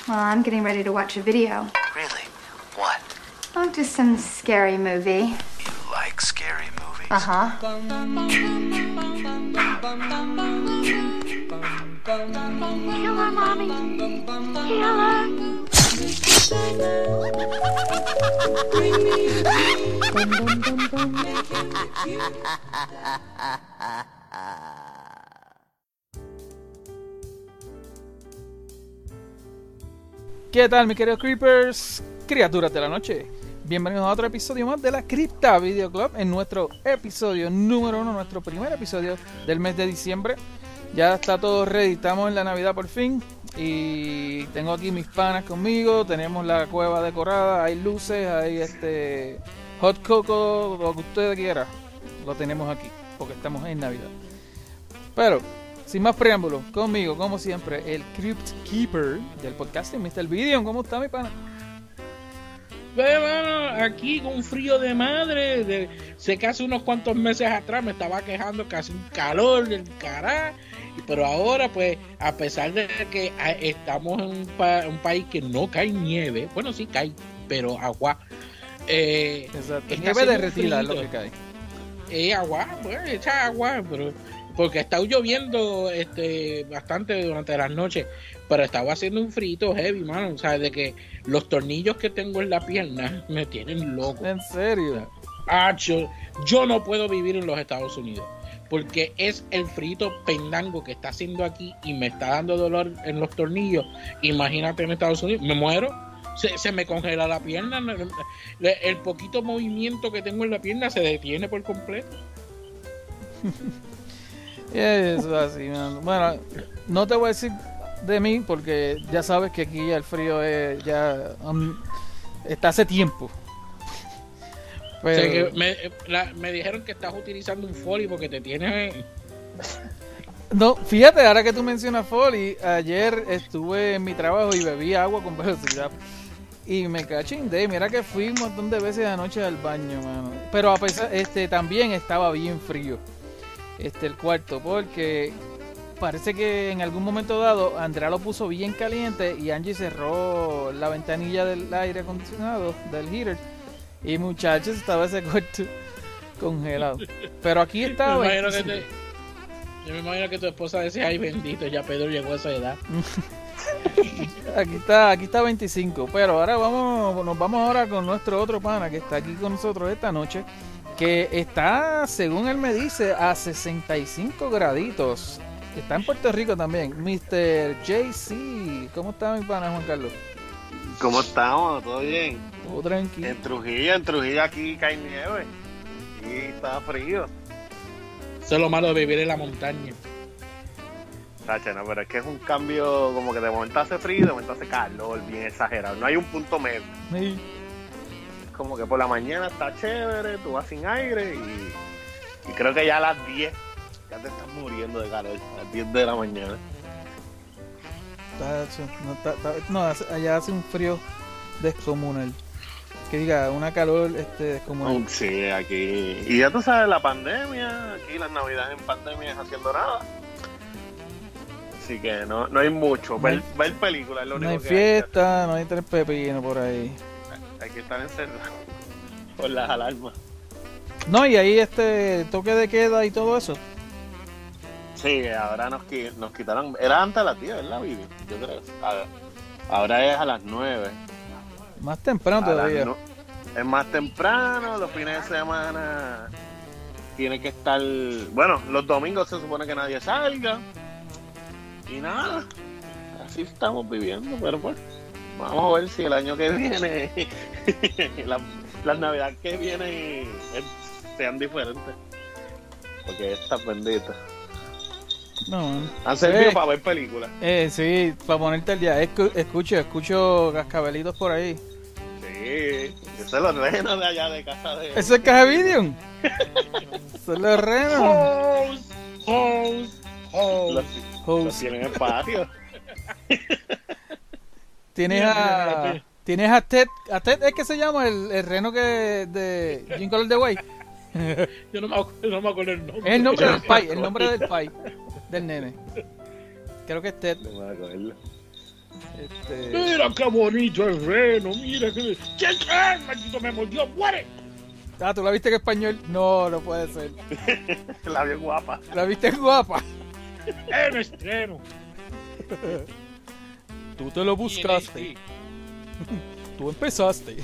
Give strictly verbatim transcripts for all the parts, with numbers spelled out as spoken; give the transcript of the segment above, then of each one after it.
Well, I'm getting ready to watch a video. Really? What? Oh, just some scary movie. You like scary movies? Uh-huh. Killer, Mommy. Killer. ¿Qué tal, mis queridos Creepers? Criaturas de la noche. Bienvenidos a otro episodio más de la Cripta Video Club, en nuestro episodio número uno, nuestro primer episodio del mes de diciembre. Ya está todo ready, estamos en la Navidad por fin. Y tengo aquí mis panas conmigo, tenemos la cueva decorada, hay luces, hay este hot coco, lo que usted quiera. Lo tenemos aquí, porque estamos en Navidad. Pero, sin más preámbulos, conmigo, como siempre, el Crypt Keeper del podcasting, mister Vidion. ¿Cómo está, mi pana? Ve, mano, aquí con frío de madre. De, sé que hace unos cuantos meses atrás me estaba quejando que hace un calor del carajo. Pero ahora, pues, a pesar de que estamos en un, pa- un país que no cae nieve, bueno, sí cae, pero agua. Eh, Exacto, está nieve haciendo derretida es frío. lo que cae. Eh, agua, pues, echa agua, pero porque está lloviendo este bastante durante las noches, pero estaba haciendo un frito heavy, mano, o sea, de que los tornillos que tengo en la pierna me tienen loco. ¿En serio? Ah, yo, yo no puedo vivir en los Estados Unidos, porque es el frito pendango que está haciendo aquí y me está dando dolor en los tornillos. Imagínate en Estados Unidos, me muero. Se, se me congela la pierna, el, el poquito movimiento que tengo en la pierna se detiene por completo. Eso así, man. Bueno, no te voy a decir de mí porque ya sabes que aquí el frío es ya um, está hace tiempo. Pero... O sea, que me, la, me dijeron que estás utilizando un folio porque te tiene... No, fíjate, ahora que tú mencionas Foley, ayer estuve en mi trabajo y bebí agua con velocidad. Y me cachindé, mira que fui un montón de veces anoche al baño, mano. Pero a pesar, este, también estaba bien frío, este, el cuarto, porque parece que en algún momento dado Andrea lo puso bien caliente y Angie cerró la ventanilla del aire acondicionado, del heater, y muchachos, estaba ese cuarto congelado. Pero aquí estaba... Me imagino que te, yo me imagino que tu esposa decía, ay bendito, ya Pedro llegó a esa edad. Aquí está, aquí está veinticinco, pero ahora vamos, nos vamos ahora con nuestro otro pana que está aquí con nosotros esta noche, que está, según él me dice, a sesenta y cinco graditos. Está en Puerto Rico también, mister J C. ¿Cómo está mi pana Juan Carlos? ¿Cómo estamos? ¿Todo bien? Todo tranquilo. En Trujillo, en Trujillo aquí cae nieve y está frío. Eso es lo malo de vivir en la montaña. Tacha, no, pero es que es un cambio como que de momento hace frío y de momento hace calor, bien exagerado. No hay un punto medio. Sí. Es como que por la mañana está chévere, tú vas sin aire y, y creo que ya a las diez ya te estás muriendo de calor, a las diez de la mañana. Tacho, no, ta- ta- no, hace- allá hace un frío descomunal. Que diga, una calor este, descomunal. Sí, aquí. Y ya tú sabes, la pandemia, aquí las navidades en pandemia es haciendo nada. Así que no, no hay mucho. No hay- ver, ver películas es lo No único hay que fiesta, no hay tres pepinos por ahí. hay. Hay que estar encerrado por las alarmas. No, y ahí este toque de queda y todo eso. Sí, ahora nos, qui- nos quitaron. Era antes a las diez, ¿verdad, Vivi? Yo creo. A- Ahora es a las nueve. Más temprano A las todavía. nu- Es más temprano, los fines de semana tiene que estar. Bueno, los domingos se supone que nadie salga. Y nada, así estamos viviendo, pero pues vamos a ver si el año que viene, la- las navidades que vienen eh, sean diferentes. Porque estas benditas No, han servido Eh. para ver películas. eh, sí, para ponerte al día. Escu- escucho, escucho cascabelitos por ahí. Sí, eso es los renos de allá de casa de. ¿Eso es Cajavidium? Son los renos. Host, host, host. Los, Host. los tienen en el patio. Tienes Mira, a. mira, Tienes a Ted. ¿A Ted es que se llama el, el reno que de Jingle All the Way? Yo no me, acuerdo, no me acuerdo el nombre. Es el nombre del pai, el nombre del pai, del nene. Creo que es Ted. No me acuerdo. Este, Mira qué bonito el reno, mira que... ¿Qué es? Maldito me mordió, muere. ah, ¿tú la viste en español? No, no puede ser. La bien guapa. ¿La viste en guapa? En estreno. Tú te lo buscaste. Tú empezaste.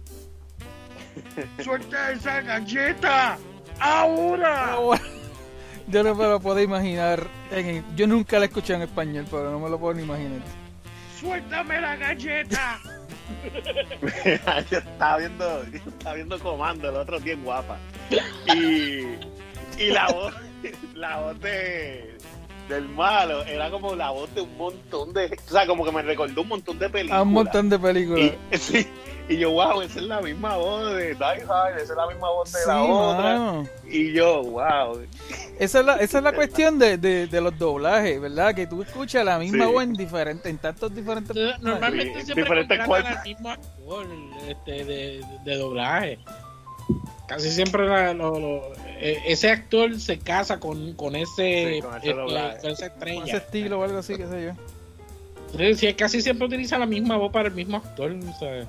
¡Suelta esa galleta! ¡Ahora! Ahora, yo no me lo puedo imaginar. En, yo nunca la escuché en español, pero no me lo puedo ni imaginar. ¡Suéltame la galleta! Yo estaba viendo, yo estaba viendo Comando el otro bien guapa. Y, y la voz, la voz de, del malo era como la voz de un montón de, o sea, como que me recordó un montón de películas. A un montón de películas. Y, sí, y yo, wow, esa es la misma voz de Die Hard, esa es la misma voz de Sí, la otra. mano. Y yo, wow. Esa es la, esa es la cuestión de, de, de los doblajes, ¿verdad? Que tú escuchas la misma Sí. voz en diferentes, en tantos diferentes Entonces, Normalmente Sí, siempre diferentes contratan cuerpos. al mismo actor este, de, de doblaje. Casi siempre la- lo- lo- eh, ese actor se casa con, con ese Sí, con ese este, doblaje. con esa con estrella. ese estilo o algo así, qué sé yo. Sí, sí, casi siempre utiliza la misma voz para el mismo actor. O sea,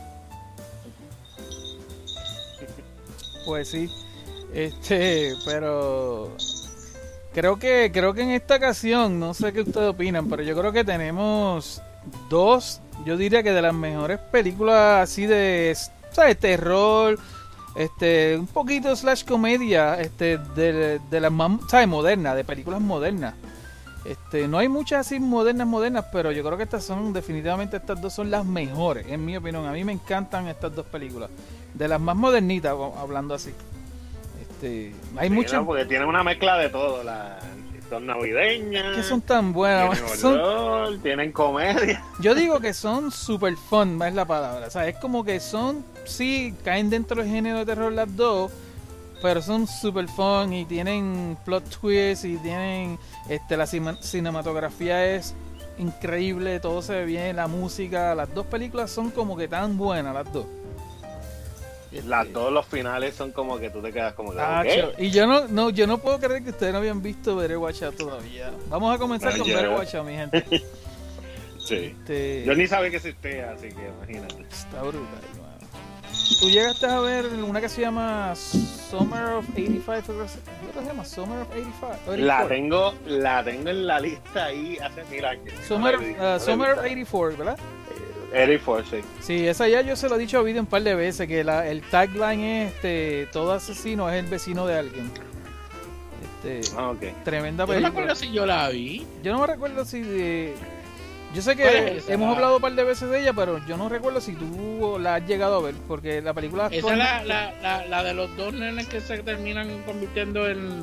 Pues sí. Este, pero creo que creo que en esta ocasión, no sé qué ustedes opinan, pero yo creo que tenemos dos, yo diría que de las mejores películas así de, ¿sabes? Terror, este, un poquito slash comedia, este, de, de las más, ¿sabes? Modernas, de películas modernas. Este, no hay muchas así modernas, modernas, pero yo creo que estas son, definitivamente estas dos son las mejores, en mi opinión. A mí me encantan estas dos películas. De las más modernitas, hablando así. Este, hay Sí, muchas ¿no? Porque tienen una mezcla de todo, las son navideñas. que son tan buenas. Tienen Son, horror, tienen comedia. yo digo que son super fun, es la palabra. O sea, es como que son, sí, caen dentro del género de terror las dos, pero son super fun y tienen plot twists y tienen, este, la cima- cinematografía es increíble, todo se ve bien, la música, las dos películas son como que tan buenas las dos. Las dos, los finales son como que tú te quedas como que, Tacho, ok. y yo no, no, yo no puedo creer que ustedes no habían visto Better Watch Out todavía. Vamos a comenzar Ah, con ya. Better Watch Out, mi gente. Sí. Este, Yo ni sabía que existía, así que imagínate. Está brutal, mano. Tú llegaste a ver una que se llama Summer of ochenta y cinco, creo que se- ¿qué se llama? Summer of ochenta y cinco. La ochenta y cuatro. tengo, la tengo en la lista ahí hace mil años. Summer, No la he visto, uh, no la he Summer of visto. ochenta y cuatro, ¿verdad? ochenta y cuatro, sí. Sí, esa ya yo se lo he dicho a Video un par de veces, que la, el tagline es, este, todo asesino es el vecino de alguien. Este, Ah, ok. tremenda yo no me película. acuerdo si yo la vi. Yo no me recuerdo si de... Yo sé ¿Cuál que es esa? hemos hablado un par de veces de ella, pero yo no recuerdo si tú la has llegado a ver, porque la película... Esa es la, la, la, la de los dos nenes que se terminan convirtiendo en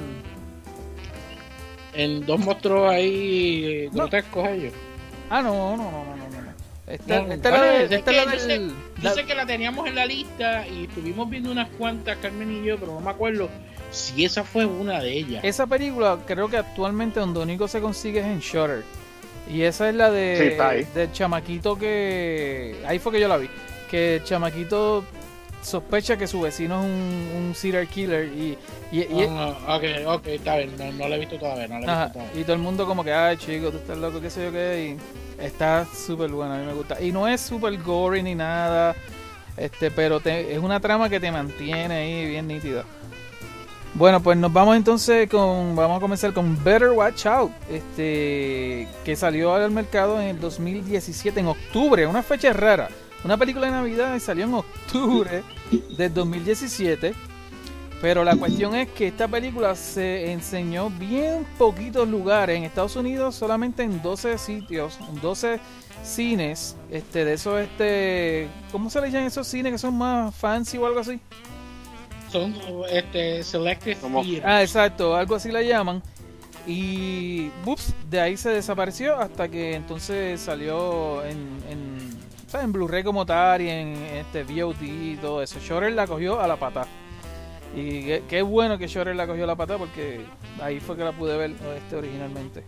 en dos monstruos ahí No. grotescos ellos. Ah, no, no, no, no, no, no. Esta, No, esta es la ¿cuál de- es? esta Es es la que yo del... Yo la- sé que la teníamos en la lista y estuvimos viendo unas cuantas, Carmen y yo, pero no me acuerdo si esa fue una de ellas. Esa película creo que actualmente donde único se consigue es en Shutter. Y esa es la de Sí, está ahí. del chamaquito que... Ahí fue que yo la vi. Que el chamaquito sospecha que su vecino es un, un serial killer y... y, y- Ah, no, ok, ok, está bien, no, no la he visto todavía, no la he Ajá, visto todavía. y todo el mundo como que, ay chico, tú estás loco, qué sé yo qué, y está súper buena, a mí me gusta. Y no es súper gory ni nada, este, pero te- es una trama que te mantiene ahí bien nítida. Bueno, pues nos vamos entonces con, vamos a comenzar con Better Watch Out, este, que salió al mercado en el dos mil diecisiete, en octubre, una fecha rara. Una película de Navidad y salió en octubre del dos mil diecisiete. Pero la cuestión es que esta película se enseñó bien poquitos lugares. En Estados Unidos solamente en doce sitios, en doce cines, este, de esos, este, ¿cómo se le llaman esos cines que son más fancy o algo así? Son este selective Como- theater. Ah, exacto, algo así la llaman. Y, ups, de ahí se desapareció hasta que entonces salió en, en, ¿sabes? En Blu-ray como tal y en este V O D y todo eso. Shutter la cogió a la pata. Y qué, qué bueno que Shutter la cogió a la pata porque ahí fue que la pude ver este, originalmente.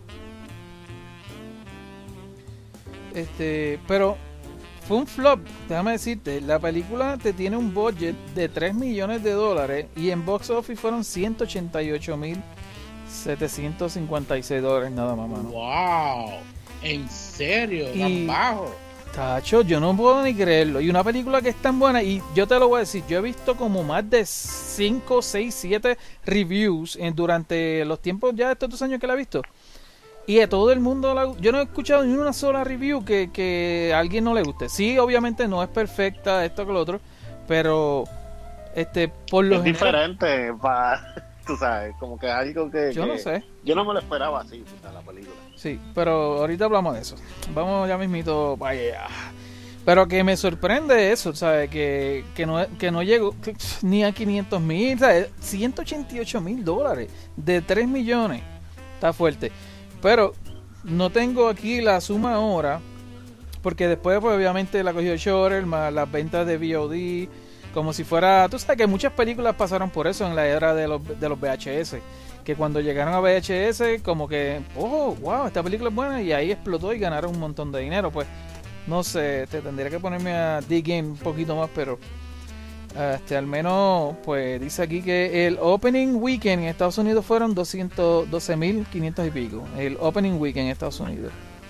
Este, pero fue un flop, déjame decirte. La película te tiene un budget de tres millones de dólares y en box office fueron ciento ochenta y ocho mil setecientos cincuenta y seis dólares nada más, mano. Wow. En serio, Y- tan bajo. Tacho, yo no puedo ni creerlo. Y una película que es tan buena, y yo te lo voy a decir, yo he visto como más de cinco, seis, siete reviews en, durante los tiempos ya de estos dos años que la he visto. Y a todo el mundo, la- yo no he escuchado ni una sola review que, que a alguien no le guste. Sí, obviamente no es perfecta, esto que lo otro, pero este por lo Es general, diferente, pa, tú sabes, como que algo que... yo que- no sé. Yo no me lo esperaba así, o sea, la película. Sí, pero ahorita hablamos de eso. Vamos ya mismito para allá. Pero que me sorprende eso, ¿sabes? Que, que, no, que no llegó que, ni a quinientos mil, ¿sabes? ciento ochenta y ocho mil dólares de tres millones. Está fuerte. Pero no tengo aquí la suma ahora, porque después pues obviamente la cogió Shorter, más las ventas de V O D, como si fuera... Tú sabes que muchas películas pasaron por eso en la era de los, de los V H S. Que cuando llegaron a V H S, como que, oh, wow, esta película es buena, y ahí explotó y ganaron un montón de dinero. Pues, no sé, te tendría que ponerme a dig in un poquito más, pero este, al menos, pues dice aquí que el opening weekend en Estados Unidos fueron doscientos doce mil quinientos y pico. El opening weekend en Estados Unidos.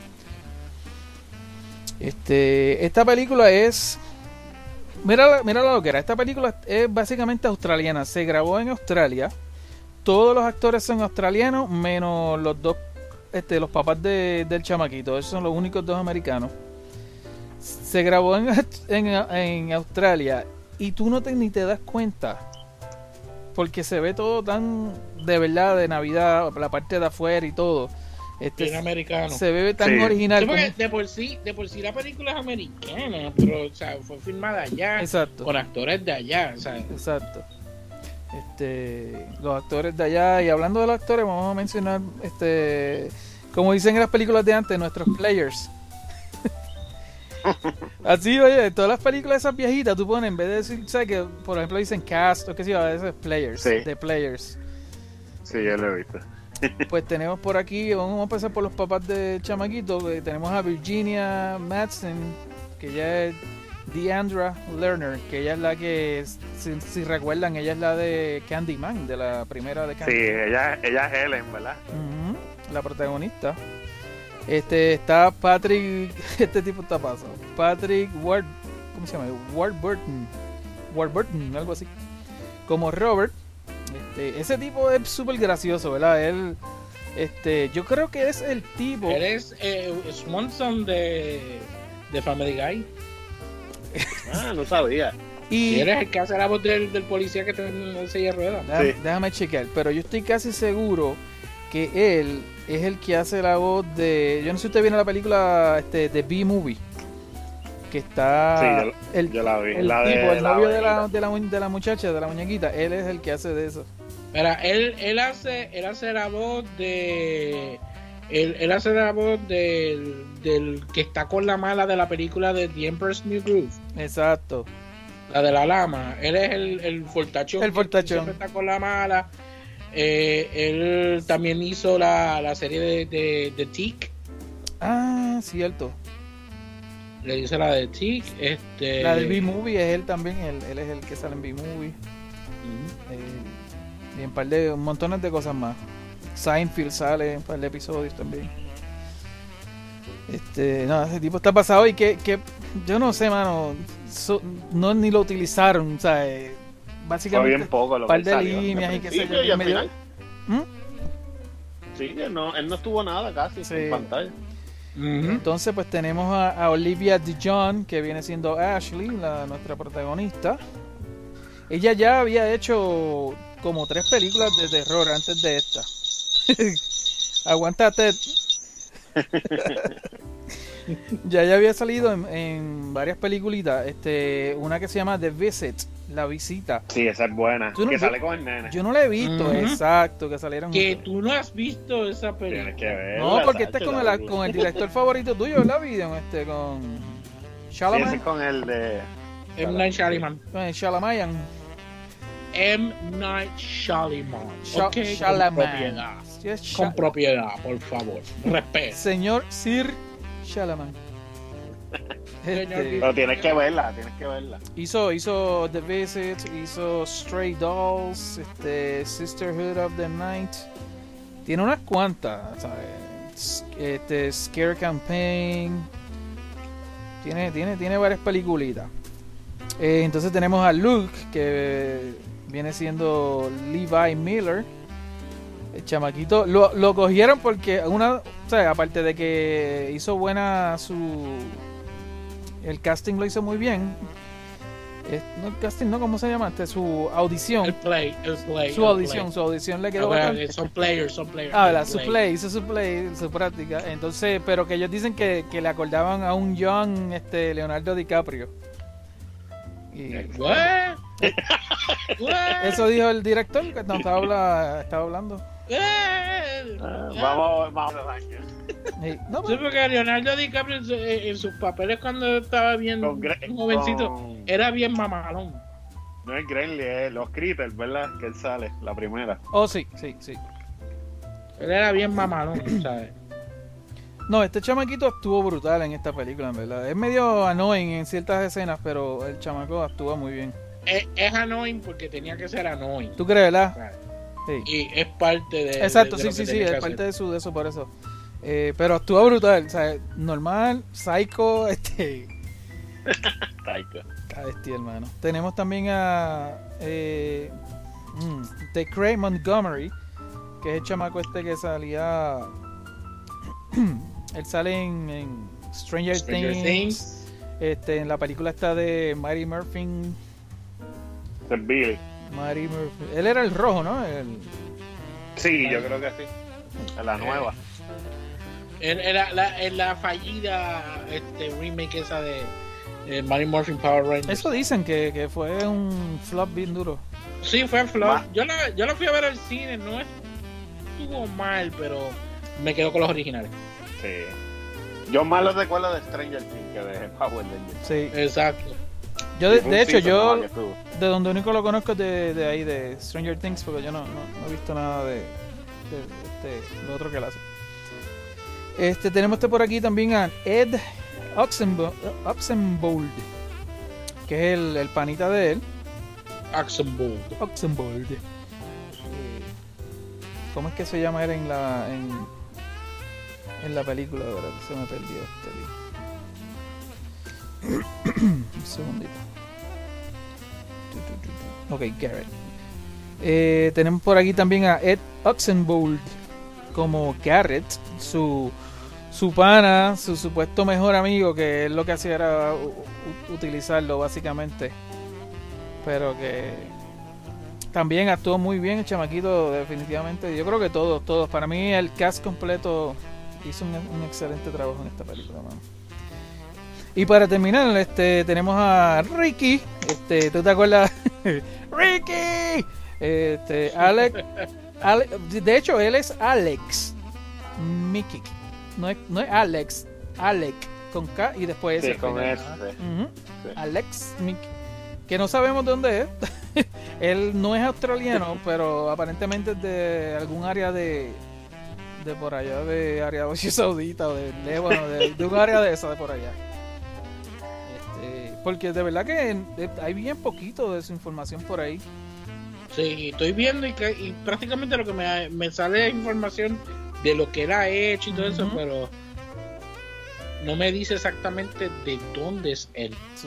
Este, esta película es... Mira, mira lo que era. Esta película es básicamente australiana. Se grabó en Australia. Todos los actores son australianos, menos los dos, este, los papás de, del chamaquito. Esos son los únicos dos americanos. Se grabó en, en, en Australia y tú no te, ni te das cuenta. Porque se ve todo tan de verdad de Navidad, la parte de afuera y todo. Este, Bien americano. se ve tan Sí. original. Sí, porque como- de por sí, de por sí la película es americana, pero o sea, fue filmada allá Exacto. con actores de allá, o sea, Exacto. Este, los actores de allá, y hablando de los actores, vamos a mencionar, este, como dicen en las películas de antes, nuestros players. Así, oye, todas las películas esas viejitas, tú pones, en vez de decir, ¿sabes? Que por ejemplo dicen cast o qué sé yo, a veces players, Sí. de players. Sí, yo lo he visto. Pues tenemos por aquí, vamos a empezar por los papás de chamaquito, que tenemos a Virginia Madsen, que ella es Deandra Lerner, que ella es la que, si, si recuerdan, ella es la de Candyman, de la primera de Sí, Candyman. ella, ella es Helen, ¿verdad? Ujú, la protagonista. Este está Patrick, este tipo está pasado. Patrick Ward, ¿cómo se llama? Warburton, Warburton, algo así. Como Robert. Este, ese tipo es súper gracioso, ¿verdad? Él, este, yo creo que es el tipo. eres eh, Swanson de, de Family Guy. Ah, no sabía. Y Y eres el que hace la voz del, del policía que tiene en silla de ruedas. déjame, Sí. déjame chequear, pero yo estoy casi seguro que él es el que hace la voz de. Yo no sé si usted viene la película este, de B-Movie. Que está. Sí, yo- el, Yo la vi. el la tipo, de el la novio de la, abuelita. de, la, mu- de la muchacha, de la muñequita. Él es el que hace de eso. Mira, él, él hace, él hace la voz de, él, él hace la voz del, del que está con la mala de la película de The Emperor's New Groove, Exacto. la de la lama. Él es el, el fortachón. El que fortachón. siempre está con la mala. Eh, él también hizo la, la serie de, de, de Tick. Ah, cierto. Le hizo la de Tick. Este, La del B-Movie es él también. Él, él es el que sale en B-Movie. Ujú. Eh, y en par de montones de cosas más. Seinfeld sale en un par de episodios también. Este, no, ese tipo está pasado y que, que yo no sé, mano, so- no ni lo utilizaron, o sea, eh, Fue básicamente bien poco lo par que de salió. líneas Al y qué sé yo, principio y al medio- final. ¿Mm? Sí, él no, él no estuvo nada casi Sí. en pantalla. Ujú. Entonces pues tenemos a, a Olivia DeJohn, que viene siendo Ashley, la, nuestra protagonista. Ella ya había hecho como tres películas de terror antes de esta. Aguántate. Ya ya había salido en, en varias peliculitas. Este, una que se llama The Visit, La Visita. Sí, esa es buena. Tú no- que yo- sale con el nene. Yo no la he visto, Ujú. exacto, que salieron. Que juntos. tú no has visto esa Tienes película. que verla. No, porque este es Sacho, con la el, película. con el director favorito tuyo, ¿verdad, Video? Este, con Sí, ese Shalaman. es con el de... M. Night Shyamalan. Con Shalamayan. M. Night Shyamalan. Sha- Ok, con Shalaman. propiedad. Sí, es Sha- Con propiedad, por favor. Respeto. Señor Sir Shalaman. Señor Este, Pero tienes que verla, tienes que verla. hizo, hizo The Visit, hizo Stray Dolls, este, Sisterhood of the Night. Tiene unas cuantas, ¿sabes? este, Scare Campaign. Tiene, tiene, tiene varias peliculitas. Eh, entonces tenemos a Luke, que viene siendo Levi Miller. El chamaquito lo, lo cogieron porque una, o sea, aparte de que hizo buena su, el casting lo hizo muy bien. Es, no el casting, no, ¿cómo se llama? Este, su audición. El play, el play. Su el audición, play. su audición le quedó Ah, bueno, bastante. son players, son players. Ah, el ¿verdad? Su play, hizo su play, su práctica. Entonces, pero que ellos dicen que, que le acordaban a un young este, Leonardo DiCaprio. Y, What? What? eso dijo el director que no, estaba, habla, estaba hablando. Eh, Ah, vamos, vamos a daño. Y, no, Sí, pero- porque Leonardo DiCaprio en, su- en sus papeles cuando estaba bien Con Gre- un jovencito con- era bien mamalón. No es Gremlin, es los Critters, ¿verdad? Que él sale, la primera. oh, sí, sí, sí. Él era bien mamalón, ¿sabes? No, este chamaquito estuvo brutal en esta película, en verdad. Es medio annoying en ciertas escenas, pero el chamaco actúa muy bien. Es, es annoying porque tenía que ser annoying. ¿Tú crees, verdad? ¿sabes? Sí. Y es parte de. Exacto, de- sí, de lo sí, que sí, tenía es que parte hacer. de su de eso, por eso. Eh, pero actúa brutal, o sea, normal, psycho, este... Taika. A bestia, hermano. Tenemos también a eh, mm, The Craig Montgomery, que es el chamaco este que salía. Él sale en, en Stranger, Stranger Things. Things. Este, en la película está de Mary Murphy. Ese es Billy. Mary Murphy. Él era el rojo, ¿no? El, Sí, yo creo que sí. En la nueva. En, en la, la- en la fallida este, remake esa de eh, Mary Morphin Power Rangers. eso dicen que, que fue un flop bien duro. Sí, fue flop. Ma- Yo la, yo la fui a ver al cine, no estuvo mal, pero me quedo con los originales. Sí. Yo más lo recuerdo de Stranger Things que de Power Rangers. Sí. Exacto. Yo, de, Fue un de hecho, season yo nomás que estuvo. de donde único lo conozco es de, de ahí, de Stranger Things, porque yo no, no, no he visto nada de, de, de lo otro que él hace. Este, tenemos este por aquí también a Ed Oxenbo- Oxenbould, que es el, el panita de él. Oxenbould. Oxenbould. Eh, ¿Cómo es que se llama él en la en, en la película? De verdad, se me perdió este lío. Un segundito. Ok, Garrett. Eh, tenemos por aquí también a Ed Oxenbould como Garrett, su, su pana, su supuesto mejor amigo, que él lo que hacía era u- u- utilizarlo básicamente. Pero que también actuó muy bien el chamaquito, definitivamente. Yo creo que todos, todos. Para mí el cast completo hizo un, un excelente trabajo en esta película, mano. Y para terminar, este, tenemos a Ricky. Este, ¿tú te acuerdas? Ricky. Este, Alex, Ale- de hecho, él es Alex Mickey. No es, no es Alex, Alec con K y después Sí, S. con final. ese. Ujú. Sí. Alex Mickey. Que no sabemos de dónde es. Él no es australiano, pero aparentemente es de algún área de de por allá, de Arabia Saudita o de Líbano, de, de un área de esa de por allá. Este, porque de verdad que eh, hay bien poquito de su información por ahí. Sí, estoy viendo y, que- y prácticamente lo que me, me sale es información de lo que él ha hecho y todo eso, Ujú. pero no me dice exactamente de dónde es él. Sí.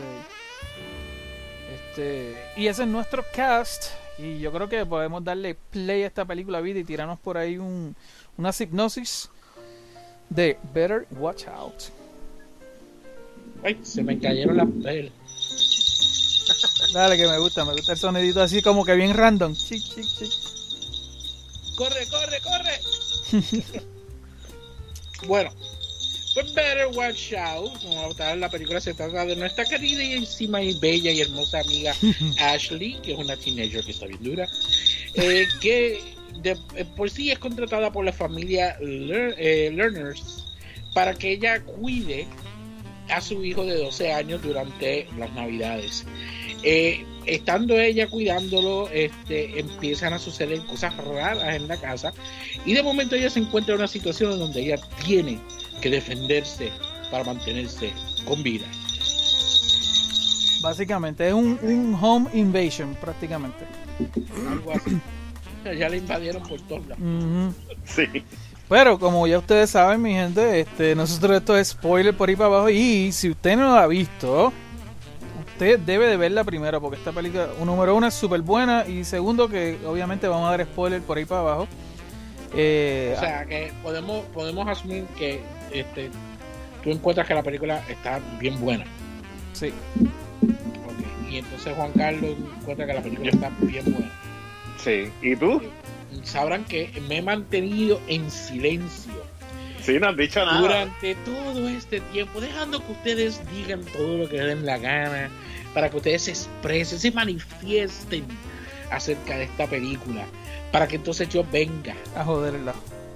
Este, y ese es nuestro cast. Y yo creo que podemos darle play a esta película vida y tirarnos por ahí un, una hipnosis de Better Watch Out. Ay, se me cayeron las pelas. Dale, que me gusta, me gusta el sonidito así como que bien random. Chic, chic, chic. ¡Corre, corre, corre! Bueno, pues Better Watch Out, como tal, la película se trata de nuestra querida y encima y bella y hermosa amiga Ashley, que es una teenager que está bien dura, eh, que de, eh, por sí es contratada por la familia Lear- eh, Learners para que ella cuide a su hijo de doce años durante las navidades. Eh, estando ella cuidándolo, este, empiezan a suceder cosas raras en la casa y de momento ella se encuentra en una situación en donde ella tiene que defenderse para mantenerse con vida. Básicamente es un, un home invasion prácticamente. Algo así. Ya le invadieron por todos lados. Ujú. Sí. Pero como ya ustedes saben, mi gente, este, nosotros esto es spoiler por ahí para abajo. Y si usted no la ha visto, usted debe de verla primero, porque esta película, número uno, es súper buena. Y segundo, que obviamente vamos a dar spoiler por ahí para abajo. Eh, O sea, que podemos podemos asumir que este tú encuentras que la película está bien buena. sí. Okay. Y entonces Juan Carlos encuentra que la película está bien buena. Sí. ¿Y tú? Sabrán que me he mantenido en silencio Sí, no has dicho nada. durante todo este tiempo, dejando que ustedes digan todo lo que les den la gana, para que ustedes se expresen, se manifiesten acerca de esta película, para que entonces yo venga A joderla.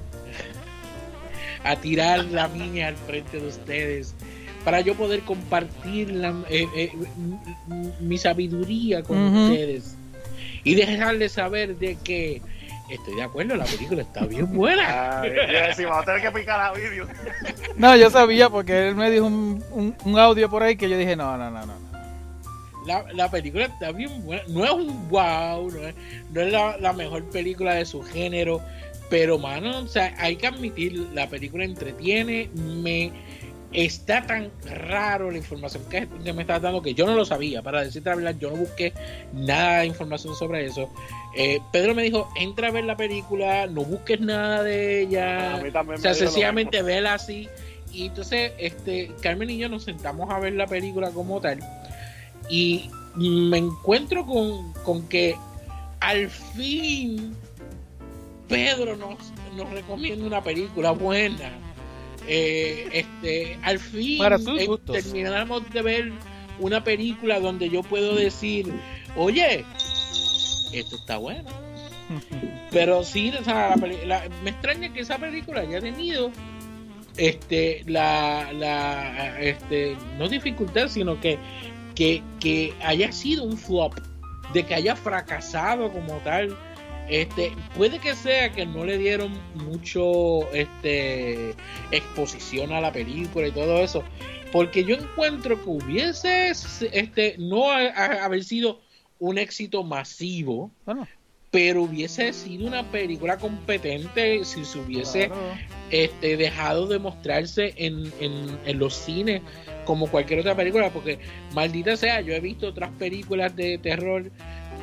a tirar la mía al frente de ustedes, para yo poder compartir la, eh, eh, m- m- mi sabiduría con Ujú. ustedes y dejarles saber de que estoy de acuerdo, la película está bien buena. Ay, yo decía, vamos a tener que picar a vídeo. No, yo sabía porque él me dijo un, un, un audio por ahí que yo dije, no, no, no, no. La, la película está bien buena, no es un wow, no es, no es la, la mejor película de su género, pero mano, o sea, hay que admitir, la película entretiene, me está tan raro la información que, que me estás dando que yo no lo sabía, para decirte la verdad, yo no busqué nada de información sobre eso. Eh, Pedro me dijo, entra a ver la película, no busques nada de ella, A mí también o me sea, dijo lo sencillamente mismo. vela así. Y entonces, este, Carmen y yo nos sentamos a ver la película como tal. Y me encuentro con, con que al fin Pedro nos, nos recomienda una película buena. Eh, este, al fin Para sus eh, gustos. terminamos de ver una película donde yo puedo decir, oye, esto está bueno. Pero sí, o sea, la peli- la- me extraña que esa película haya tenido este la, la este no dificultad, sino que, que que haya sido un flop, de que haya fracasado como tal. Este puede que sea que no le dieron mucho este exposición a la película y todo eso, porque yo encuentro que hubiese este no a- a- haber sido un éxito masivo, Bueno, pero hubiese sido una película competente si se hubiese claro. este, dejado de mostrarse en, en, en los cines como cualquier otra película, porque maldita sea, yo he visto otras películas de terror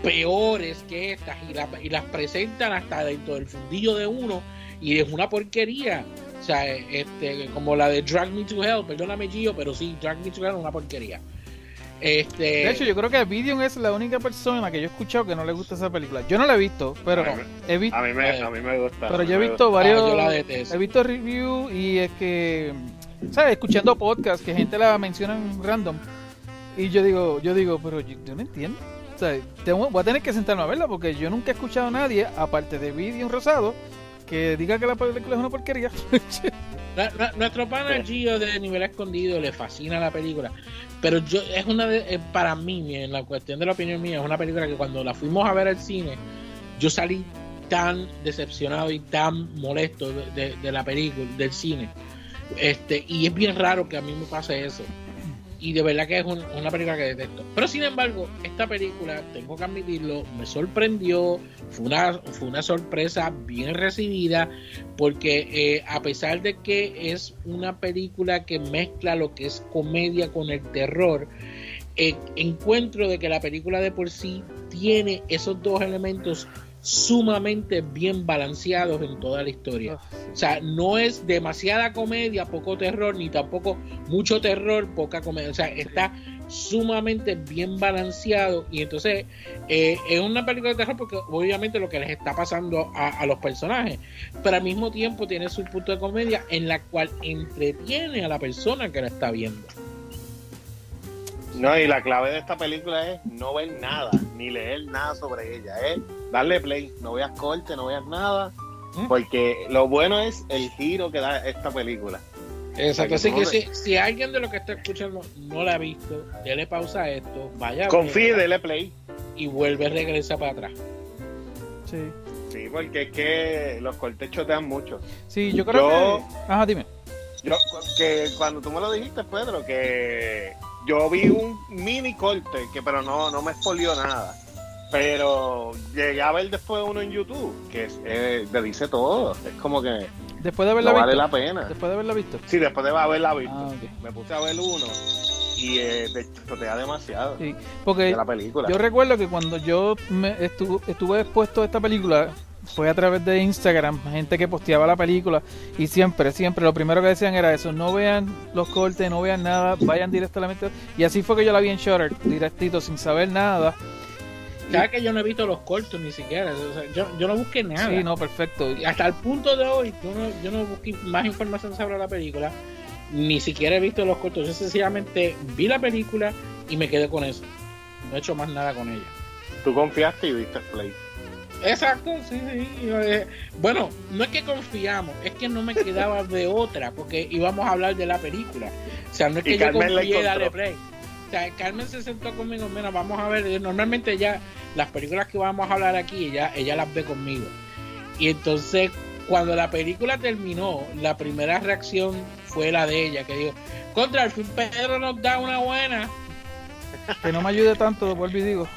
peores que estas y, la- y las presentan hasta dentro del fundillo de uno y es una porquería. O sea, este, como la de Drag Me to Hell, perdóname Gio, pero sí, Drag Me to Hell es una porquería. Este, De hecho, yo creo que Vidion es la única persona que yo he escuchado que no le gusta esa película. Yo no la he visto, pero A mí- he visto, A mí me, a mí me gusta. pero a mí yo he me visto gusta. varios, Ah, yo la detesto. he visto reviews y es que, ¿sabes? Escuchando podcasts que gente la mencionan random y yo digo, yo digo, pero yo, yo no entiendo. O sea, tengo- voy a tener que sentarme a verla porque yo nunca he escuchado a nadie, aparte de Vidion Rosado, que diga que la película es una porquería. Na- na- nuestro pana Gio de Nivel Escondido le fascina la película, pero yo es una de, eh, para mí, en la cuestión de la opinión mía, es una película que cuando la fuimos a ver al cine, yo salí tan decepcionado y tan molesto de, de- de la película, del cine, este y es bien raro que a mí me pase eso. Y de verdad que es un- una película que detesto. Pero sin embargo, esta película, tengo que admitirlo, me sorprendió. Fue una, fue una sorpresa bien recibida. Porque eh, a pesar de que es una película que mezcla lo que es comedia con el terror, eh, encuentro de que la película de por sí tiene esos dos elementos sumamente bien balanceados en toda la historia. O sea, no es demasiada comedia, poco terror, ni tampoco mucho terror, poca comedia. O sea, está sumamente bien balanceado. Y entonces eh, es una película de terror porque obviamente lo que les está pasando a, a los personajes, pero al mismo tiempo tiene su punto de comedia en la cual entretiene a la persona que la está viendo. No, y la clave de esta película es no ver nada, ni leer nada sobre ella, es darle play, no veas corte, no veas nada, ¿Mm? porque lo bueno es el giro que da esta película. Exacto, así que No, si, si alguien de los que está escuchando no la ha visto, dele pausa a esto, vaya a Confíe, verla dele play. y vuelve, regresa para atrás. Sí. Sí, porque es que los cortes chotean mucho. Sí, yo creo Yo- que... Ajá, dime. Yo, que cuando tú me lo dijiste, Pedro, que yo vi un mini corte, que pero no, no me expolió nada. Pero llegué a ver después uno en YouTube, que es, eh, te dice todo. Es como que... De Después de haberla no visto. vale la pena. Después de haberla visto. Sí, después de haberla visto. Ah, ok. Me puse a ver uno y eh, te chotea demasiado Sí, porque de la película. yo recuerdo que cuando yo me estuve, estuve expuesto a esta película fue a través de Instagram, gente que posteaba la película y siempre, siempre lo primero que decían era eso, no vean los cortes, no vean nada, vayan directamente, y así fue que yo la vi en Shudder, directito, sin saber nada. ¿Sabes que yo no he visto los cortos ni siquiera? O sea, yo, yo no busqué nada. Sí, no, perfecto. Y hasta el punto de hoy, yo no, yo no busqué más información sobre la película, ni siquiera he visto los cortos. Yo sencillamente vi la película y me quedé con eso. No he hecho más nada con ella. Tú confiaste y diste play. Exacto, sí, sí. Eh, Bueno, no es que confiamos, es que no me quedaba de otra, porque íbamos a hablar de la película. O sea, no es que Y yo Carmen la confié darle encontró. play. O sea, Carmen se sentó conmigo, mira, vamos a ver, eh, normalmente ya las películas que vamos a hablar aquí, ella, ella las ve conmigo. Y entonces, cuando la película terminó, la primera reacción fue la de ella, que dijo, contra, al fin Pedro nos da una buena. Que no me ayude tanto, vuelvo y digo.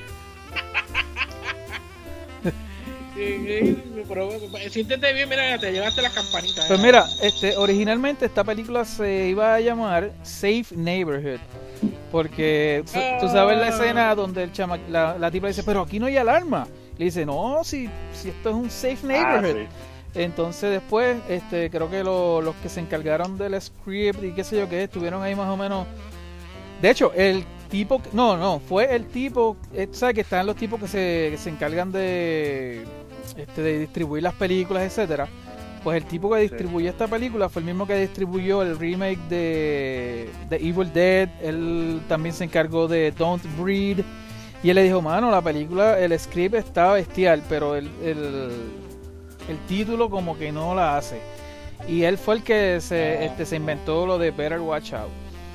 Sí, sí, pero, siéntete bien, mira, te llevaste las campanitas. Pues mira, este, originalmente esta película se iba a llamar Safe Neighborhood. Porque tú- tú sabes la escena donde el chama, la, la tipa dice, pero aquí no hay alarma. Le dice, no, si, si esto es un safe Ah, neighborhood. sí. Entonces después, este, creo que lo- los que se encargaron del script y qué sé yo qué, estuvieron ahí más o menos. De hecho, el tipo, que- no, no, fue el tipo, eh, ¿sabes? Que están los tipos que se, que se encargan de, este, de distribuir las películas, etcétera. Pues el tipo que distribuyó esta película fue el mismo que distribuyó el remake de, de Evil Dead. Él también se encargó de Don't Breed. Y él le dijo, mano, la película, el script está bestial, pero el, el, el título como que no la hace. Y él fue el que se, este, se inventó lo de Better Watch Out.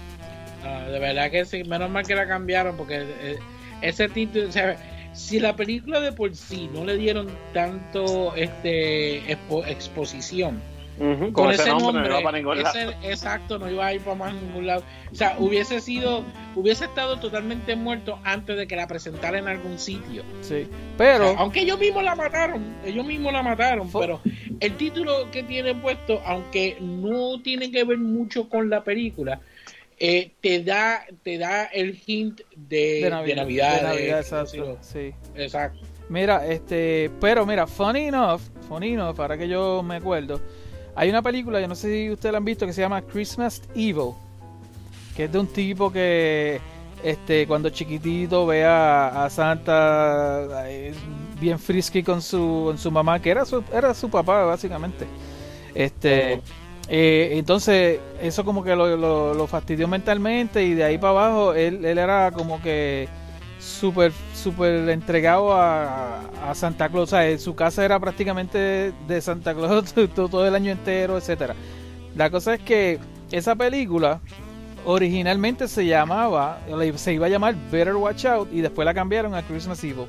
Ah, de verdad que sí, menos mal que la cambiaron, porque eh, ese título, o sea, si la película de por sí no le dieron tanto este expo- exposición, Ujú, con, con ese nombre, no iba para ningún lado. ese- exacto, no iba a ir para más ningún lado. O sea, hubiese sido, hubiese estado totalmente muerto antes de que la presentara en algún sitio. Sí. O Pero, sea, aunque ellos mismos la mataron, ellos mismos la mataron, Fue- pero el título que tiene puesto, aunque no tiene que ver mucho con la película, eh, te da te da el hint de, de Navidad, de Navidad, de Navidad, de- exacto. Sí. exacto. Mira, este, pero mira, funny enough, funny enough, para que yo me acuerdo, hay una película, yo no sé si ustedes la han visto, que se llama Christmas Evil, que es de un tipo que, este, cuando chiquitito ve a, a Santa eh, bien frisky con su, con su mamá, que era su, era su papá básicamente. Este, eh, entonces eso como que lo, lo, lo fastidió mentalmente y de ahí para abajo él, él era como que súper súper entregado a, a Santa Claus, o sea, su casa era prácticamente de Santa Claus todo, todo el año entero, etcétera. La cosa es que esa película originalmente se llamaba, se iba a llamar Better Watch Out y después la cambiaron a Christmas Evil.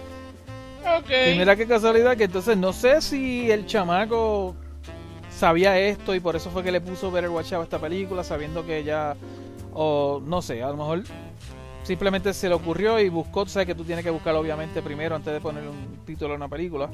Okay. Y mira qué casualidad que entonces no sé si el chamaco sabía esto y por eso fue que le puso Better Watch Out a esta película, sabiendo que ya, o no sé, a lo mejor simplemente se le ocurrió y buscó. Tú sabes que tú tienes que buscarlo obviamente primero antes de poner un título a una película.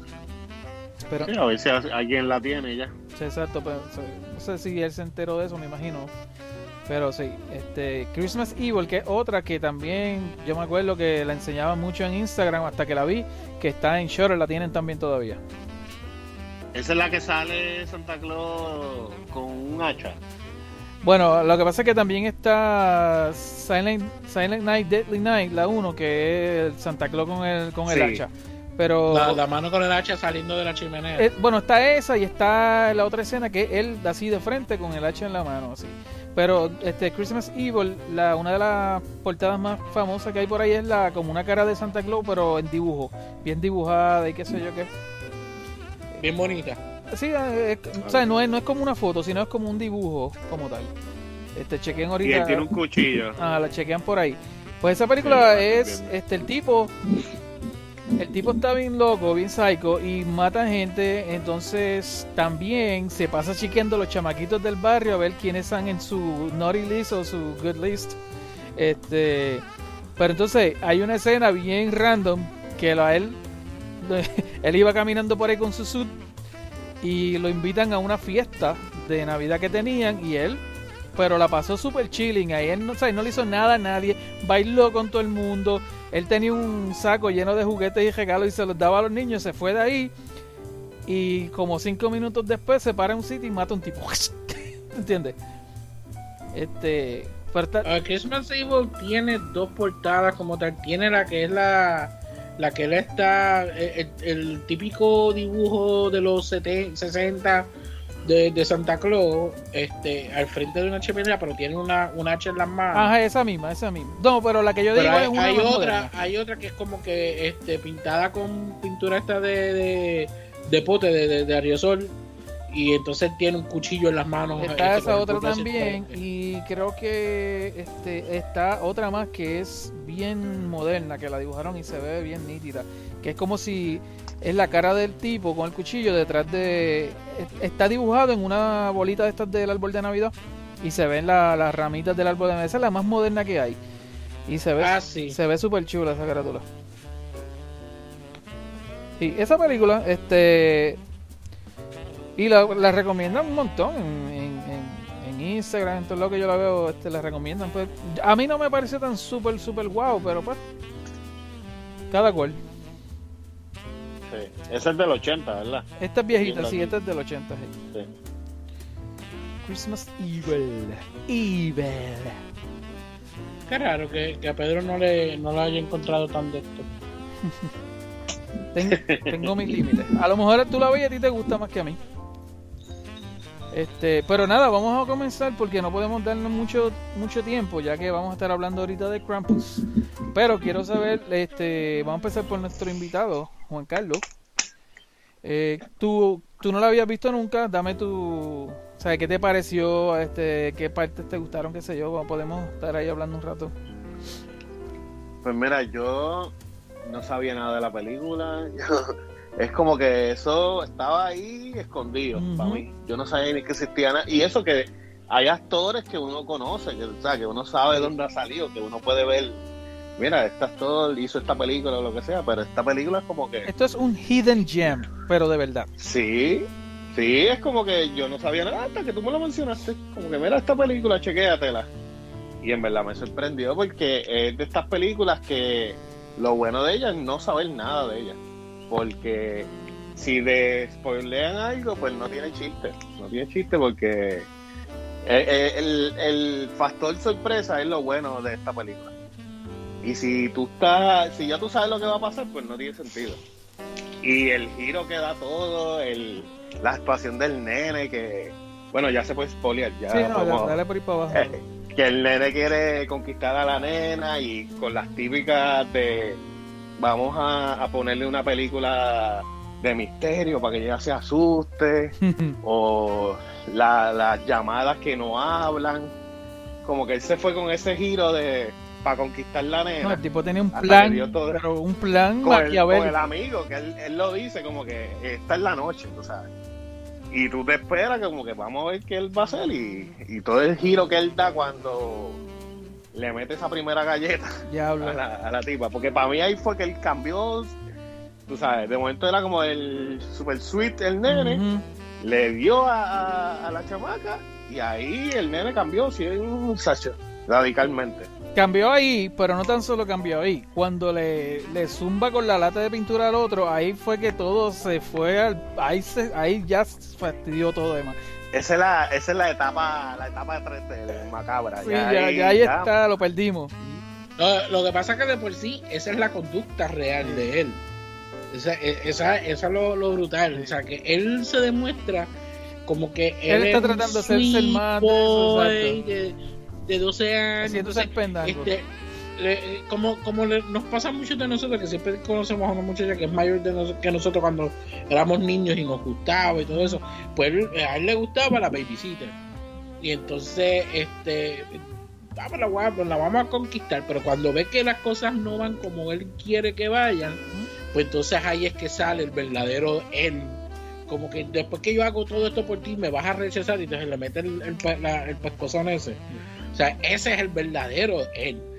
Pero, Sí, a ver si alguien la tiene ya. sí, exacto, pero, no sé si él se enteró de eso, me imagino. Pero sí, este Christmas Evil, que es otra que también yo me acuerdo que la enseñaba mucho en Instagram hasta que la vi, que está en Shudder, la tienen también todavía. Esa es la que sale Santa Claus con un hacha. Bueno, lo que pasa es que también está Silent, Silent Night, Deadly Night, la uno, que es Santa Claus con el, con el Sí. hacha. Pero La, la mano con el hacha saliendo de la chimenea. eh, bueno, está esa y está la otra escena que es él así de frente con el hacha en la mano, así. Pero este Christmas Evil, la, una de las portadas más famosas que hay por ahí es la como una cara de Santa Claus, pero en dibujo, bien dibujada y qué sé yo qué. Bien bonita. Sí, eh, es- o sea, no es, no es como una foto, sino es como un dibujo como tal. Este, chequen Y ahorita. él tiene un cuchillo. Ah, la chequean por ahí. Pues esa película Sí, la es, estoy viendo. este, el tipo, el tipo está bien loco, bien psycho y mata gente. Entonces también se pasa chequeando los chamaquitos del barrio a ver quiénes están en su naughty list o su good list. Este, pero entonces hay una escena bien random que a él, él iba caminando por ahí con su suit y lo invitan a una fiesta de Navidad que tenían y él, pero la pasó super chilling, ahí él no, o sea, no le hizo nada a nadie, bailó con todo el mundo, él tenía un saco lleno de juguetes y regalos y se los daba a los niños, se fue de ahí y como cinco minutos después se para en un sitio y mata a un tipo. ¿Entiendes? Este... Uh, Christmas Evil tiene dos portadas como tal, tiene la que es la la que él está el, el típico dibujo de los setenta, sesenta de, de Santa Claus, este, al frente de una chimenea, pero tiene una, una hacha en las manos. Ajá, esa misma, esa misma. No, pero la que yo pero digo hay, es una hay más otra, moderna. hay otra que es como que este pintada con pintura esta de de, de pote de, de, de aerosol. Y entonces tiene un cuchillo en las manos. Está este, esa con otra el pulpo también así. y creo que este está otra más que es bien moderna, que la dibujaron y se ve bien nítida, que es como si es la cara del tipo con el cuchillo detrás de... Está dibujado en una bolita de estas del árbol de Navidad y se ven la, las ramitas del árbol de Navidad. Esa es la más moderna que hay y se ve Ah, sí. se ve súper chula esa carátula. Y esa película, este... Y la, la recomiendan un montón en, en, en, en Instagram, en todo lo que yo la veo, este, la recomiendan. Pues, a mí no me parece tan súper, súper guau, pero pues, cada cual. Sí. Ese es del ochenta, ¿verdad? Esta es viejita, Viendo sí, aquí. esta es del ochenta. Sí. Sí. Christmas Evil. Evil. Qué raro que, que a Pedro no le no lo haya encontrado tan de esto. Ten- tengo mis límites. A lo mejor tú la ves y a ti te gusta más que a mí. Este, pero nada, vamos a comenzar porque no podemos darnos mucho mucho tiempo, ya que vamos a estar hablando ahorita de Krampus. Pero quiero saber, este, vamos a empezar por nuestro invitado, Juan Carlos. Eh, tú, tú no la habías visto nunca, dame tu, o sea, ¿qué te pareció? Este, ¿qué partes te gustaron? Qué sé yo, podemos estar ahí hablando un rato. Pues mira, yo no sabía nada de la película. Yo- es como que eso estaba ahí escondido Ujú. para mí. Yo no sabía ni que existía nada. Y eso que hay actores que uno conoce, que, o sea, que uno sabe dónde ha salido, que uno puede ver. Mira, este actor hizo esta película o lo que sea, pero esta película es como que... Esto es un hidden gem, pero de verdad. Sí, sí, es como que yo no sabía nada hasta que tú me lo mencionaste. Como que mira esta película, chequéatela. Y en verdad me sorprendió porque es de estas películas que lo bueno de ellas es no saber nada de ellas. Porque si de spoilean algo, pues no tiene chiste. No tiene chiste porque el, el, el factor sorpresa es lo bueno de esta película. Y si tú estás, si ya tú sabes lo que va a pasar, pues no tiene sentido. Y el giro que da todo, el, la actuación del nene, que bueno, ya se puede spoilear, ya Sí, no, podemos- dale, dale por ahí para abajo. eh, que el nene quiere conquistar a la nena y con las típicas de vamos a, a ponerle una película de misterio para que ella se asuste, o la- las llamadas que no hablan, como que él se fue con ese giro de para conquistar la No, nena. el tipo tenía un Hasta plan, que dio todo- pero un plan con el, con el maquiavélico. amigo, que él, él lo dice como que esta es la noche, tú sabes. Y tú te esperas que como que vamos a ver qué él va a hacer y, y todo el giro que él da cuando le mete esa primera galleta Diablo. a la, a la tipa. Porque para mí ahí fue que él cambió, tú sabes, de momento era como el super sweet el nene, Ujú. le dio a, a, a la chamaca y ahí el nene cambió, sí, un sacho, radicalmente. Cambió ahí, pero no tan solo cambió ahí. Cuando le, le zumba con la lata de pintura al otro, ahí fue que todo se fue al, ahí se, ahí ya se fastidió todo demás. Esa es la, esa es la etapa, la etapa de tres de macabra. Sí, ya, ya ahí está, lo perdimos. Lo, lo que pasa es que de por sí esa es la conducta real de él. Esa, esa, esa es lo, lo brutal. O sea, que él se demuestra como que él, Él está es tratando un de hacerse el sweet más de eso, boy exacto. de, de doce años. Haciéndose el Entonces, pendango. este, le- como como le- nos pasa mucho de nosotros, que siempre conocemos a una muchacha que es mayor de nos- que nosotros cuando éramos niños y nos gustaba y todo eso, pues él- a él le gustaba la babysitter. Y entonces, este, vamos, la, voy a- la vamos a conquistar, pero cuando ve que las cosas no van como él quiere que vayan, pues entonces ahí es que sale el verdadero él. Como que después que yo hago todo esto por ti, me vas a rechazar, y entonces le mete el, el, pe- la- el pescozón ese. O sea, ese es el verdadero él.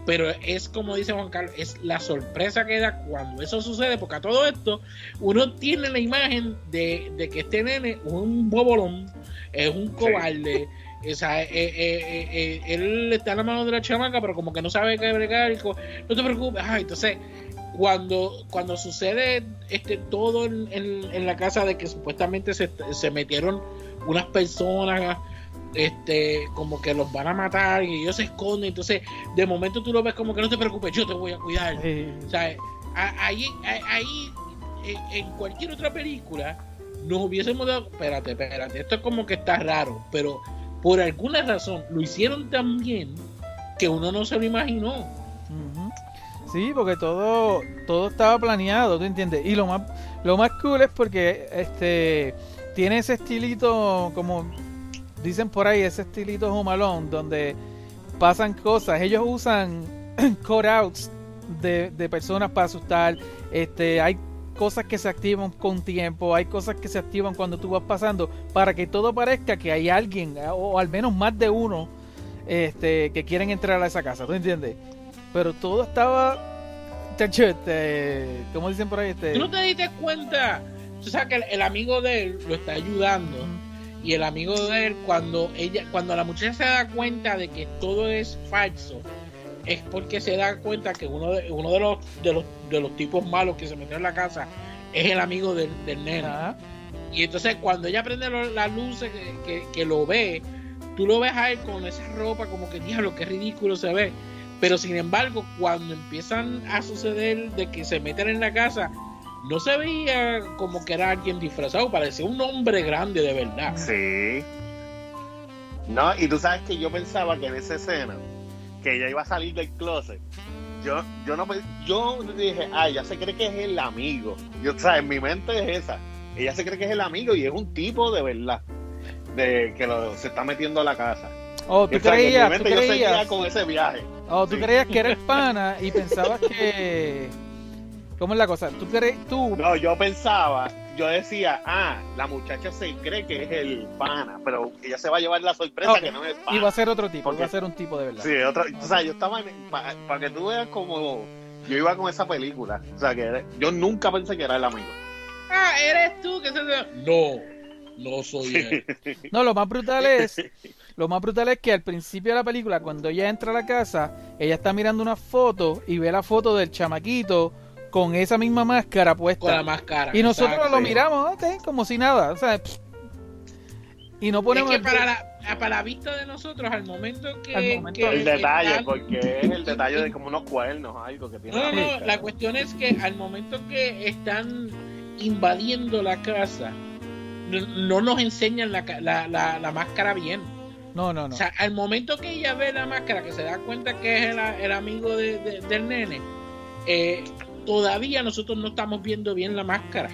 pero es como dice Juan Carlos, es la sorpresa que da cuando eso sucede, porque a todo esto uno tiene la imagen de, de que este nene es un bobolón, es un cobarde, sí. O sea, eh, eh, eh, eh, él está en la mano de la chamaca, pero como que no sabe qué bregar, y como, no te preocupes, ah, entonces cuando cuando sucede este todo en, en, en la casa de que supuestamente se, se metieron unas personas, este como que los van a matar y ellos se esconden, entonces de momento tú lo ves como que no te preocupes, yo te voy a cuidar, sí. O sea, ahí, ahí en cualquier otra película nos hubiésemos dado, espérate, espérate, esto es como que está raro, pero por alguna razón lo hicieron tan bien que uno no se lo imaginó. Uh-huh. Sí, porque todo todo estaba planeado, ¿tú entiendes? Y lo más lo más cool es porque este tiene ese estilito, como dicen por ahí, ese estilito Home Alone, donde pasan cosas. Ellos usan cutouts de, de personas para asustar. Este, hay cosas que se activan con tiempo, hay cosas que se activan cuando tú vas pasando, para que todo parezca que hay alguien, o al menos más de uno, este, que quieren entrar a esa casa, ¿tú entiendes? Pero todo estaba, este, ¿cómo dicen por ahí? Este... ¿Tú no te diste cuenta? Tú sabes que el, el amigo de él lo está ayudando, uh-huh. Y el amigo de él, cuando ella, cuando la muchacha se da cuenta de que todo es falso, es porque se da cuenta que uno de, uno de los de los de los tipos malos que se metió en la casa es el amigo del, del nene. Uh-huh. Y entonces cuando ella prende lo, las luces que, que, que lo ve, tú lo ves a él con esa ropa como que diablo, qué ridículo se ve. Pero sin embargo, cuando empiezan a suceder de que se meten en la casa, no se veía como que era alguien disfrazado, parecía un hombre grande de verdad. Sí. No, y tú sabes que yo pensaba que en esa escena, que ella iba a salir del closet, yo yo no yo dije, ah, ella se cree que es el amigo. Yo, o sea, en mi mente es esa. Ella se cree que es el amigo y es un tipo de verdad, de que lo, se está metiendo a la casa. Oh, tú creías, tú yo creías. seguía con ese viaje. Oh, tú sí. creías que era el pana y pensabas que... ¿Cómo es la cosa? ¿Tú crees, tú? No, yo pensaba, yo decía, ah, la muchacha se cree que es el pana, pero ella se va a llevar la sorpresa okay. Que no es el pana. Y va a ser otro tipo, porque, va a ser un tipo de verdad. Sí, otro, o sea, yo estaba, para pa que tú veas como yo iba con esa película, o sea, que era, yo nunca pensé que era el amigo. Ah, eres tú que se... No, no soy él. No, lo más brutal es... Lo más brutal es que al principio de la película, cuando ella entra a la casa, ella está mirando una foto y ve la foto del chamaquito con esa misma máscara puesta. Con la máscara. Y nosotros exacto. Lo miramos, okay, como si nada. O sea, pff, y no ponemos... Es que para la, para la vista de nosotros, al momento que... Al momento que el detalle, están... porque es el detalle de como unos cuernos, algo que tiene. No, la no, máscara. La cuestión es que al momento que están invadiendo la casa, no, no nos enseñan la, la, la, la máscara bien. No, no, no. O sea, al momento que ella ve la máscara, que se da cuenta que es el, el amigo de, de, del nene, eh, todavía nosotros no estamos viendo bien la máscara.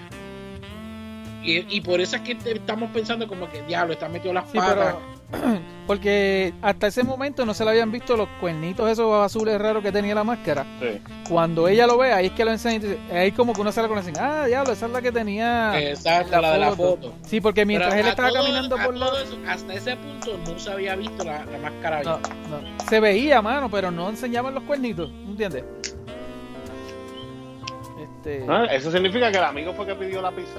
Y, y por eso es que estamos pensando como que, diablo, está metido las sí, patas. Pero, porque hasta ese momento no se le habían visto los cuernitos esos azules raros que tenía la máscara. Sí. Cuando ella lo ve, ahí es que lo enseña y dice, ahí como que uno sale con la enseña, ah, diablo, esa es la que tenía. Exacto, la, la de la foto. Sí, porque mientras pero él estaba todo, caminando por la... eso, hasta ese punto no se había visto la, la máscara bien. No, no. Se veía, mano, pero no enseñaban los cuernitos, ¿entiendes? Este... ¿Ah? Eso significa que el amigo fue que pidió la pizza.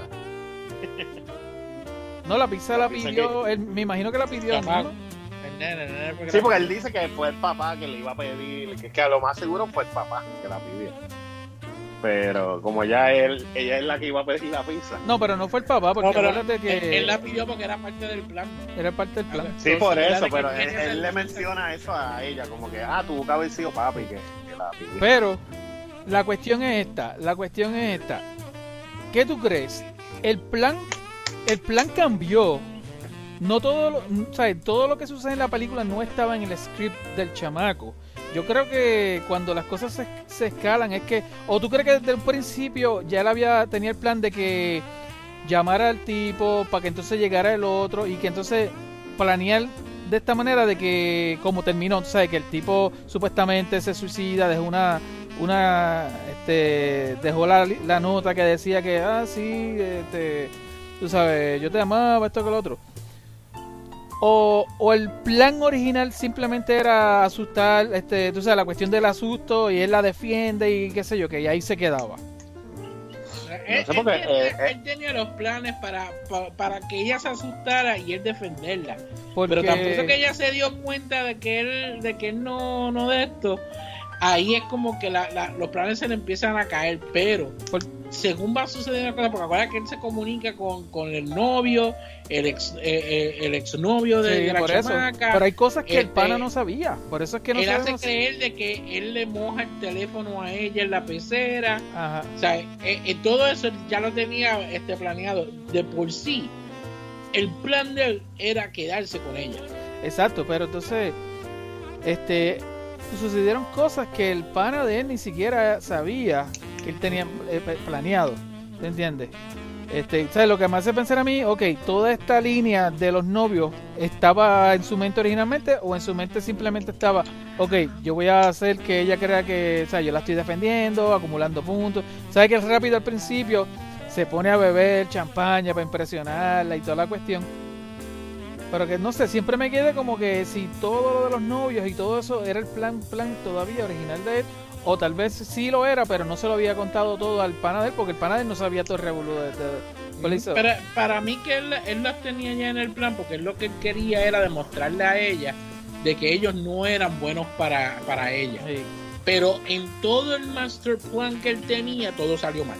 No, la pizza la, la pizza pidió, que... él, me imagino que la pidió, ¿no? El nene, el nene, porque sí, porque él dice que fue el papá que le iba a pedir, que, que a lo más seguro fue el papá que la pidió. Pero como ya él, ella es la que iba a pedir la pizza. No, pero no fue el papá, porque no, acuérdate que... Él, él la pidió porque era parte del plan. Era parte del plan. Sí, por Entonces, eso, pero él, él, él le menciona eso a ella, como que, ah, tuvo que haber sido papi que, que la pidió. Pero la cuestión es esta, la cuestión es esta. ¿Qué tú crees? El plan, el plan cambió. No todo lo, o sea, todo lo que sucede en la película no estaba en el script del chamaco. Yo creo que cuando las cosas se, se escalan es que, o tú crees que desde un principio ya él había tenía el plan de que llamara al tipo para que entonces llegara el otro y que entonces planear de esta manera de que como terminó, tú sabes que el tipo supuestamente se suicida, dejó una una este dejó la, la nota que decía que ah sí, este, tú sabes, yo te amaba, esto que lo otro. O, o el plan original simplemente era asustar, este, tú sabes, la cuestión del asusto y él la defiende y qué sé yo, que ahí se quedaba. Él, No sé por qué, él- eh, él- él tenía los planes para, para, para que ella se asustara y él defenderla. Porque... Pero tan pronto que ella se dio cuenta de que él, de que él no, no de esto, ahí es como que la, la- los planes se le empiezan a caer. Pero Por- según va sucediendo la cosa, porque acuérdate que él se comunica con, con el novio, el ex eh, eh, el exnovio de, Sí, de la por eso. chamaca. Pero hay cosas que el este, pana no sabía. Por eso es que no él hace sabemos. creer de que él le moja el teléfono a ella en la pecera. Ajá. O sea, eh, eh, todo eso ya lo tenía este planeado de por sí. El plan de él era quedarse con ella. Exacto, pero entonces, este, sucedieron cosas que el pana de él ni siquiera sabía que él tenía eh, planeado, ¿te entiendes? Este, ¿sabes? Lo que me hace pensar a mí, ok, toda esta línea de los novios estaba en su mente originalmente o en su mente simplemente estaba, ok, yo voy a hacer que ella crea que, o sea, yo la estoy defendiendo, acumulando puntos. ¿Sabes que rápido al principio se pone a beber champaña para impresionarla y toda la cuestión? Pero que no sé, siempre me quedé como que si todo lo de los novios y todo eso era el plan plan todavía original de él, o tal vez sí lo era, pero no se lo había contado todo al pana de él, porque el pana de él no sabía todo el revolú de, de, ¿cuál hizo? Pero para mí que él, él las tenía ya en el plan, porque él lo que él quería era demostrarle a ella de que ellos no eran buenos para, para ella. Sí. Pero en todo el master plan que él tenía, todo salió mal.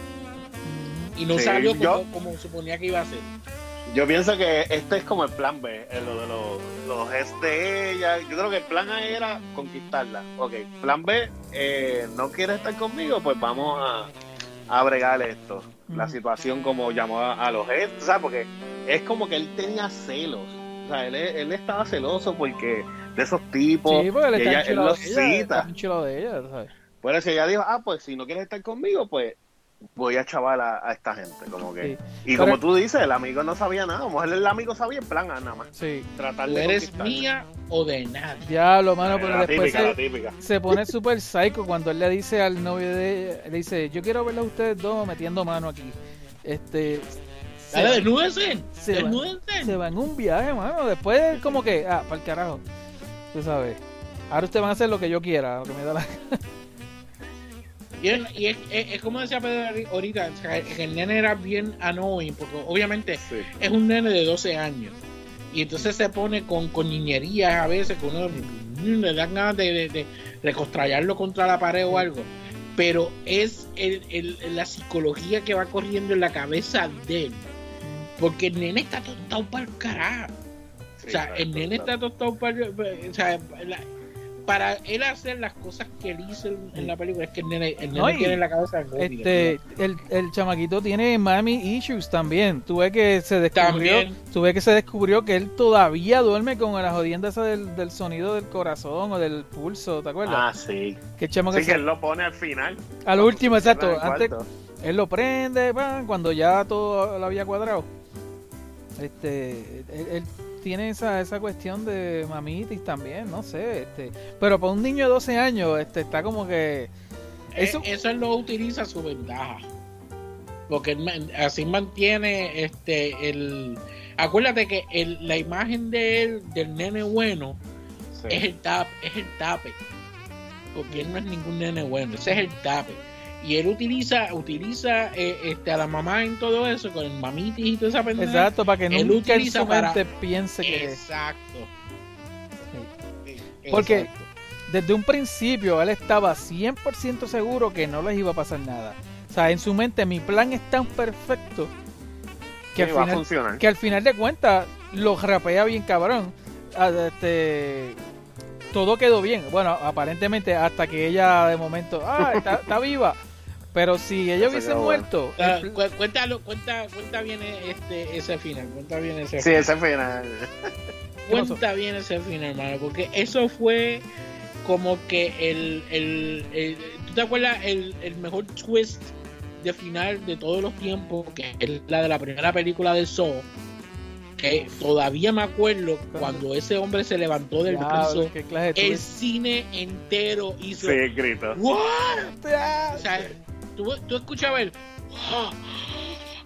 Y no Sí, salió como, yo- como suponía que iba a ser. Yo pienso que este es como el plan B, eh, lo de los, los ex de ella. Yo creo que el plan A era conquistarla. Ok, plan B, eh, no quiere estar conmigo, pues vamos a, a bregar esto. La Mm. situación como llamó a, a los ex, ¿sabes? Porque es como que él tenía celos. O sea, él, él estaba celoso porque de esos tipos, Sí, porque él y está ella, él enchilado los de ella, está cita. enchilado de ella, ¿sabes? Por eso ella dijo, ah, pues si no quieres estar conmigo, pues voy a chaval a, a esta gente, como que. Sí. Y Pero- como tú dices, el amigo no sabía nada, a lo mejor el amigo sabía en plan A nada más. Sí. Tratar Tú de eres conquistarla. mía o de nadie. Diablo, mano, pero la después típica, la se, típica. se pone súper psycho cuando él le dice al novio de ella, le dice, yo quiero verlos a ustedes dos metiendo mano aquí. Este... se Dale, va- desnúdense. se va- Desnúdense. se va en un viaje, mano. Después como que, ah, para el carajo. Tú sabes. Ahora ustedes van a hacer lo que yo quiera, lo que me da la... Y, es, y es, es- es como decía Pedro ahorita, o sea, que el nene era bien annoying, porque obviamente Sí. es un nene de doce años. Y entonces se pone con, con niñerías a veces, que uno mm, le dan ganas de, de, de recostrallarlo contra la pared o algo. Pero es el, el- la psicología que va corriendo en la cabeza de él. Porque el nene está tostado para el carajo. Sí, O sea, claro, el nene claro. está tostado para el... O sea, la- para él hacer las cosas que él hizo en, en la película, es que el nene, el nene No, y tiene la cabeza gómita, Este, el, el chamaquito tiene mami issues también. Tú ves que se descubrió, También. tú ves que se descubrió que él todavía duerme con la jodienda esa del, del sonido del corazón o del pulso, ¿te acuerdas? Ah, sí. Que el chamo que Sí, se- que él lo pone al final. a lo último, exacto. Cierra el Antes, cuarto. él lo prende, pan, cuando ya todo lo había cuadrado. Este, él, él tiene esa, esa cuestión de mamitis también, no sé, este, pero para un niño de doce años, este, está como que Eso, eso, eso él lo utiliza a su ventaja. Porque él man- así mantiene este el. Acuérdate que el, la imagen de él, del nene bueno, Sí. es el tap, es el tape. Porque él no es ningún nene bueno, ese es el tape. Y él utiliza, utiliza eh, este, a la mamá en todo eso, con el mamitis y toda esa pendeja. exacto, para que él nunca en utiliza su para- mente piense que Exacto. sí. Sí, Porque- exacto. Desde un principio él estaba cien por ciento seguro que no les iba a pasar nada. O sea, en su mente mi plan es tan perfecto que, Sí, al, va a final, funcionar. que al final de cuentas lo rapea bien cabrón. Ah, Este, todo quedó bien. Bueno, aparentemente hasta que ella de momento, ah, está, está viva. Pero si ella Eso hubiese quedó bueno. muerto, Ah, el pl- cu- cuéntalo, cuenta, cuenta bien este, ese final, cuenta bien ese Sí, final. ese final. ¿Qué pasó? Cuenta bien ese final, hermano, porque eso fue como que el, el, el- ¿tú te acuerdas el, el mejor twist de final de todos los tiempos? Que es la de la primera película de Saw, que todavía me acuerdo cuando ese hombre se levantó del diablo, piso, qué clase de el twist. cine entero hizo Sí, grito. ¿what? O sea, tú, tú escuchabas el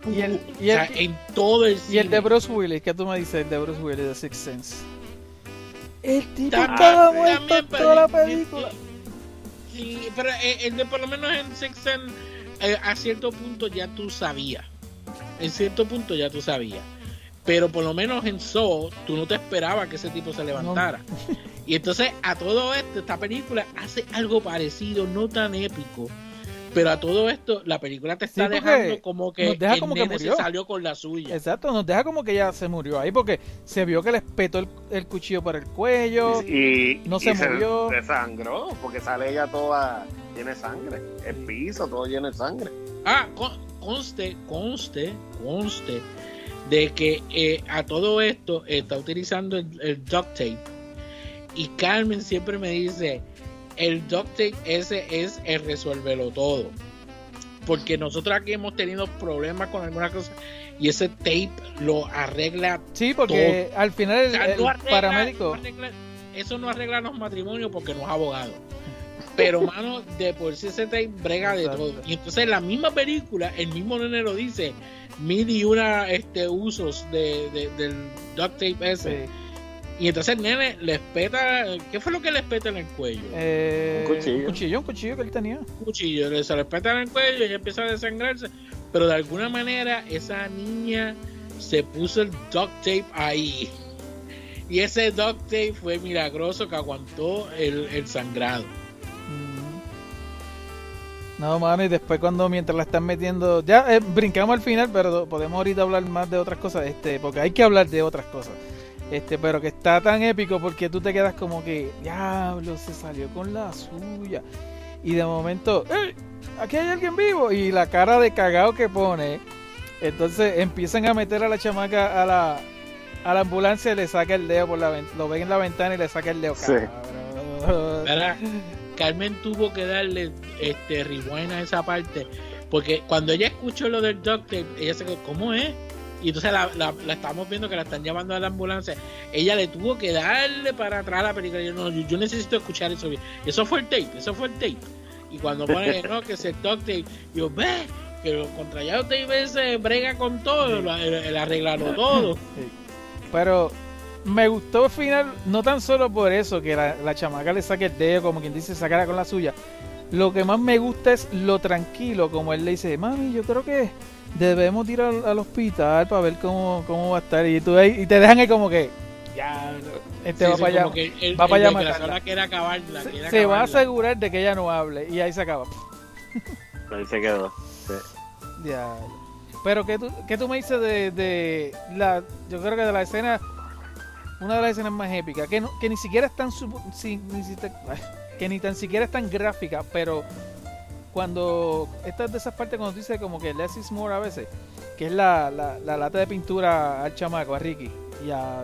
Y el, y o sea, el, en todo el y cine. el de Bruce Willis, ¿qué tú me dices? El de Bruce Willis de Sixth Sense. El tipo También- estaba muerto también, en toda la pero- película. Sí, pero eh, el de por lo menos en Sixth Sense, eh, a cierto punto ya tú sabías. En cierto punto ya tú sabías. Pero por lo menos en Saw, tú no te esperabas que ese tipo se levantara. Y entonces a todo esto, esta película hace algo parecido, no tan épico. Pero a todo esto, la película te está Sí, porque dejando como que nos deja el como que nene se murió. salió con la suya. Exacto, nos deja como que ya se murió ahí porque se vio que le petó el, el cuchillo por el cuello. Y, no y se movió. Se sangró, porque sale ella toda llena de sangre. El piso todo lleno de sangre. Ah, con- conste, conste, conste de que eh, a todo esto está utilizando el, el duct tape. Y Carmen siempre me dice, el duct tape ese es el resuélvelo todo. Porque nosotros aquí hemos tenido problemas con alguna cosa y ese tape lo arregla. Sí, porque al final el, O sea, el no arregla- paramédico. no arregla- eso no arregla los matrimonios porque no es abogado. Pero, mano, de por sí ese tape brega de Exacto. todo. Y entonces la misma película, el mismo nene lo dice, mil y una este, usos de, de- del duct tape ese. Sí. Y entonces el nene les peta, ¿qué fue lo que les peta en el cuello? Eh, Un cuchillo. un cuchillo, un cuchillo que él tenía. Un cuchillo, le- se les peta en el cuello y empieza a desangrarse. Pero de alguna manera esa niña se puso el duct tape ahí. Y ese duct tape fue milagroso que aguantó el, el sangrado. No, mano, y después cuando mientras la están metiendo, ya eh, brincamos al final, pero podemos ahorita hablar más de otras cosas, este, porque hay que hablar de otras cosas, este, pero que está tan épico porque tú te quedas como que, diablo, se salió con la suya, y de momento, ¡eh! Aquí hay alguien vivo, y la cara de cagao que pone, entonces empiezan a meter a la chamaca a la, a la ambulancia y le saca el dedo por la ventana, lo ven en la ventana y le saca el dedo, Sí. cabrón. ¿Verdad? Carmen tuvo que darle este rewind a esa parte porque cuando ella escuchó lo del duct tape, ella se quedó, ¿cómo es? Y entonces la, la, la estamos viendo que la están llevando a la ambulancia. Ella le tuvo que darle para atrás a la película. Yo, no, yo, yo necesito escuchar eso bien. Eso fue el tape, eso fue el tape. Y cuando pone, no, que es el duct tape, yo, ve, que lo contrallado tape ese brega con todo, el, el, el arreglarlo todo. Sí. Pero me gustó el final, no tan solo por eso, que la, la chamaca le saque el dedo, como quien dice, sacara con la suya. Lo que más me gusta es lo tranquilo, como él le dice, mami, yo creo que debemos ir al, al hospital para ver cómo, cómo va a estar. Y tú ahí, y te dejan ahí como que, ya, este Sí, va sí, para allá. como que el, va para el allá a desgraciado matarla. la quiere acabar, la Se, quiere se va a acabarla. asegurar de que ella no hable. Y ahí se acaba. Ahí se quedó. Sí. Ya. Pero ¿qué tú, qué tú me dices de, de la, yo creo que de la escena, una de las escenas más épicas, que, no, que ni siquiera es tan supo- si- ni si te- que ni tan siquiera es tan gráfica, pero cuando esta es de esas partes cuando dice como que less is more a veces, que es la, la, la lata de pintura al chamaco, a Ricky y a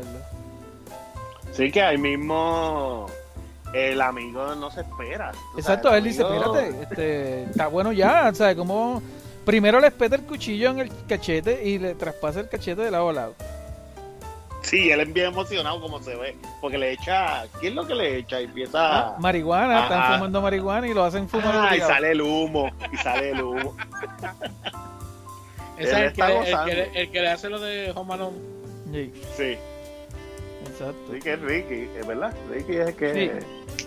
Sí, que ahí mismo el amigo no se espera. tú sabes, exacto, el él dice, amigo- espérate, este, está bueno ya, ¿sabes? Como primero le espeta el cuchillo en el cachete y le traspasa el cachete de lado a lado. Sí, él es bien emocionado como se ve, porque le echa, ¿qué es lo que le echa? Y empieza Ah, marihuana, están Ajá. fumando marihuana y lo hacen fumar Ah, y obligado. sale el humo, y sale el humo. Ese es Él el que, está le, el, gozando. que le, el que le hace lo de Home Alone. Sí, Sí, exacto. sí que es Ricky, es verdad, Ricky es el que... Sí.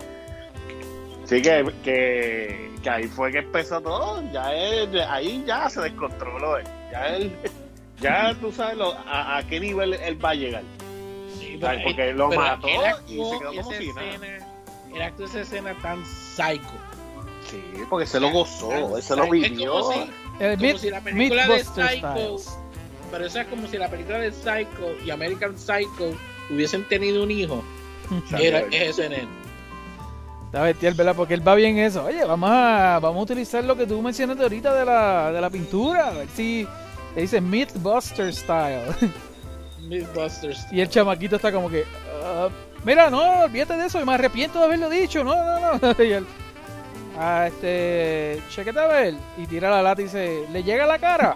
Sí, que, que, que ahí fue que empezó todo, ya él, ahí ya se descontroló él, ya él, ya tú sabes lo, a, a qué nivel él va a llegar. Sí, Ay, porque lo pero mató él y actuó se quedó como esa si nada. escena, él actuó esa escena tan psycho. Sí, porque se lo gozó, Tan él se lo psycho. Es vivió. como si, El como Myth- si la película de Mythbuster Psycho, Styles. pero eso es como si la película de Psycho y American Psycho hubiesen tenido un hijo. Era, es ese nene. Está bestial, ¿verdad? Porque él va bien en eso. Oye, vamos a, vamos a utilizar lo que tú mencionaste ahorita de la, de la pintura. A ver si le dice Mythbuster Style. Mythbusters. Y el chamaquito está como que, ah, mira, no, olvídate de eso, me arrepiento de haberlo dicho. No, no, no. Y él, ah, este, chequete a ver. Y tira la lata y dice, ¿le llega a la cara?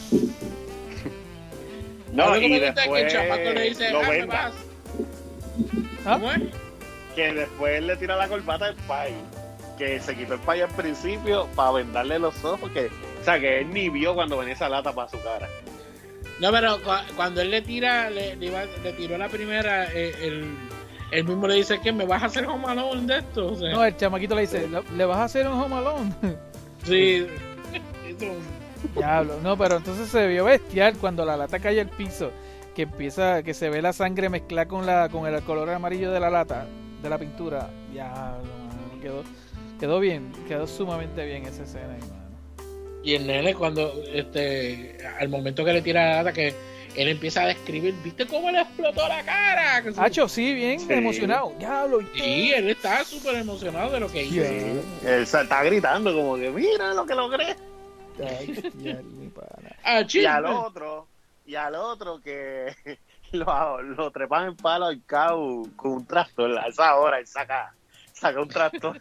No, Algo que y me gusta es que el después chamaco le dice, lo ah, me venda, vas. ¿Ah? ¿Cómo es? que después él le tira la corbata al pai, que se quitó el pai al principio para vendarle los ojos, que O sea, que él ni vio cuando venía esa lata para su cara. No, pero cu- cuando él le tira, le, le, iba- le tiró la primera, eh, el, él mismo le dice que me vas a hacer home alone de esto. O sea, No, el chamaquito le dice, "¿Le- ¿le vas a hacer un home alone?" sí. Eso, Diablo, no, pero entonces se vio bestial cuando la lata cae al piso, que empieza, que se ve la sangre mezclada con la, con el color amarillo de la lata, de la pintura. Diablo, mano, quedó, quedó bien, quedó sumamente bien esa escena, hermano. y el nene cuando, este, al momento que le tira la lata, que él empieza a describir, ¿viste cómo le explotó la cara? Que se- Hacho, sí, bien Sí. emocionado. Diablo. Sí, él está súper emocionado de lo que hizo. Sí. Él se está gritando como que mira lo que logré. Ay, bestial, mi pana. Ah, Y chisme. al otro, y al otro que lo, lo trepan en palo al cabo con un tractor. A esa hora él saca, saca un tractor.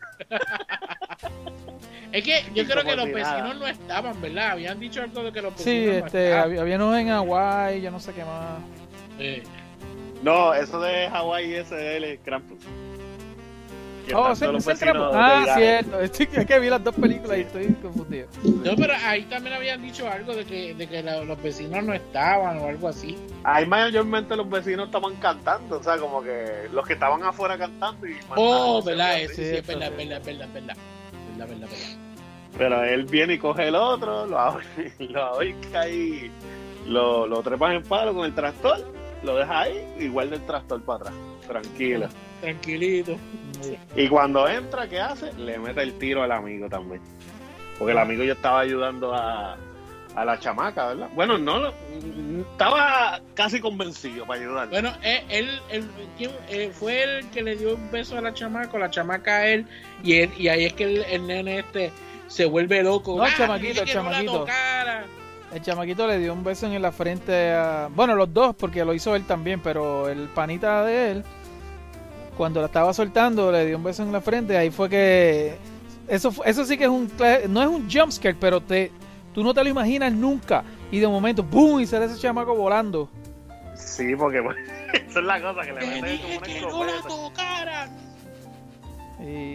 Es que yo Y creo como que los si vecinos nada. no estaban, ¿verdad? Habían dicho algo de que los Sí, vecinos no este, estaban. había, había unos en Hawái, yo no sé qué más. Sí. No, eso de Hawái ese de él es Krampus. Que Oh, están sí, todos los sí, vecinos Krampus. de Ah, viaje. cierto. Estoy, es que vi las dos películas y estoy confundido. No, pero ahí también habían dicho algo de que, de que la- los vecinos no estaban o algo así. Ahí mayormente los vecinos estaban cantando, o sea, como que los que estaban afuera cantando y Oh, mandaban, ¿verdad? así. Eso sí, sí, es verdad, sí. verdad, verdad, verdad. Verdad, verdad, verdad. Pero él viene y coge el otro, lo ahor- lo ahorca y lo, lo trepas en palo con el tractor, lo deja ahí y guarda el tractor para atrás, tranquilo. Tranquilito. Y cuando entra, ¿qué hace? Le mete el tiro al amigo también. Porque el amigo ya estaba ayudando a, a la chamaca, ¿verdad? Bueno, no, lo- estaba casi convencido para ayudar. Bueno, él, él, él- ¿quién, eh, fue el que le dio un beso a la chamaca, o la chamaca a él, y él, y ahí es que el, el nene este se vuelve loco. No, el Ah, chamaquito, dile el que no la chamaquito. tocara. El chamaquito le dio un beso en la frente a... Bueno, los dos, porque lo hizo él también, pero el panita de él, cuando la estaba soltando, le dio un beso en la frente. Ahí fue que... Eso, fu- eso sí que es un... cla- No es un jumpscare, pero te, tú no te lo imaginas nunca. Y de momento, ¡boom! Y sale ese chamaco volando. Sí, porque pues, esa es la cosa que le Te mete como dije una que no la escopeta. tocara. Y...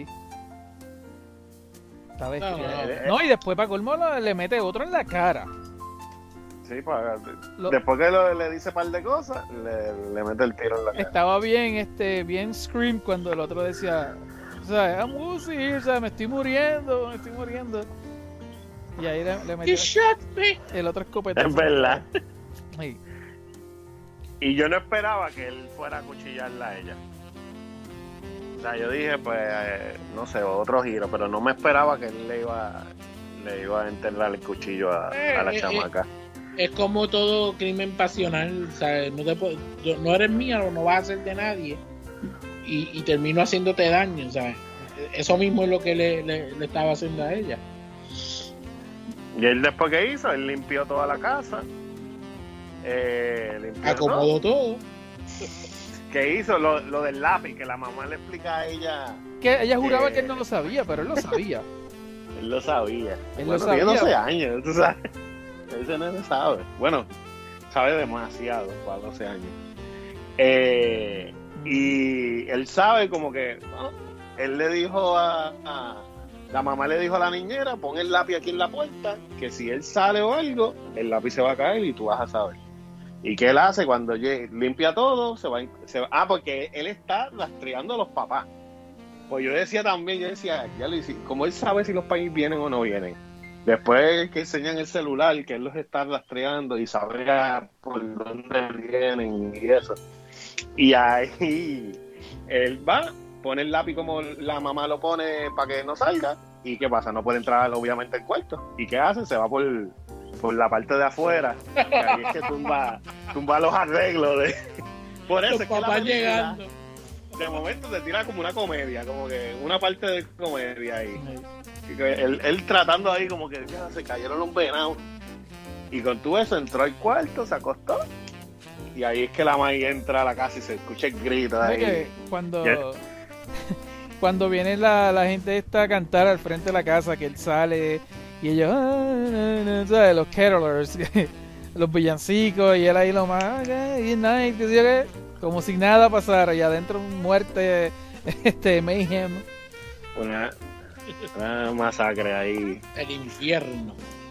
Está bestia. No, no, no. No, y después para colmo lo- le mete otro en la cara. Sí, para, Lo- después que lo- le dice un par de cosas, le, le mete el tiro en la cara. Estaba bien, este, bien scream cuando el otro decía, o sea, I'm woozy, o sea, me estoy muriendo, me estoy muriendo. Y ahí le, le metió You shot me. el otro escopetazo. Es verdad. Sí. Y yo no esperaba que él fuera a cuchillarla a ella. O sea, yo dije, pues, eh, no sé, otro giro, pero no me esperaba que él le iba, le iba a enterrar el cuchillo a, a la Eh, eh, chamaca. Es como todo crimen pasional, ¿sabes? No, te, po- yo- no eres mía o no vas a ser de nadie. Y, y termino haciéndote daño, ¿sabes? Eso mismo es lo que le, le, le estaba haciendo a ella. Y él después que hizo, él limpió toda la casa. Eh, limpió Acomodó todo. todo. Que hizo lo, lo del lápiz, que la mamá le explica a ella. Que ella juraba Eh. que él no lo sabía, pero él lo sabía. Él lo sabía. Él bueno, lo sabía. tiene doce años, tú sabes. Ese no lo sabe. Bueno, sabe demasiado para doce años. Eh, y él sabe como que, bueno, él le dijo a, a- la mamá le dijo a la niñera, pon el lápiz aquí en la puerta, que si él sale o algo, el lápiz se va a caer y tú vas a saber. ¿Y qué él hace cuando lle- limpia todo? Se va, se va- ah, porque él está rastreando a los papás. Pues yo decía también, yo decía, ya lo hice, ¿cómo él sabe si los pais vienen o no vienen? Después que enseñan el celular, que él los está rastreando y sabe a por dónde vienen y eso. Y ahí él va, pone el lápiz como la mamá lo pone para que no salga. ¿Y qué pasa? No puede entrar obviamente al cuarto. ¿Y qué hace? Se va por, por la parte de afuera. Y ahí es que tumba, tumba los arreglos. De... Por eso Los es que la papás película, llegando. de momento te tira como una comedia, como que una parte de comedia ahí. Y que Él, él tratando ahí como que ya, se cayeron los venados. Y con todo eso entró al cuarto, se acostó. Y ahí es que la May entra a la casa y se escucha el grito ¿Sabes ahí. que cuando ¿Qué? cuando viene la, la gente esta a cantar al frente de la casa, que él sale y ellos, ah, na, na, ¿sabes? Los carolers, los villancicos, y él ahí lo más, okay, good night, que sé yo qué, como si nada pasara, y adentro muerte, este, mayhem. Una, una masacre ahí. El infierno.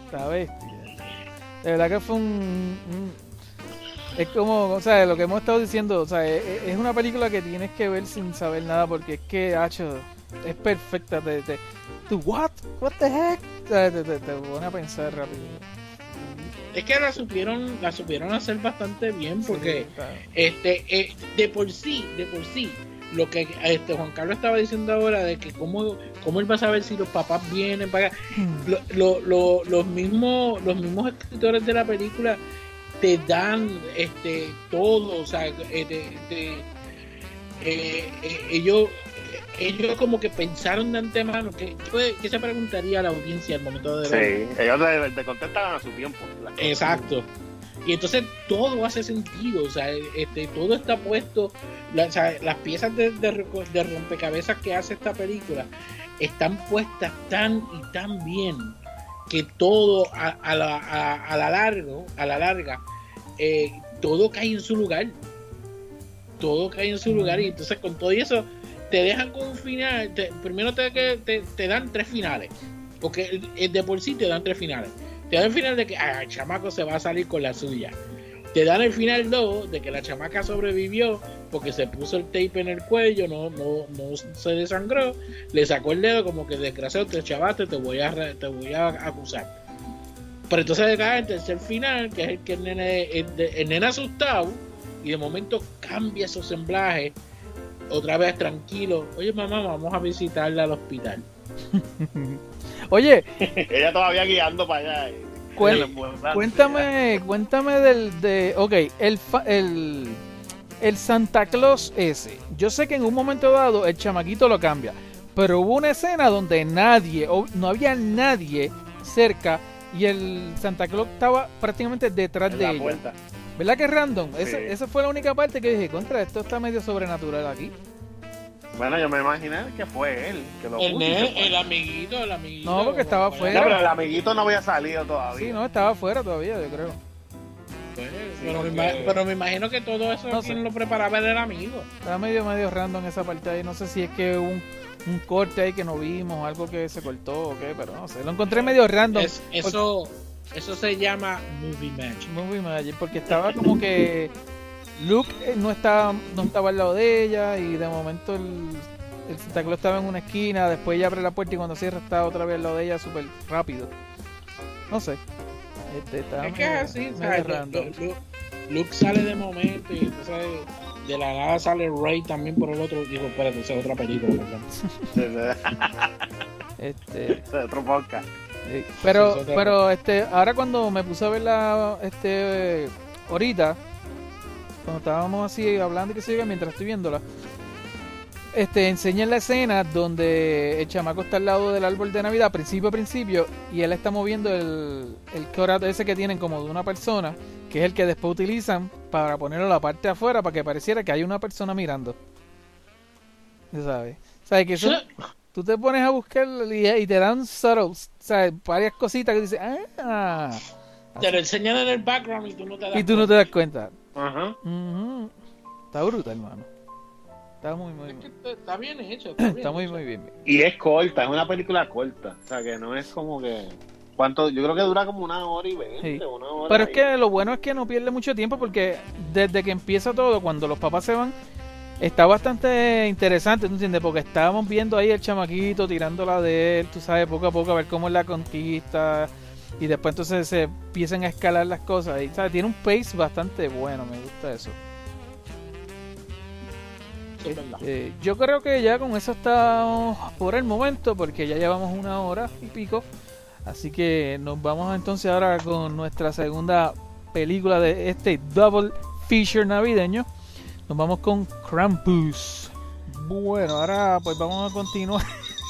Está bestia. De verdad que fue un, un- es como, o sea, lo que hemos estado diciendo, o sea, es, es una película que tienes que ver sin saber nada porque es que, hacho, es perfecta. Te, te, tú, what? What the heck? O sea, te, te, te pone a pensar rápido. Es que la supieron, la supieron hacer bastante bien porque Sí, está- este eh, de por sí, de por sí, lo que este Juan Carlos estaba diciendo ahora de que cómo, cómo él va a saber si los papás vienen para acá. Lo- lo- lo- los mismos, los mismos escritores de la película te dan este todo, o sea, eh, te- te- eh, eh, ellos ellos como que pensaron de antemano que que se preguntaría a la audiencia al momento de ver. Sí, ellos te, te contestan a su tiempo. Exacto. Y entonces todo hace sentido, o sea, este, todo está puesto, la- o sea, las piezas de, de reco- de rompecabezas que hace esta película están puestas tan y tan bien que todo a, a la, a, a la largo, a la larga, eh, todo cae en su lugar, todo cae en su lugar y entonces con todo eso te dejan con un final, te- primero te, que- te, te dan tres finales, porque el- el de por sí te dan tres finales. Te dan el final de que ah, el chamaco se va a salir con la suya. Te dan el final dos de que la chamaca sobrevivió porque se puso el tape en el cuello, no, no, no se desangró, le sacó el dedo como que desgraciado, te chavaste, te voy a re- te voy a acusar. Pero entonces cae el tercer final, que es el que el nene, el, de- el nene asustado, y de momento cambia su semblaje, otra vez tranquilo. Oye mamá, vamos a visitarla al hospital. Oye, Ella todavía guiando para allá. y- Cuen- y el ambulante, cuéntame, cuéntame del de, ok, el, fa- el el Santa Claus ese. Yo sé que en un momento dado el chamaquito lo cambia, pero hubo una escena donde nadie, o no había nadie cerca y el Santa Claus estaba prácticamente detrás en de la ella. puerta. ¿Verdad que es random? Sí. Esa, esa fue la única parte que dije, contra, esto está medio sobrenatural aquí. Bueno, yo me imaginé que fue él. Que lo El, puso y se nene, fue. el amiguito, el amiguito. No, porque estaba como- afuera. No, pero el amiguito no había salido todavía. Sí, no, estaba afuera todavía, yo creo. Pues, Sí, pero, me, porque- ima- pero me imagino que todo eso No quien sé. lo preparaba era el amigo. Estaba medio, medio random esa parte ahí. No sé si es que un, un corte ahí que no vimos, algo que se cortó o qué, pero no sé. Lo encontré medio random. Es- eso, eso se llama movie magic. Movie Magic, porque estaba como que Luke eh, no estaba, no estaba al lado de ella y de momento el, el Santa Claus estaba en una esquina, después ella abre la puerta y cuando cierra está otra vez al lado de ella súper rápido. No sé. Este, estaba Es que es medio- así, medio ¿sabes? random. Luke, Luke- Luke sale de momento y entonces de la nada sale Rey también por el otro. Digo, espérate, esa es otra película, ¿verdad? Sí, sí. Este, Ese es otro podcast. Sí, pero, Eso es otra pero este, ahora cuando me puse a verla, este, ahorita, cuando estábamos así hablando y que se yo, mientras estoy viéndola, este, enseñan la escena donde el chamaco está al lado del árbol de Navidad, principio a principio, y él está moviendo el, el cutout ese que tienen como de una persona, que es el que después utilizan para ponerlo a la parte de afuera para que pareciera que hay una persona mirando. ¿Ya sabes? ¿Sabes que eso? Tú te pones a buscar y, y te dan subtles, ¿sabes? Varias cositas que dices, ah, Te lo enseñan en el background y tú no te das y tú no te das cuenta. Ajá. Ujú. Está brutal, hermano. Está muy, muy, cuenta. Es muy, que está bien hecho. Está, bien está muy, hecho. muy bien. Y es corta, es una película corta. O sea, que no es como que... ¿Cuánto? Yo creo que dura como una hora y veinte, Sí. una hora Pero es y- que lo bueno es que no pierde mucho tiempo porque desde que empieza todo, cuando los papás se van, está bastante interesante, ¿tú entiendes? Porque estábamos viendo ahí el chamaquito tirándola de él, tú sabes, poco a poco a ver cómo es la conquista y después entonces se empiezan a escalar las cosas y, ¿sabes? Tiene un pace bastante bueno, me gusta eso. Eso es verdad. Eh, yo creo que ya con eso estamos por el momento porque ya llevamos una hora y pico. Así que nos vamos entonces ahora con nuestra segunda película de este Double Feature navideño. Nos vamos con Krampus. Bueno, ahora pues vamos a continuar.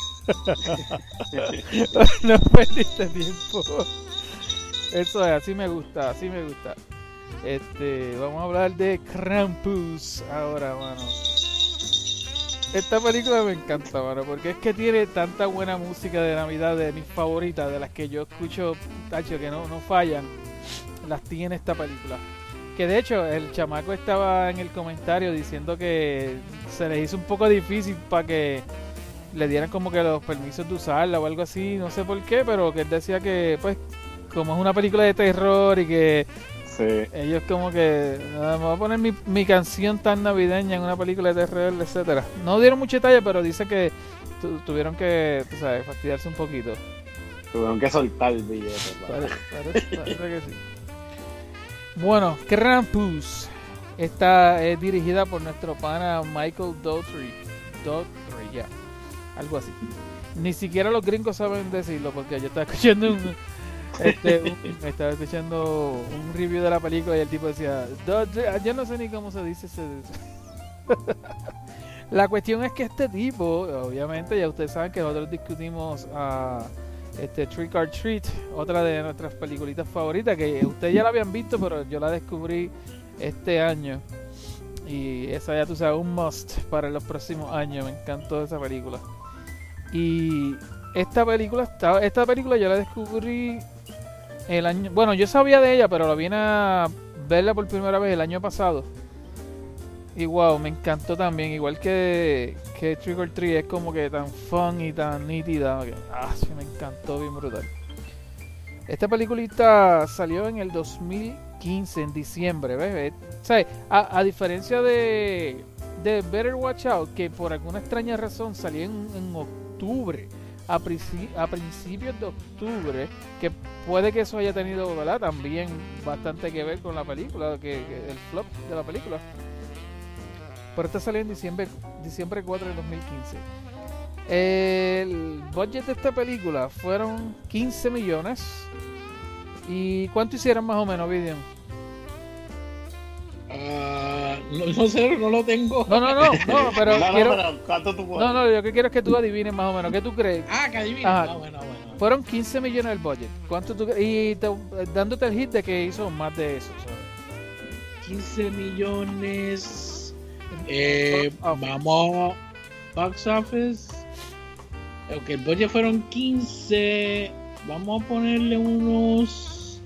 No perdiste tiempo. Eso es, así me gusta, así me gusta. Este, vamos a hablar de Krampus ahora, mano. Esta película me encanta, mano, porque es que tiene tanta buena música de Navidad, de mis favoritas, de las que yo escucho, tacho, que no, no fallan. Las tiene esta película. Que de hecho, el chamaco estaba en el comentario diciendo que se les hizo un poco difícil para que le dieran como que los permisos de usarla o algo así, no sé por qué, pero que él decía que pues como es una película de terror y que Sí. ellos como que ah, me voy a poner mi, mi canción tan navideña en una película de terror, etcétera. No dieron mucho detalle, pero dice que tu, tuvieron que, tú sabes, fastidiarse un poquito. Tuvieron que soltar el billete. Parece, parece, parece que sí. Bueno, Krampus está es dirigida por nuestro pana Michael Dougherty. Dougherty, ya, algo así. Ni siquiera los gringos saben decirlo porque yo estaba escuchando un, este, un- estaba escuchando un review de la película y el tipo decía, "Dougherty", yo no sé ni cómo se dice ese. La cuestión es que este tipo, obviamente, ya ustedes saben que nosotros discutimos a este Trick or Treat, otra de nuestras peliculitas favoritas, que ustedes ya la habían visto, pero yo la descubrí este año. Y esa ya tú sabes, un must para los próximos años. Me encantó esa película. Y esta película estaba, esta película yo la descubrí el año, bueno, yo sabía de ella, pero la vine a verla por primera vez el año pasado. Y wow, me encantó también, igual que, que Trick or Treat, es como que tan fun y tan nítida. Que, ah, sí, me encantó, bien brutal. Esta peliculita salió en el dos mil quince, en diciembre, ¿ves? O sea, a, a diferencia de, de Better Watch Out, que por alguna extraña razón salió en, en octubre, a, princi- a principios de octubre, que puede que eso haya tenido, ¿verdad?, también bastante que ver con la película, que, que el flop de la película. Pero esta salió en diciembre, diciembre cuatro de dos mil quince. El budget de esta película fueron quince millones. ¿Y cuánto hicieron más o menos, Vidian? Ah, no, no sé, no lo tengo. No, no, no, no, pero No, no, quiero... pero ¿cuánto tú puedes? No, no, yo que quiero es que tú adivines más o menos. ¿Qué tú crees? Ah, que adivina. Ajá. Ah, bueno, bueno. Fueron quince millones el budget. ¿Cuánto tú crees? Y te- dándote el hit de que hizo más de eso, ¿sabes? quince millones. Eh, Ah, vamos. Box office. Ok, el budget fueron quince. Vamos a ponerle unos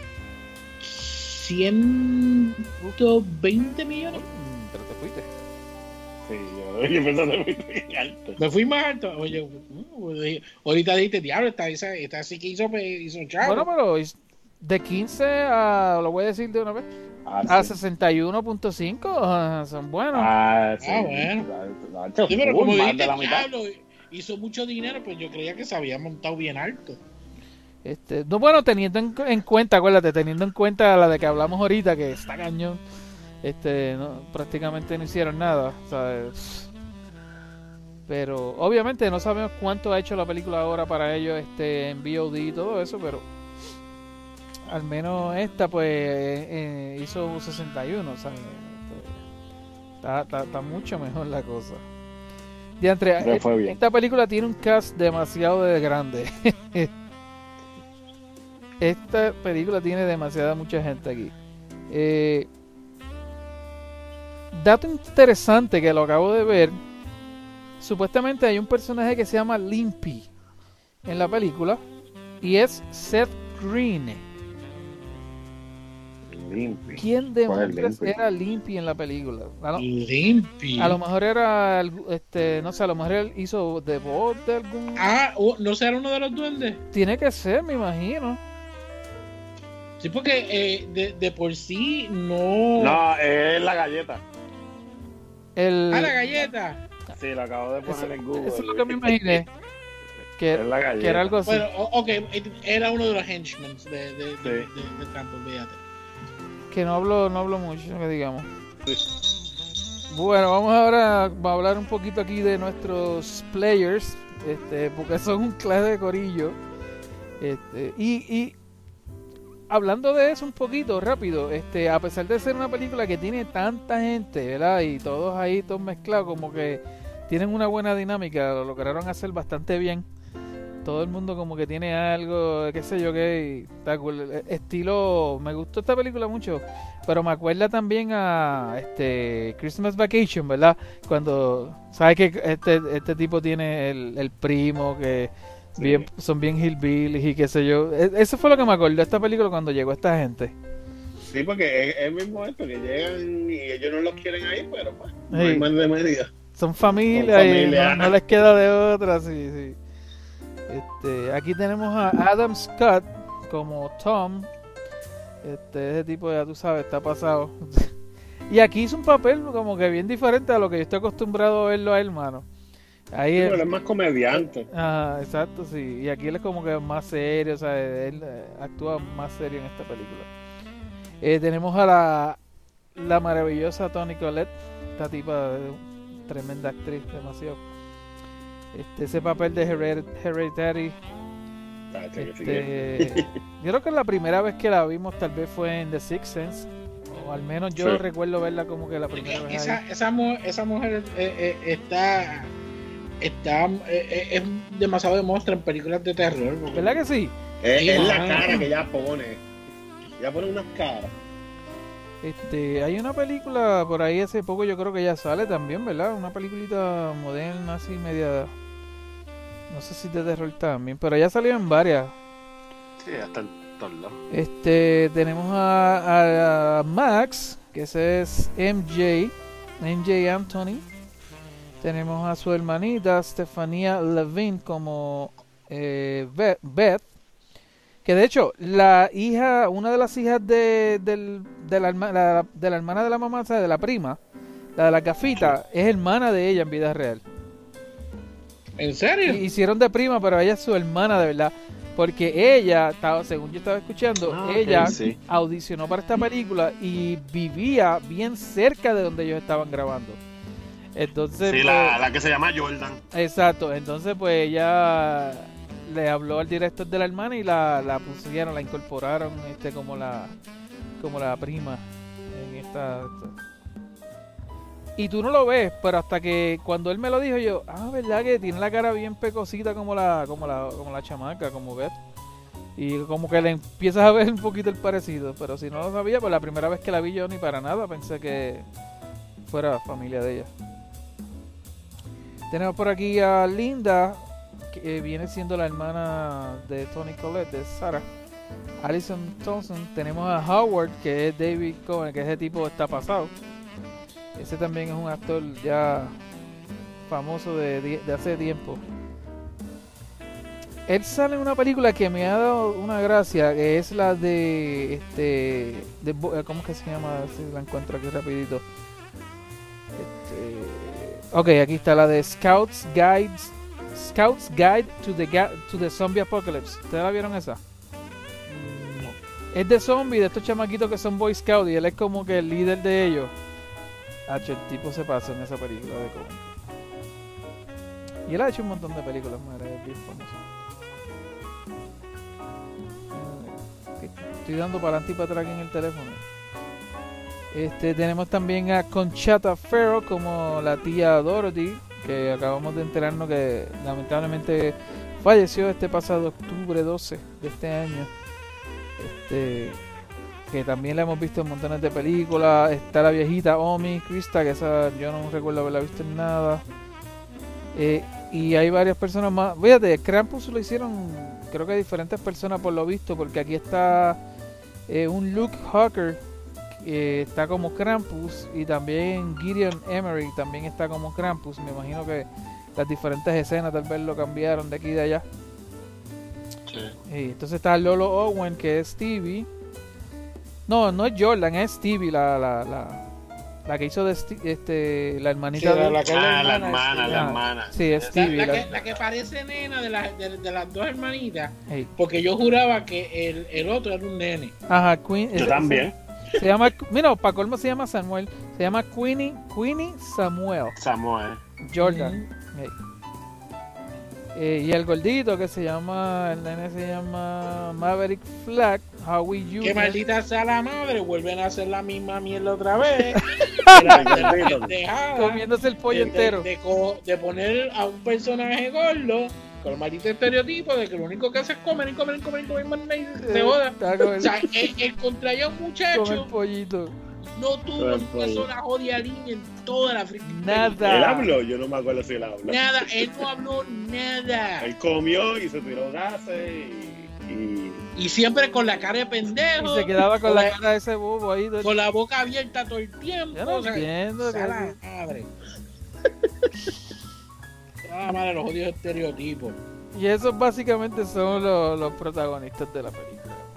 ciento veinte millones. Mm, pero te fuiste. Sí, yo, yo pensando que fui muy alto. Me fui más alto. Oye, uh, ahorita dijiste, diablo, esta, esta, esta sí que hizo, hizo chavo. Bueno, pero es- de quince a, lo voy a decir de una vez, Ah, a sí. sesenta y uno punto cinco ah, son buenos. Ah, sí. Ah, bueno. Nacho, Sí, pero full, como más dijiste, de la mitad. diablo, hizo mucho dinero, pues yo creía que se había montado bien alto. Este, no, bueno, teniendo en, en cuenta, acuérdate, teniendo en cuenta la de que hablamos ahorita, que está cañón, este, no, prácticamente no hicieron nada, ¿sabes? Pero obviamente no sabemos cuánto ha hecho la película ahora para ellos, este, en V O D y todo eso, pero al menos esta, pues, eh, eh, hizo sesenta y uno, ¿sabes? Este, Está, está, está mucho mejor la cosa. Diantre, Le fue eh, bien. esta película tiene un cast demasiado de grande. Esta película tiene demasiada mucha gente aquí. Eh, dato interesante que lo acabo de ver. Supuestamente hay un personaje que se llama Limpy en la película y es Seth Green. Limpio. ¿Quién ¿Cuál es demonios Limpy? era Limpy en la película? A lo, Limpio. a lo mejor era, algu- este, no sé, a lo mejor él hizo de voz de algún... Ah, oh, ¿no será uno de los duendes? Tiene que ser, me imagino. Sí, porque eh, de, de por sí no... No, es la galleta. El, Ah, la galleta. Sí, lo acabo de poner eso, en Google. eso es lo que me imaginé. Que, Es la galleta. que era algo así. Bueno, o- ok, era uno de los henchmen de, de, de, Sí. de, de Krampus, fíjate. Que no hablo, no hablo mucho, que digamos. Bueno, vamos ahora a hablar un poquito aquí de nuestros players, este, porque son un clase de corillo. Este, y, y hablando de eso un poquito rápido, este, a pesar de ser una película que tiene tanta gente, ¿verdad? Y todos ahí, todos mezclados, como que tienen una buena dinámica, lo lograron hacer bastante bien. Todo el mundo como que tiene algo, qué sé yo qué, y está cool. Estilo, me gustó esta película mucho, pero me acuerda también a este Christmas Vacation, ¿verdad? Cuando, ¿sabes que este, este tipo tiene el, el primo que Sí. bien, son bien hillbillies y qué sé yo? E- Eso fue lo que me acordó de esta película cuando llegó esta gente. Sí, porque es el mismo esto, que llegan y ellos no los quieren ahí, pero pues, no Sí. hay más de medida. Son familia, Son y familia. no, no les queda de otra, sí, sí. Este, aquí tenemos a Adam Scott, como Tom. Este, ese tipo ya tú sabes, está pasado. Y aquí hizo un papel como que bien diferente a lo que yo estoy acostumbrado a verlo a él, mano. Ahí Sí, él, pero es más comediante. ajá, exacto, sí. Y aquí él es como que más serio, o sea, él eh, actúa más serio en esta película. Eh, tenemos a la, la maravillosa Toni Collette, esta tipa, eh, tremenda actriz, demasiado. Este, ese papel de Hered- Hereditary. Tacho, que sí que- Este, yo creo que la primera vez que la vimos tal vez fue en The Sixth Sense, o al menos yo Sí. recuerdo verla como que la primera vez Esa, ahí. esa, mu- esa mujer eh, eh, está, está eh, eh, es demasiado de monstruo en películas de terror. porque- ¿Verdad que sí? Es, es la mano. cara que ella pone. Ella pone unas caras. Este, hay una película por ahí hace poco, yo creo que ya sale también, ¿verdad? Una peliculita moderna así media, no sé si de terror también, pero ya salió en varias. Sí, hasta en todos lados. Este, tenemos a, a Max, que ese es M J, M J Anthony. Tenemos a su hermanita Stephania Levine como eh, Beth, Beth, que de hecho la hija, una de las hijas de, del- de, la, herma- la- de la hermana de la mamá, o sea, de la prima, la de la gafita, es hermana de ella en vida real. ¿En serio? Y- Hicieron de prima, pero ella es su hermana de verdad. Porque ella, estaba, según yo estaba escuchando, Ah, ok, ella sí. audicionó para esta película y vivía bien cerca de donde ellos estaban grabando. Entonces, Sí, la, la que se llama Jordan. pues, exacto. Entonces, pues ella le habló al director de la hermana y la, la pusieron, la incorporaron este como la como la prima en esta, esta- Y tú no lo ves, pero hasta que cuando él me lo dijo yo, ah, verdad que tiene la cara bien pecosita como la como la como la chamaca, como Beth. Y como que le empiezas a ver un poquito el parecido, pero si no lo sabía, pues la primera vez que la vi yo ni para nada pensé que fuera familia de ella. Tenemos por aquí a Linda, que eh, viene siendo la hermana de Toni Collette, de Sarah. Alison Thompson. Tenemos a Howard, que es David Cohen, que ese tipo está pasado. Ese también es un actor ya famoso de, de, de hace tiempo. Él sale en una película que me ha dado una gracia, que es la de este de, Bo- ¿cómo es que se llama? Si la encuentro aquí rapidito. Este, ok, aquí está la de Scouts Guides Scouts Guide to the Ga- to the Zombie Apocalypse. ¿Ustedes la vieron esa? Es de zombies, de estos chamaquitos que son Boy Scouts y él es como que el líder de ellos. Hacho, el tipo se pasó en esa película de Cohen. Y él ha hecho un montón de películas, madre, es bien famoso. Eh, Estoy dando para adelante y para atrás en el teléfono. Este, tenemos también a Conchata Ferro como la tía Dorothy, que acabamos de enterarnos que lamentablemente falleció este pasado octubre doce de este año. Este, que también la hemos visto en montones de películas. Está la viejita Omi Krista, que esa yo no recuerdo haberla visto en nada. Eh, y hay varias personas más. Fíjate, Krampus lo hicieron, creo que diferentes personas por lo visto, porque aquí está eh, un Luke Hawker, que está como Krampus, y también Gideon Emery también está como Krampus. Me imagino que las diferentes escenas tal vez lo cambiaron de aquí y de allá. Sí. Y entonces está Lolo Owen, que es Stevie. No, no es Jordan, es Stevie, la, la, la, la que hizo de Sti- este, la hermanita Sí, la- de... la que- Ah, la hermana, hermana, sí, la ah, hermana. Sí, es La, Stevie. la la- que, la que parece nena de, la- de, de las dos hermanitas, Hey. porque yo juraba que el, el otro era un nene. Ajá, Queen. Yo ese- también. Se, se llama, mira, para colmo se llama Samuel. Se llama Queenie, Queenie Samuel Samuel. Jordan. Hey. Eh, y el gordito que se llama, el nene se llama Maverick Flag, Howie Que junior maldita sea la madre, vuelven a hacer la misma mierda otra vez. El de la gordito. pendejada, comiéndose el pollo de- de- entero. De, co- de poner a un personaje gordo con el maldito estereotipo de que lo único que hace es comer y comer y comer y comer, más nada y se Eh, joda. está con O el, sea, el, el contrario a un con el muchacho pollito. no tuvo Con el ni pollo. una sola jodida línea en toda la freaking Nada. película. Él habló, yo no me acuerdo si él habló. Nada, él no habló nada. Él comió y se tiró gases y, y Y siempre con la cara de pendejo. Y se quedaba con la la- cara de ese bobo ahí. de- con la boca abierta todo el tiempo. Yo no o sea, entiendo. sea que- la madre. Sea la madre, los jodidos estereotipos. Y esos básicamente son los, los protagonistas de la película.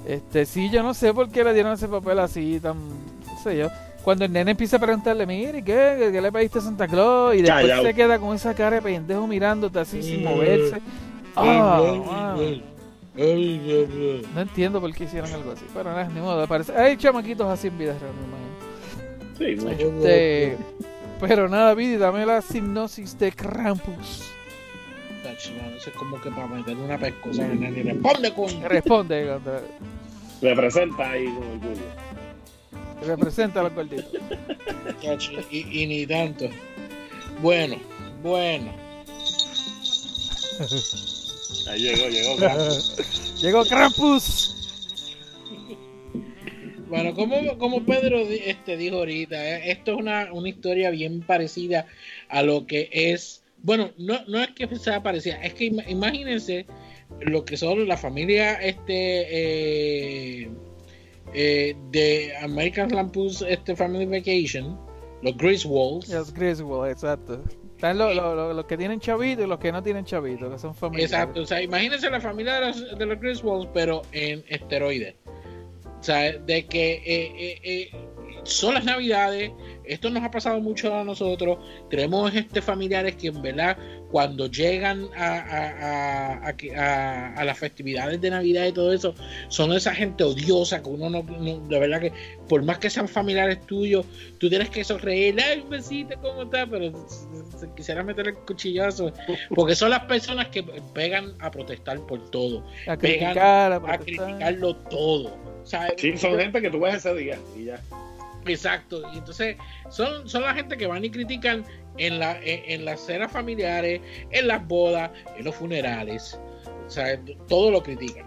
Este, sí, yo no sé por qué le dieron ese papel así, tan, no sé yo. Cuando el nene empieza a preguntarle, mire, ¿qué? ¿Qué le pediste a Santa Claus? Y después Callao. se queda con esa cara de pendejo mirándote así sin moverse. Ah, mano. No entiendo por qué hicieron algo así. Pero nada, ni modo, parece. Hay chamaquitos así en vida real, me imagino. Sí, mucho. Este, pero nada, Vidi, dame la hipnosis de Krampus. No sé, como que para meter una pescosa en el nene y responde, coño. Responde, contra- Representa ahí con orgullo. representa a los gorditos. Chacho, Y, y ni tanto. Bueno, bueno. Ahí llegó, llegó. claro. Llegó Krampus. Bueno, como, como Pedro di- este, dijo ahorita, eh, esto es una, una historia bien parecida a lo que es. Bueno, no, no es que sea parecida, es que ima- imagínense lo que son la familia este eh, eh, de American Lampoon's este Family Vacation, los Griswolds. Los Griswold, exacto. Están los, los, los, los que tienen chavitos y los que no tienen chavitos, que son familiares. Exacto, o sea, imagínense la familia de los, de los Griswolds, pero en esteroides. O sea, de que eh, eh, eh, son las navidades, esto nos ha pasado mucho a nosotros, tenemos este familiares que en verdad cuando llegan a, a, a, a, que- a- a las festividades de Navidad y todo eso, son esa gente odiosa que uno no, no- de verdad que por más que sean familiares tuyos, tú tienes que sonreír, ay, un besito, ¿cómo está? Pero se, se quisiera meter el cuchillazo, porque son las personas que pegan a protestar por todo, A pegan criticar, a a protestar. criticarlo todo. O sea, Sí, son gente que tú ves ese día y ya. Exacto, y entonces son, son la gente que van y critican en, la, en, en las cenas familiares, en las bodas, en los funerales, o sea, todo lo critican.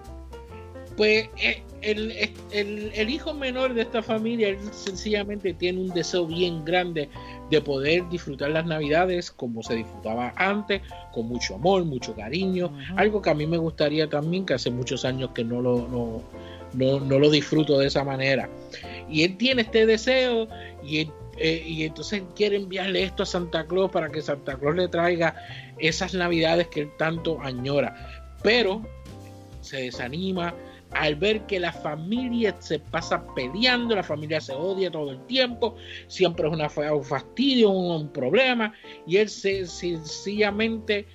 Pues eh, el, el, el hijo menor de esta familia, él sencillamente tiene un deseo bien grande de poder disfrutar las navidades como se disfrutaba antes, con mucho amor, mucho cariño, Ujú. algo que a mí me gustaría también, que hace muchos años que no lo, no, no, no lo disfruto de esa manera. Y él tiene este deseo y, él, eh, y entonces él quiere enviarle esto a Santa Claus para que Santa Claus le traiga esas navidades que él tanto añora, pero se desanima al ver que la familia se pasa peleando, la familia se odia todo el tiempo, siempre es una, fa- un fastidio, un, un problema, y él se, sencillamente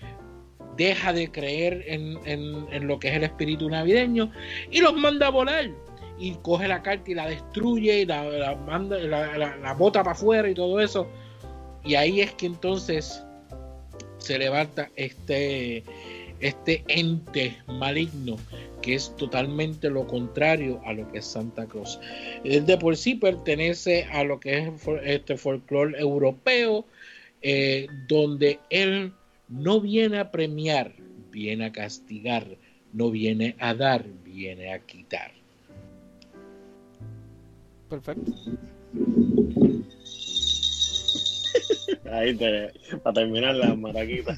deja de creer en, en, en lo que es el espíritu navideño y los manda a volar. Y coge la carta y la destruye y la, la manda, la, la, la bota para afuera y todo eso. Y ahí es que entonces se levanta este, este ente maligno que es totalmente lo contrario a lo que es Santa Claus. Él de por sí pertenece a lo que es este folclore europeo, eh, donde él no viene a premiar, viene a castigar, no viene a dar, viene a quitar. Perfecto. Ahí te, para terminar la maraquita.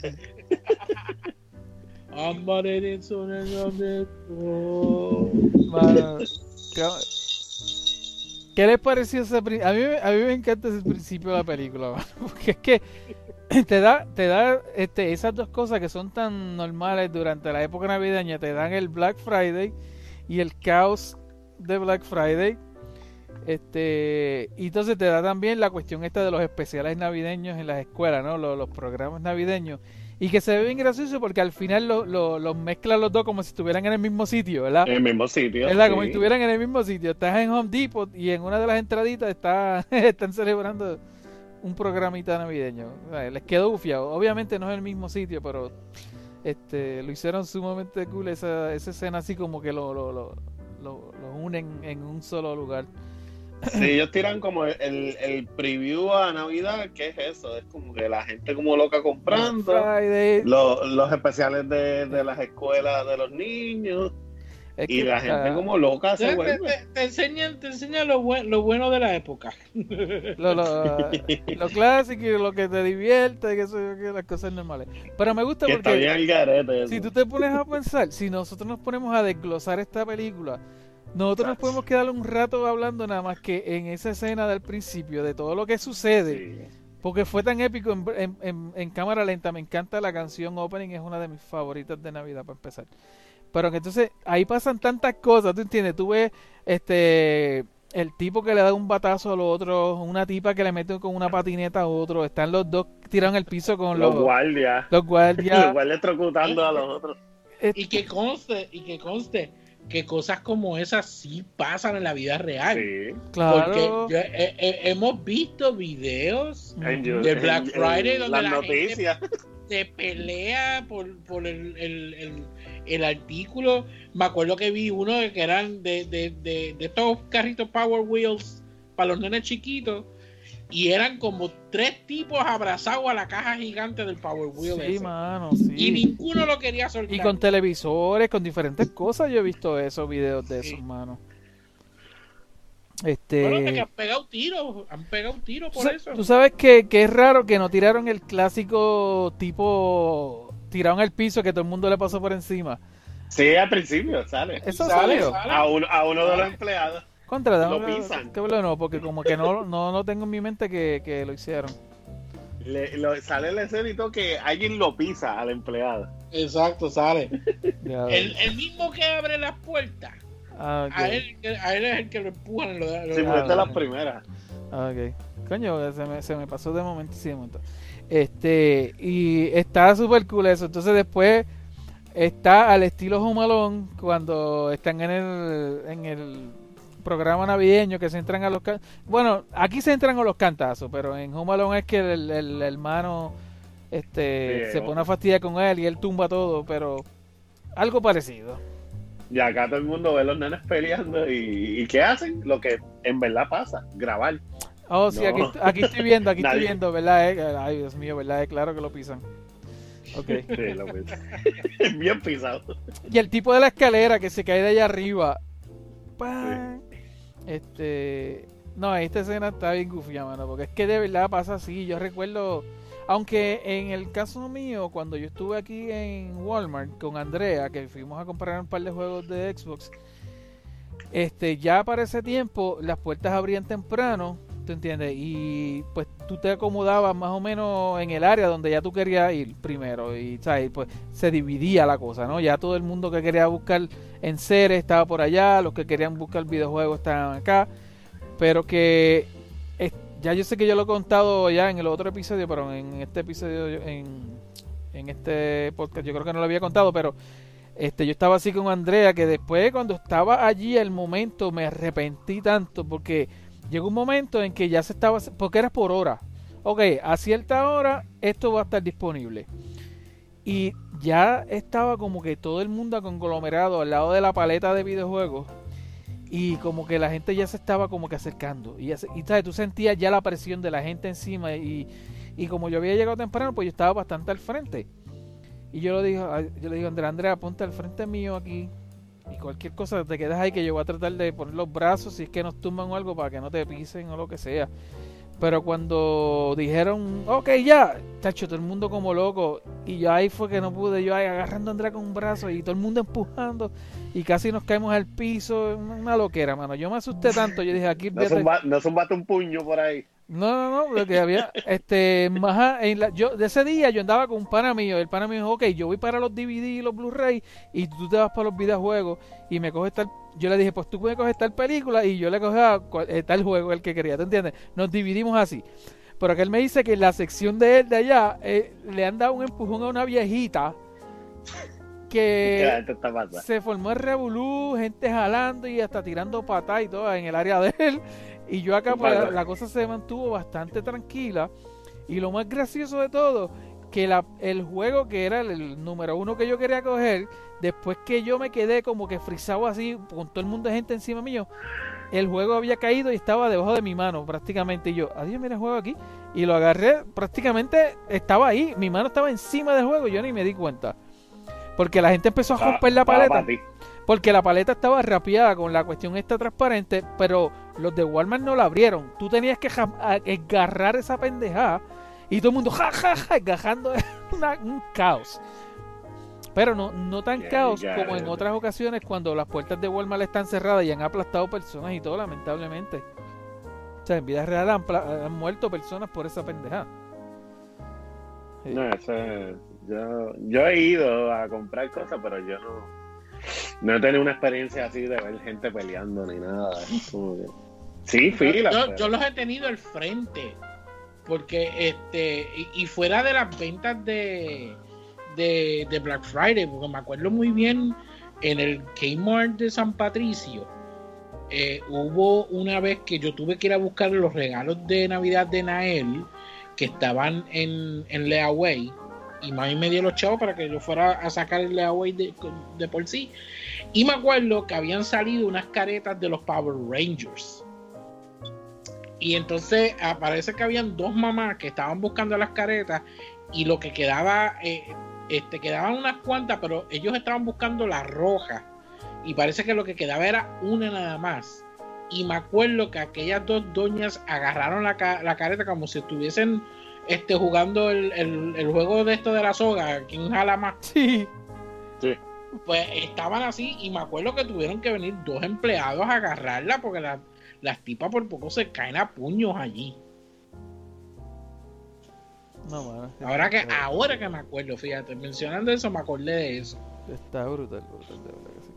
Mano, ¿qué, qué les pareció ese principio? A mí, me- a mí me encanta ese principio de la película, mano, porque es que te da, te da este, esas dos cosas que son tan normales durante la época navideña, te dan el Black Friday y el caos de Black Friday. Este, y entonces te da también la cuestión esta de los especiales navideños en las escuelas, ¿no? Los, los programas navideños. Y que se ve bien gracioso porque al final lo- lo- los mezclan los dos como si estuvieran en el mismo sitio, ¿verdad? En el mismo sitio. ¿Verdad? sí. Como si estuvieran en el mismo sitio. Estás en Home Depot y en una de las entraditas está, están celebrando un programita navideño. O sea, les quedó bufiado. Obviamente no es el mismo sitio, pero este lo hicieron sumamente cool esa, esa escena así como que lo, lo, lo, lo, lo unen en un solo lugar. Sí, ellos tiran como el, el, el preview a Navidad, ¿qué es eso? Es como que la gente como loca comprando, Friday. los, los especiales de, de las escuelas de los niños, Es y que la está- gente como loca se Te, vuelve. te- te enseñan, te enseñan lo, buen- lo bueno de la época. Lo, lo, lo clásico y lo que te divierte, que eso, que las cosas normales. Pero me gusta Que está bien porque el garete eso. si tú te pones a pensar, si nosotros nos ponemos a desglosar esta película, nosotros nos Exacto. podemos quedar un rato hablando nada más que en esa escena del principio, de todo lo que sucede, Sí. porque fue tan épico en, en, en, en cámara lenta. Me encanta la canción Opening, es una de mis favoritas de Navidad para empezar. Pero que entonces ahí pasan tantas cosas, ¿tú entiendes? Tú ves este el tipo que le da un batazo al otro, una tipa que le mete con una patineta a otro, están los dos tirados en el piso con Los los, guardias. los guardias. Los guardias trocutando a los otros. Y que conste, y que conste que cosas como esas sí pasan en la vida real. Sí. Claro. Porque yo- eh, eh, hemos visto videos En, de Black en- Friday en donde las la noticias. se pelea por, por el, el, el, el artículo. Me acuerdo que vi uno de que eran de, de, de, de estos carritos Power Wheels para los nenes chiquitos. Y eran como tres tipos abrazados a la caja gigante del Power Wheel. Sí, ese. mano, Y sí. ninguno lo quería soltar. Y con televisores, con diferentes cosas, yo he visto esos videos de Sí. esos, mano. Bueno, de que Este, han pegado tiros, han pegado tiros tú, por sa- eso. tú sabes que, que es raro que no tiraron el clásico tipo tiraron al piso que todo el mundo le pasó por encima. Sí, al principio sale. Eso Sale, salió. sale. A uno, a uno de los empleados. Contra, Lo dame- pisan. qué bueno, no, porque como que no, no, no tengo en mi mente que, que lo hicieron. Le, lo- sale el escenito que alguien lo pisa al empleado. Exacto, sale. Ya, El, el mismo que abre las puertas, ah, ok. a, él, a él es el que lo empujan. Lo, lo- Sí, Ah, porque esta es la bueno. primera. Ah, ok. Coño, se me, se me pasó de momento, sí, de momento. Este, y está súper cool eso. Entonces después está al estilo Home Alone, cuando están en el, en el programa navideño que se entran a los can- bueno, aquí se entran a los cantazos, pero en Home Alone es que el, el- el hermano este Sí, se o- pone a fastidiar con él y él tumba todo, pero algo parecido. Y acá todo el mundo ve los nenes peleando. ¿Y, y qué hacen? Lo que en verdad pasa: grabar. Oh, sí, No. aquí, aquí estoy viendo, aquí estoy Nadie. viendo, ¿verdad? eh? Ay, Dios mío, ¿verdad? Eh, Claro que lo pisan. Ok. Sí, lo pisa. Bien pisado. Y el tipo de la escalera que se cae de allá arriba. ¡Pam! Este. No, esta escena está bien gufia, mano. Porque es que de verdad pasa así. Yo recuerdo. Aunque en el caso mío, cuando yo estuve aquí en Walmart con Andrea, que fuimos a comprar un par de juegos de Xbox, este, ya para ese tiempo las puertas abrían temprano, ¿tú entiendes? Y pues tú te acomodabas más o menos en el área donde ya tú querías ir primero. Y, ¿sabes? Pues se dividía la cosa, ¿no? Ya todo el mundo que quería buscar en series estaba por allá, los que querían buscar videojuegos estaban acá, pero que es- ya yo sé que yo lo he contado ya en el otro episodio, pero en este episodio, en, en este podcast yo creo que no lo había contado, pero este yo estaba así con Andrea, que después cuando estaba allí el momento me arrepentí tanto, porque llegó un momento en que ya se estaba, porque era por hora, ok, a cierta hora esto va a estar disponible, y ya estaba como que todo el mundo conglomerado al lado de la paleta de videojuegos, y como que la gente ya se estaba como que acercando, y, ya se- y ¿sabes? Tú sentías ya la presión de la gente encima, y, y como yo había llegado temprano, pues yo estaba bastante al frente, y yo le digo, yo le digo, Andrea, Andrea, ponte al frente mío aquí, y cualquier cosa te quedas ahí, que yo voy a tratar de poner los brazos si es que nos tumban o algo para que no te pisen o lo que sea. Pero cuando dijeron, ok, ya, tacho, todo el mundo como loco, y yo ahí fue que no pude, yo ahí agarrando a Andrea con un brazo y todo el mundo empujando, y casi nos caemos al piso, una una loquera, mano. Yo me asusté tanto, yo dije, aquí No vete- zumba- no zumbate un puño por ahí. no, no, no, lo que había, este, más a- en la- yo, de ese día yo andaba con un pana mío, el pana mío dijo, ok, yo voy para los D V D y los Blu-ray, y tú te vas para los videojuegos, y me coges tal, yo le dije, pues tú puedes coger tal película, y yo le cogía cual- eh, tal juego, el que quería, ¿te entiendes? Nos dividimos así, pero que él me dice que en la sección de él de allá, eh, le han dado un empujón a una viejita, ¿Qué la que gente está pasando? se formó el revolú, gente jalando y hasta tirando patas y todo en el área de él. Y yo acá, pues, la, la cosa se mantuvo bastante tranquila. Y lo más gracioso de todo, que la, el juego que era el, el número uno que yo quería coger, después que yo me quedé como que frisado así, con todo el mundo de gente encima mío, el juego había caído y estaba debajo de mi mano prácticamente. Y yo, adiós, mira el juego aquí. Y lo agarré, prácticamente estaba ahí. Mi mano estaba encima del juego y yo ni me di cuenta. Porque la gente empezó a romper la Estaba paleta. para ti. Porque la paleta estaba rapeada con la cuestión esta transparente, pero los de Walmart no la abrieron. Tú tenías que ja- a- agarrar esa pendejada y todo el mundo ja, ja, ja, agarrando una- un caos. Pero no, no tan Ya, caos ya, como en ya. otras ocasiones cuando las puertas de Walmart están cerradas y han aplastado personas y todo, lamentablemente. O sea, en vida real han, pla- han muerto personas por esa pendejada. Sí. No, eso es- yo, yo he ido a comprar cosas, pero yo no. No he tenido una experiencia así de ver gente peleando ni nada. Es como que... Sí, fila. Yo, pero... yo los he tenido al frente. Porque, este, y, y fuera de las ventas de, de, de Black Friday, porque me acuerdo muy bien en el Kmart de San Patricio. Eh, hubo una vez que yo tuve que ir a buscar los regalos de Navidad de Nael que estaban en, en layaway, y mami me dio los chavos para que yo fuera a sacar el layaway de, de por sí, y me acuerdo que habían salido unas caretas de los Power Rangers, y entonces parece que habían dos mamás que estaban buscando las caretas, y lo que quedaba eh, este, quedaban unas cuantas, pero ellos estaban buscando las rojas. Y parece que lo que quedaba era una nada más. Y me acuerdo que aquellas dos doñas agarraron la, ca- la careta como si estuviesen este, jugando el, el, el juego de esto de la soga. ¿Quién jala más? Sí. Sí. Pues estaban así. Y me acuerdo que tuvieron que venir dos empleados a agarrarla porque la, las tipas por poco se caen a puños allí. No, mano. Ahora que, ahora que me acuerdo, fíjate, mencionando eso, me acordé de eso. Está brutal, brutal, de verdad que sí.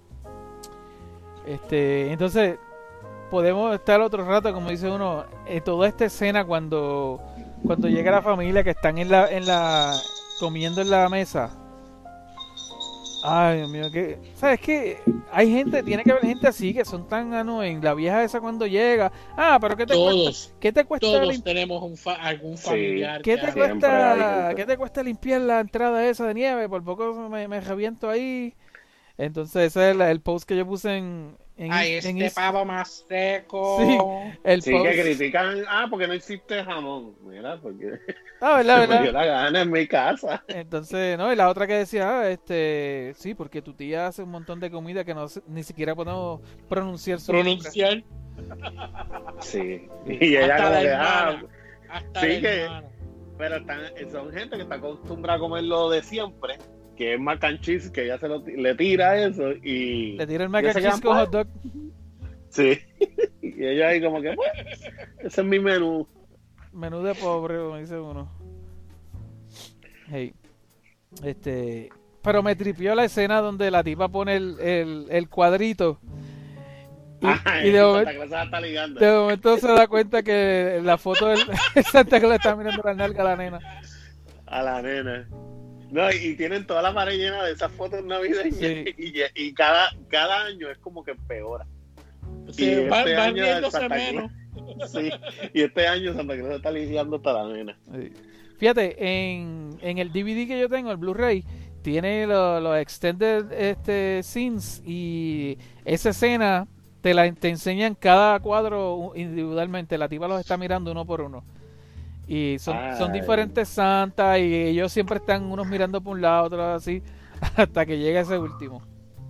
Este, entonces, podemos estar otro rato, como dice uno, en toda esta escena cuando, cuando llega la familia que están en la, en la, comiendo en la mesa. Ay, Dios mío, que, ¿sabes qué? Hay gente, tiene que haber gente así que son tan annoying. La vieja esa cuando llega, ah, pero ¿qué te Todos, cuesta? ¿Qué te cuesta todos lim- tenemos un fa- algún Sí. familiar. ¿Qué que te haga- Siempre hay cuesta, gente. ¿qué te cuesta limpiar la entrada esa de nieve? Por poco me, me reviento ahí. Entonces ese es el, el post que yo puse en, en, Ay, en este Insta. pavo más seco. Sí, el Sí, post. que critican, ah, porque no hiciste jamón. Mira, porque Ah, ¿verdad, se me dio verdad? la gana en mi casa. Entonces, no, y la otra que decía, ah, este, sí, porque tu tía hace un montón de comida que no se- ni siquiera podemos pronunciar su nombre. Pronunciar Sí. Y ella hasta como la que, ah, hermana. Hasta sí la que- hermana. pero están, son gente que está acostumbrada a comer lo de siempre, que es mac and cheese, que ella se lo, le tira eso y... Le tira el mac y and se cheese quedan, con hot dog. Sí. Y ella ahí como que, bueno, ese es mi menú. Menú de pobre, como dice uno. Hey. Este, pero me tripió la escena donde la tipa pone el, el, el cuadrito. Y, Ay, y de, Santa momento, Claus se la está ligando. de momento se da cuenta que la foto del Santa Claus está mirando la nalga a la nena. A la nena. No, y, y tienen toda la pared llena de esas fotos navideñas. Sí. Y, y cada, cada año es como que empeora. Sí, Y van, este van año viéndose Santa menos. Sí, y este año Santa Claus se está ligando hasta la nena. Sí. Fíjate, en, en el D V D que yo tengo, el Blu-ray, tiene los lo extended este, scenes y esa escena te la te enseñan cada cuadro individualmente. La tipa los está mirando uno por uno. Y son, son Ay. diferentes santas y ellos siempre están unos mirando por un lado, otros así, hasta que llega ese último.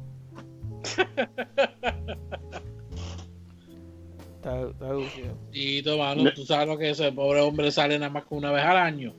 Está, está dulce. Y mano, tú sabes lo que es, el pobre hombre sale nada más que una vez al año.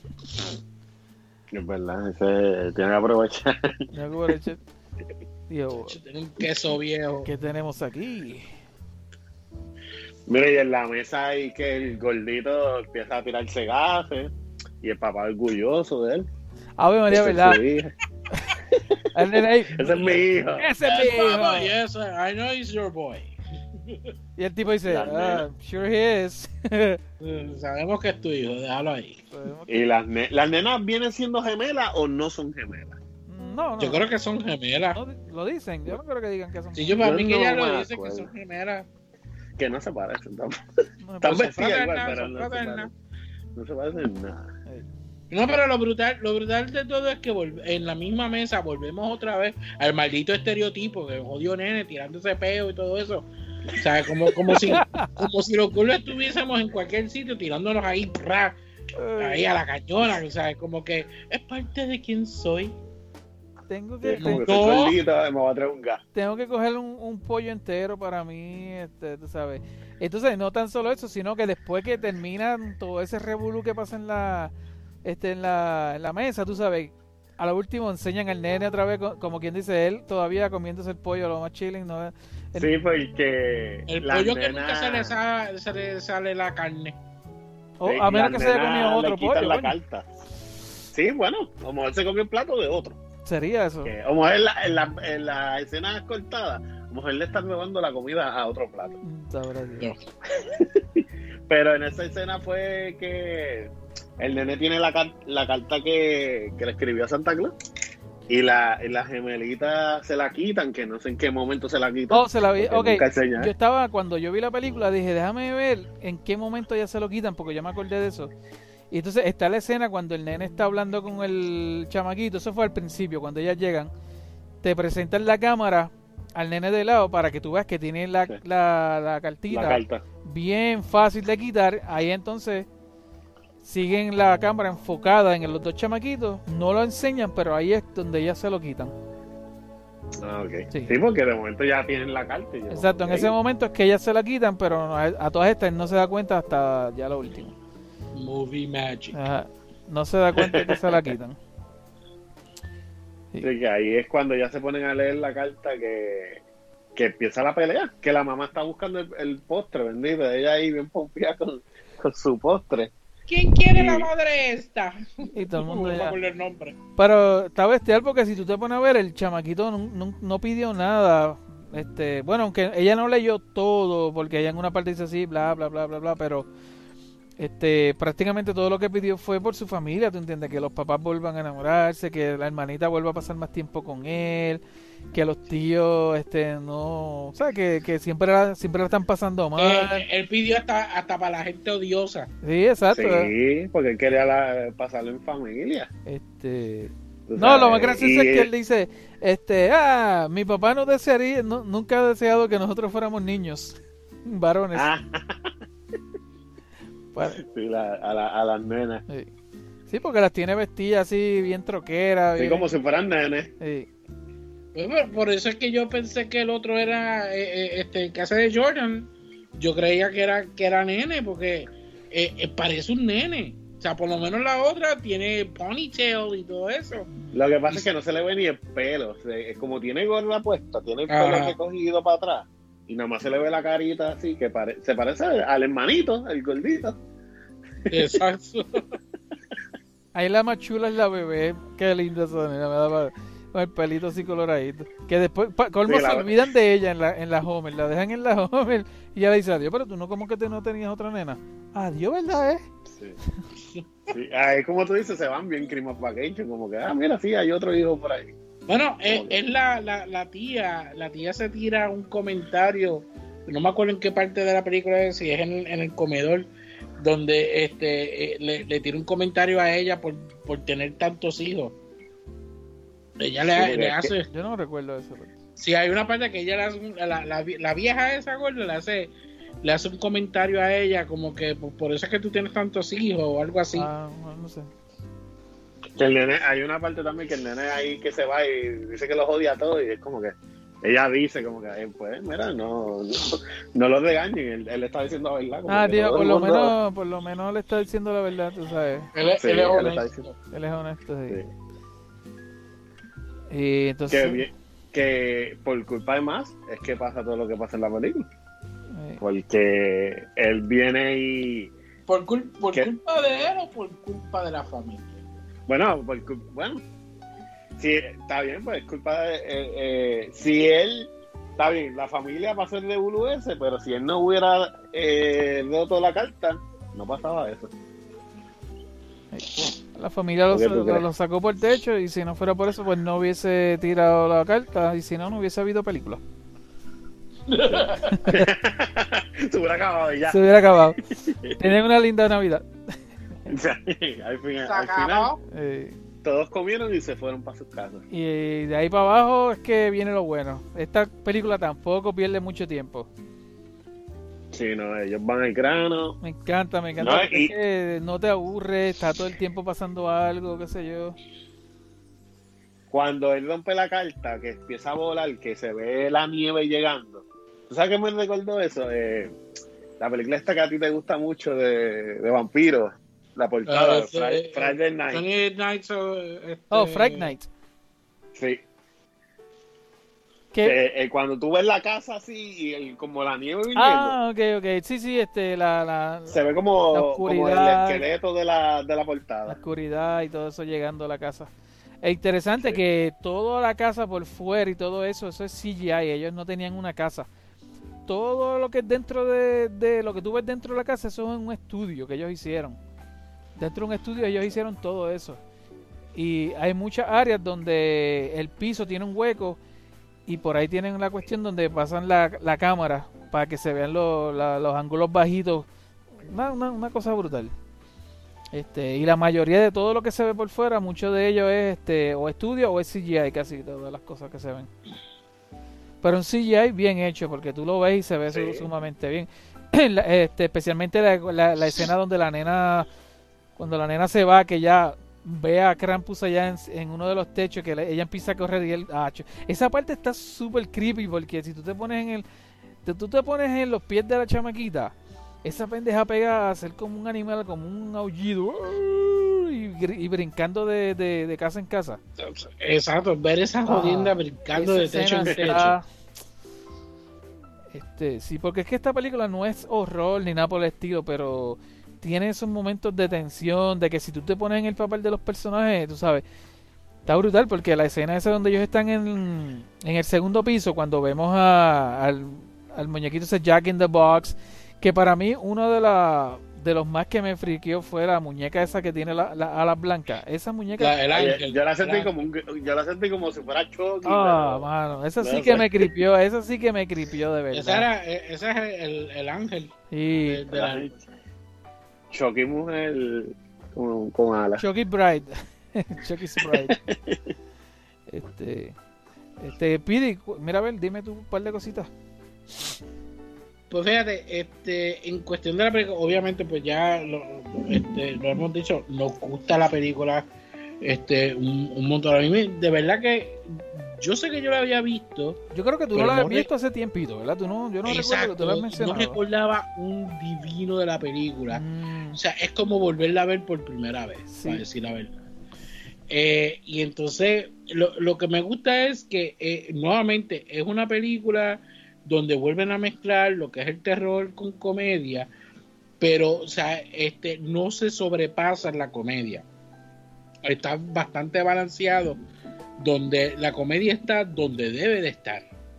Es verdad, ese tiene que aprovechar. Mira cómo le eché- Tío, Tiene un queso viejo. ¿qué tenemos aquí? Mira, y en la mesa hay que el gordito empieza a tirarse gases y el papá orgulloso de él. Ave María, Ese es ¿verdad? su hija. El nene ahí, Ese es mi hijo. ¡ese es mi Yes, Papa, hijo! yes, I know he's your boy. Y el tipo dice, La ah, nena. sure he is. Eh, Sabemos que es tu hijo, déjalo ahí. ¿Y las, ne- las nenas vienen siendo gemelas o no son gemelas? No, no. Yo creo que son gemelas. no, lo dicen, yo no creo que digan que son. Si yo para Yo mí que no ella me lo dice que acuerdo. son gemelas. Que no se parecen tampoco. No, Están pues, son vestidas igual, fraternas, pero son no se, fraternas. parecen, no se parecen nada. No, pero lo brutal, lo brutal de todo es que vol- en la misma mesa volvemos otra vez al maldito estereotipo que jodió nene tirándose peo y todo eso. O sea, como, como si como si los culos estuviésemos en cualquier sitio tirándonos ahí, pra, ahí a la cañona. O sea, como que es parte de quién soy. Tengo Sí, que, es como que No. soy gordito, me va a traer un gas. tengo que coger un, un pollo entero para mí, este, tú sabes. Entonces, no tan solo eso, sino que después que terminan todo ese revolú que pasa en la, este, en la, en la mesa, tú sabes, a lo último enseñan al nene otra vez, co- como quien dice él, todavía comiéndose el pollo, lo más chilling, ¿no? El- Sí, porque El las pollo que nenas- nunca se le, sa- se le sale la carne. o sí, a menos las que se haya nenas comido le otro quitan pollo, la coño. carta. Sí, bueno, como él se comió el plato de otro. Sería eso. Que, a lo mejor en la, en, la, en la escena cortada, a lo mejor le están llevando la comida a otro plato. Sabrá Dios. Pero en esa escena fue que el nene tiene la, car- la carta que, que le escribió a Santa Claus y la, y la gemelita se la quitan, que no sé en qué momento se la quitan. Oh, se la vi. porque Ok. nunca enseña. Yo estaba, cuando yo vi la película, dije, déjame ver en qué momento ya se lo quitan, porque yo me acordé de eso. Y entonces está la escena cuando el nene está hablando con el chamaquito. Eso fue al principio, cuando ellas llegan. Te presentan la cámara al nene de lado para que tú veas que tiene la, Sí. la, la cartita La carta. bien fácil de quitar. Ahí entonces siguen la cámara enfocada en los dos chamaquitos. No lo enseñan, pero ahí es donde ya se lo quitan. Ah, ok. Sí. Sí. porque de momento ya tienen la carta. y yo, Exacto, en ok. ese momento es que ellas se la quitan, pero a, a todas estas él no se da cuenta hasta ya lo último. Movie Magic. Ajá. No se da cuenta que se la quitan. Sí, que ahí es cuando ya se ponen a leer la carta que, que empieza la pelea, que la mamá está buscando el, el postre, bendito, ella ahí bien pompeada con, con su postre. ¿Quién quiere Sí. la madre esta? Y todo el mundo No me ya. acuerdo el nombre. Pero está bestial porque si tú te pones a ver, el chamaquito no, no, no pidió nada. Este, bueno, aunque ella no leyó todo, porque ella en una parte dice así, bla, bla, bla, bla, bla, pero este, prácticamente todo lo que pidió fue por su familia, ¿tú entiendes? Que los papás vuelvan a enamorarse, que la hermanita vuelva a pasar más tiempo con él, que los tíos, este, no, o sea, que, que siempre, la, siempre la están pasando mal. Eh, él pidió hasta, hasta para la gente odiosa. Sí, exacto. Sí, porque él quería la- pasarlo en familia. Este, tú no, lo sabes, más gracioso y- es que él dice, este, ah, mi papá no desearía, no, nunca ha deseado que nosotros fuéramos niños, varones. Ah, Bueno, sí, la- a, la- a las nenas. sí. Sí, porque las tiene vestidas así, bien troqueras. Sí, bien- como si fueran nenes. sí. Pues, por- por eso es que yo pensé que el otro era eh, eh, este el caso de Jordan. Yo creía que era que era nene porque eh, eh, parece un nene. O sea, por lo menos la otra tiene ponytail y todo eso. Lo que pasa es que no se le ve ni el pelo. Se- como tiene gorra puesta, tiene el pelo Ajá. recogido para atrás. Y nada más se le ve la carita así, que pare- se parece al hermanito, el gordito. Exacto. Ahí la más chula es la bebé. Qué linda esa nena, me da pa- con el pelito así coloradito. Que después, pa- colmo, Sí, la- se olvidan de ella en la, en la Homer. La dejan en la Homer y ella le dice adiós, pero tú no, como que te, no tenías otra nena. Adiós, ¿verdad, eh? Sí. Sí. Ahí, como tú dices, se van bien Christmas Vacation. Como que, ah, mira, sí, hay otro hijo por ahí. Bueno, es, Ok. es la, la, la tía. La tía se tira un comentario. No me acuerdo en qué parte de la película es, si es en, en el comedor, donde este eh, le, le tira un comentario a ella por, por tener tantos hijos. Ella le, Sí, porque le es hace. Yo no recuerdo eso. pero- Si hay una parte que ella le hace un- la, la, la vieja esa gorda le hace le hace un comentario a ella como que por, por eso es que tú tienes tantos hijos o algo así. Ah, no, no sé. Que el nene, hay una parte también que el nene ahí que se va y dice que los odia a todos. Y es como que, ella dice como que, eh, pues, mira, no, no, no lo regañen. Él, él está diciendo la verdad. como Ah, que tío, todo por el lo mundo- menos, por lo menos le está diciendo la verdad, tú sabes. Él, es- Sí, él es él está honesto. diciendo. Él es honesto, sí. Sí. Y entonces, Que, bien- que por culpa de más es que pasa todo lo que pasa en la película. eh, Porque él viene y. ¿Por, cul- por ¿Qué? culpa de él o por culpa de la familia? Bueno, por cul- bueno. Sí, está bien, pues es culpa de. eh, eh, si él. Está bien, la familia pasó el de U S, pero si él no hubiera eh, roto la carta, no pasaba eso. la familia lo, ¿Por qué tú lo- crees? lo sacó por el techo y si no fuera por eso, pues no hubiese tirado la carta y si no, no hubiese habido película. Se hubiera acabado y ya. Se hubiera acabado. Tienen una linda Navidad. O sea, al, final, Se al final, acabó. Eh, todos comieron y se fueron para sus casas. y de ahí para abajo es que viene lo bueno. Esta película tampoco pierde mucho tiempo. Sí, no, ellos van al grano. Me encanta, me encanta. No, porque y- es que no te aburre, está todo el tiempo pasando algo, qué sé yo. Cuando él rompe la carta, que empieza a volar, que se ve la nieve llegando. ¿Tú sabes qué me recordó eso? Eh, la película esta que a ti te gusta mucho de, de vampiros. La portada, Ah, este, Fri- eh, Friday Night. Friday Night, so, este, Oh, Fright Night. Sí. ¿Qué? Eh, eh, cuando tú ves la casa así y el- como la nieve viniendo, Ah, ok, ok. Sí, sí, este, la, la, se ve como, la como el oscuridad. esqueleto de la, de la la portada. oscuridad y todo eso llegando a la casa. Es interesante que toda la casa por fuera y todo eso, eso es C G I. Ellos no tenían una casa. Todo lo que es dentro de, de lo que tú ves dentro de la casa, eso es un estudio que ellos hicieron. Dentro de un estudio ellos hicieron todo eso. Y hay muchas áreas donde el piso tiene un hueco y por ahí tienen la cuestión donde pasan la, la cámara para que se vean los, la, los ángulos bajitos. Una, una, una cosa brutal. Este, y la mayoría de todo lo que se ve por fuera, mucho de ello es este, o estudio o es C G I, casi todas las cosas que se ven. Pero un C G I bien hecho, porque tú lo ves y se ve sí. sumamente bien. este, especialmente la, la, la escena donde la nena, cuando la nena se va, que ya ve a Krampus allá en, en uno de los techos, que le, ella empieza a correr y él... Ah, esa parte está súper creepy, porque si tú te pones en el... Te, tú te pones en los pies de la chamaquita, esa pendeja pega a ser como un animal, como un aullido, y, y brincando de, de, de casa en casa. Exacto, ver esa jodienda ah, brincando de techo en techo. Este, sí, porque es que esta película no es horror ni nada por el estilo, pero tiene esos momentos de tensión, de que si tú te pones en el papel de los personajes, tú sabes, está brutal, porque la escena esa donde ellos están en, en el segundo piso, cuando vemos a, al, al muñequito ese Jack in the Box, que para mí uno de, la, de los más que me friqueó fue la muñeca esa que tiene la, la alas blancas. Esa muñeca... La, el ángel, yo, la sentí como un, yo la sentí como si fuera Chucky. Ah, pero... mano, esa sí que me cripió, esa sí que me cripió de verdad. Esa era, ese es el, el ángel. Sí. De, de la... Chucky mujer con, con alas. Chucky Bride. Chucky's Bride. este... Este, Pidi, mira a ver, dime tú un par de cositas. Pues fíjate, este, en cuestión de la película, obviamente pues ya lo, este, lo hemos dicho, nos gusta la película este, un, un montón. A mí de verdad que yo sé que yo la había visto. Yo creo que tú no la habías visto re... hace tiempito, ¿verdad? Tú no, yo no Exacto, recuerdo que tú la has mencionado. No recordaba un divino de la película. Mm. O sea, es como volverla a ver por primera vez, sí. Para decir la verdad. Eh, y entonces lo, lo que me gusta es que eh, nuevamente es una película donde vuelven a mezclar lo que es el terror con comedia, pero o sea, este no se sobrepasa en la comedia, está bastante balanceado, donde la comedia está donde debe de estar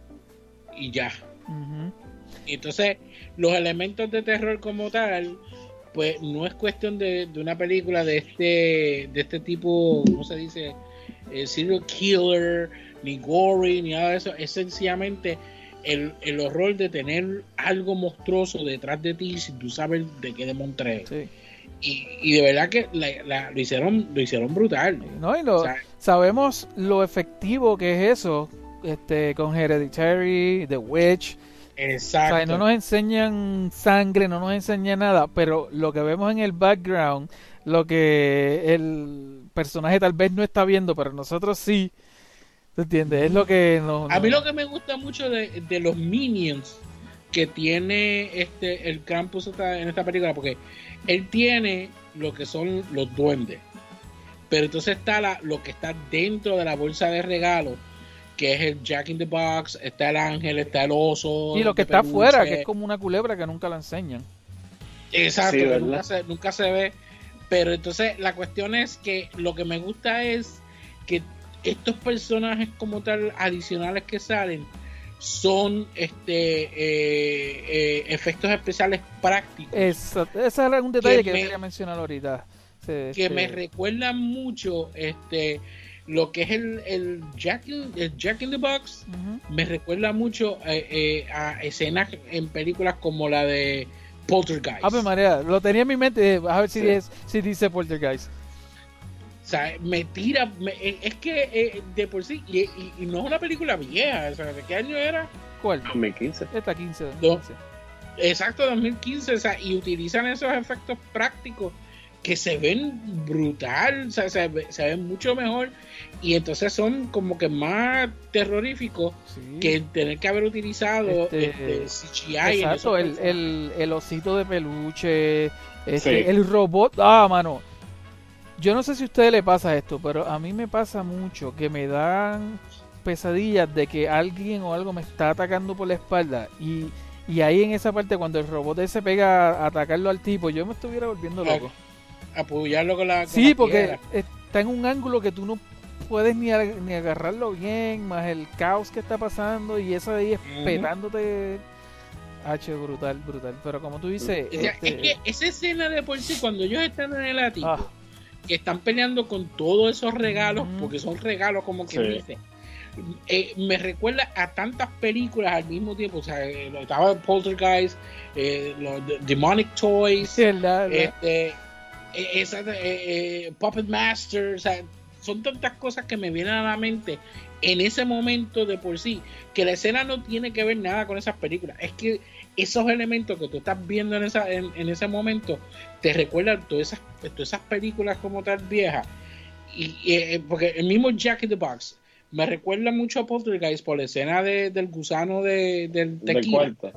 y ya. Uh-huh. Entonces los elementos de terror como tal, pues no es cuestión de, de una película de este de este tipo, ¿cómo se dice? Eh, serial killer, ni gory, ni nada de eso. Es sencillamente el, el horror de tener algo monstruoso detrás de ti sin tú saber de qué demontre. Sí. Y, y de verdad que la, la, lo hicieron lo hicieron brutal. No, y lo, o sea, sabemos lo efectivo que es eso, este con Hereditary, The Witch. Exacto. O sea, no nos enseñan sangre, no nos enseñan nada, pero lo que vemos en el background, lo que el personaje tal vez no está viendo, pero nosotros sí, ¿te entiendes? Es lo que nos... A mí lo que me gusta mucho de, de los minions que tiene este el Krampus en esta película, porque él tiene lo que son los duendes, pero entonces está la, lo que está dentro de la bolsa de regalos, que es el Jack in the Box, está el ángel, está el oso. Y lo que está afuera, que es como una culebra que nunca la enseñan. Exacto, sí, que nunca se, nunca se ve. Pero entonces la cuestión es que lo que me gusta es que estos personajes como tal adicionales que salen son este eh, eh, efectos especiales prácticos. Esa, ese era un detalle que, que me, quería mencionar ahorita. Sí, que sí. me recuerdan mucho este lo que es el, el, Jack, in, el Jack in the Box. Uh-huh. Me recuerda mucho eh, eh, a escenas en películas como la de Poltergeist. Ah, pues María, lo tenía en mi mente, a ver si, sí. es, si dice Poltergeist. O sea, me tira, me, es que eh, de por sí, y, y, y no es una película vieja, o sea, ¿de qué año era? ¿Cuál? dos mil quince. Esta quince. Do, exacto, dos mil quince, o sea, y utilizan esos efectos prácticos que se ven brutal, o sea, se, se ven mucho mejor, y entonces son como que más terroríficos, sí, que tener que haber utilizado este, este, C G I. Exacto, el, el, el osito de peluche, este, sí, el robot, ah, mano, yo no sé si a ustedes les pasa esto, pero a mí me pasa mucho que me dan pesadillas de que alguien o algo me está atacando por la espalda, y, y ahí en esa parte cuando el robot ese pega a atacarlo al tipo, yo me estuviera volviendo loco. Apoyarlo con la con sí, la porque piedra. Está en un ángulo que tú no puedes ni, a- ni agarrarlo bien, más el caos que está pasando y eso de ahí espetándote. H, brutal, brutal. Pero como tú dices, O sea, este, es que esa escena de por sí, cuando ellos están en el ático, ah, que están peleando con todos esos regalos, Ujú. porque son regalos como que Sí. dice, eh, me recuerda a tantas películas al mismo tiempo. O sea, eh, lo- estaba Poltergeist, eh, los de- Demonic Toys, sí, ¿verdad? ¿verdad? este, eh, esa de, eh, eh, Puppet Master. O sea, son tantas cosas que me vienen a la mente en ese momento de por sí, que la escena no tiene que ver nada con esas películas. Es que esos elementos que tú estás viendo en, esa, en, en ese momento te recuerdan todas esas, todas esas películas como tal viejas. Y, y, eh, porque el mismo Jack in the Box me recuerda mucho a Poltergeist por la escena de, del gusano de, del Del tequila. cuarto.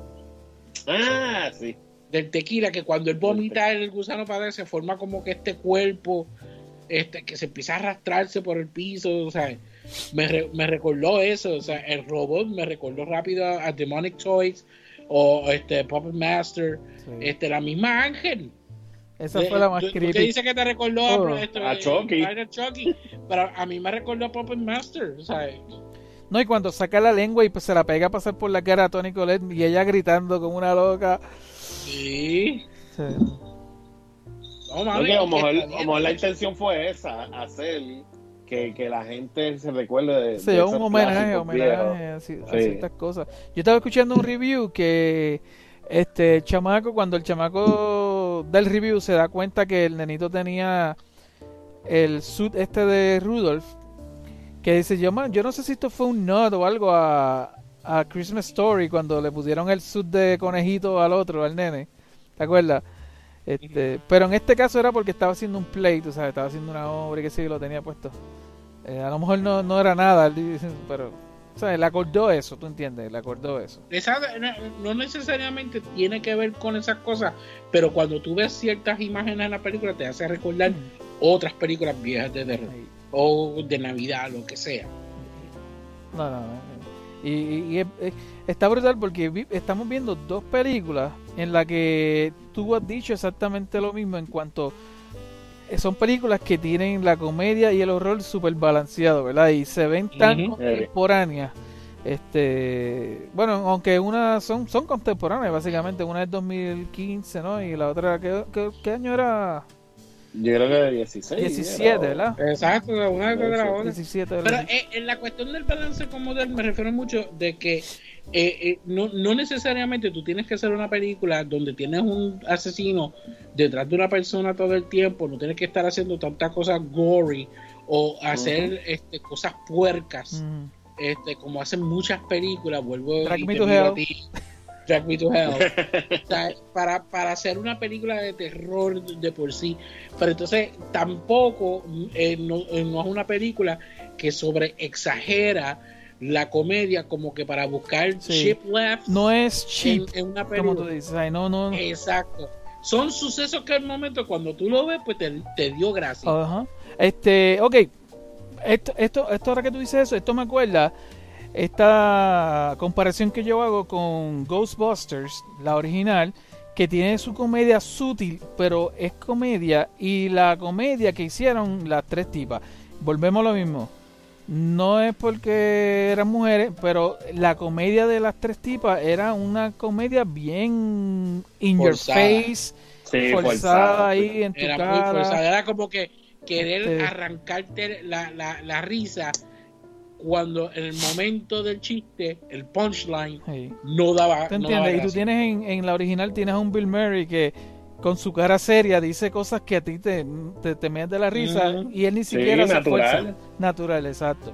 Ah, sí. Del tequila, que cuando él vomita el gusano para ver, se forma como que este cuerpo este que se empieza a arrastrarse por el piso. O sea, me, re- me recordó eso. O sea, el robot me recordó rápido a, a Demonic Toys o este Puppet Master, Sí. este la misma Ángel. Esa Eh, fue la más tú- tú que creepy. dice que te recordó Oh. a, esto, A eh, Chucky. a Chucky, pero a mí me recordó a Puppet Master. O sea, No, y cuando saca la lengua y pues se la pega a pasar por la cara a Toni Collette y ella gritando como una loca. sí. Sí. No, mami, Porque a lo que mejor, está a bien. lo mejor la intención fue esa, hacer que, que la gente se recuerde de, Se de dio esos un homenaje, clásicos homenaje viejos. a, ci- a Sí. ciertas cosas. Yo estaba escuchando un review que este el chamaco, cuando el chamaco del review se da cuenta que el nenito tenía el suit este de Rudolph, que dice, yo, man, yo no sé si esto fue un nod o algo a, a Christmas Story cuando le pusieron el suit de conejito al otro, al nene. ¿Te acuerdas? Este, pero en este caso era porque estaba haciendo un play, tú sabes, estaba haciendo una obra y que sí, lo tenía puesto. Eh, a lo mejor no, no era nada, él dice, pero, ¿sabes? Le acordó eso, ¿tú entiendes? Le acordó eso. Esa- no, no necesariamente tiene que ver con esas cosas, pero cuando tú ves ciertas imágenes en la película te hace recordar otras películas viejas de terror Ahí. o de Navidad, lo que sea. No, no, no. Y, y- y es- es- está brutal porque vi- estamos viendo dos películas en las que tú has dicho exactamente lo mismo en cuanto eh, son películas que tienen la comedia y el horror súper balanceado, ¿verdad? Y se ven tan Ujú. contemporáneas. Este, bueno, aunque una son son contemporáneas básicamente, una es dos mil quince, ¿no? Y la otra, ¿qué, qué, qué año era? Yo creo que de dieciséis. diecisiete, era, ¿verdad? Exacto, una detrás de la otra. diecisiete, Pero ¿verdad? eh, en la cuestión del balance como tal me refiero mucho de que eh, eh, no, no necesariamente tú tienes que hacer una película donde tienes un asesino detrás de una persona todo el tiempo, no tienes que estar haciendo tantas cosas gory o hacer este, cosas puercas, Mm. este, como hacen muchas películas. Vuelvo Drag y Me te to miro a Hell. ti. Drag Me to Hell. O sea, para, para hacer una película de terror de por sí, pero entonces tampoco eh, no, eh, no es una película que sobre exagera la comedia como que para buscar Sí. cheap laughs No es cheap, en, en una como película. tú dices. Ay, no, no. Exacto. Son sucesos que al momento cuando tú lo ves pues te, te dio gracia. Ajá. Este, ok. Esto, esto, esto ahora que tú dices eso, esto me acuerda esta comparación que yo hago con Ghostbusters, la original, que tiene su comedia sutil, pero es comedia, y la comedia que hicieron las tres tipas. Volvemos a lo mismo. No es porque eran mujeres, pero la comedia de las tres tipas era una comedia bien in Forzada. your face, Sí, forzada forzada, ahí sí. en tu Era cara. muy forzada, era como que querer Este- arrancarte la, la, la risa cuando en el momento del chiste, el punchline, Sí. no daba, ¿Te no daba entiendes? Y tú gracia. tienes en, en la original tienes a un Bill Murray que con su cara seria dice cosas que a ti te, te, te meas de la risa Ujú. y él ni Sí, siquiera se natural. esfuerza. Natural, exacto.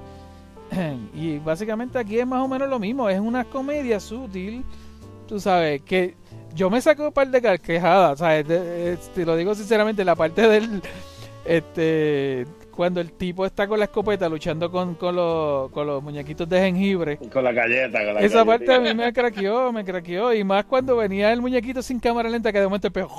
Y básicamente aquí es más o menos lo mismo, es una comedia sutil, tú sabes, que yo me saco un par de carcajadas, ¿sabes? De- de- te lo digo sinceramente, la parte del, este, cuando el tipo está con la escopeta luchando con, con, los, con los muñequitos de jengibre. Con la galleta, con la Esa parte a galletita. mí me craqueó, me craqueó. Y más cuando venía el muñequito sin cámara lenta, que de momento el perro.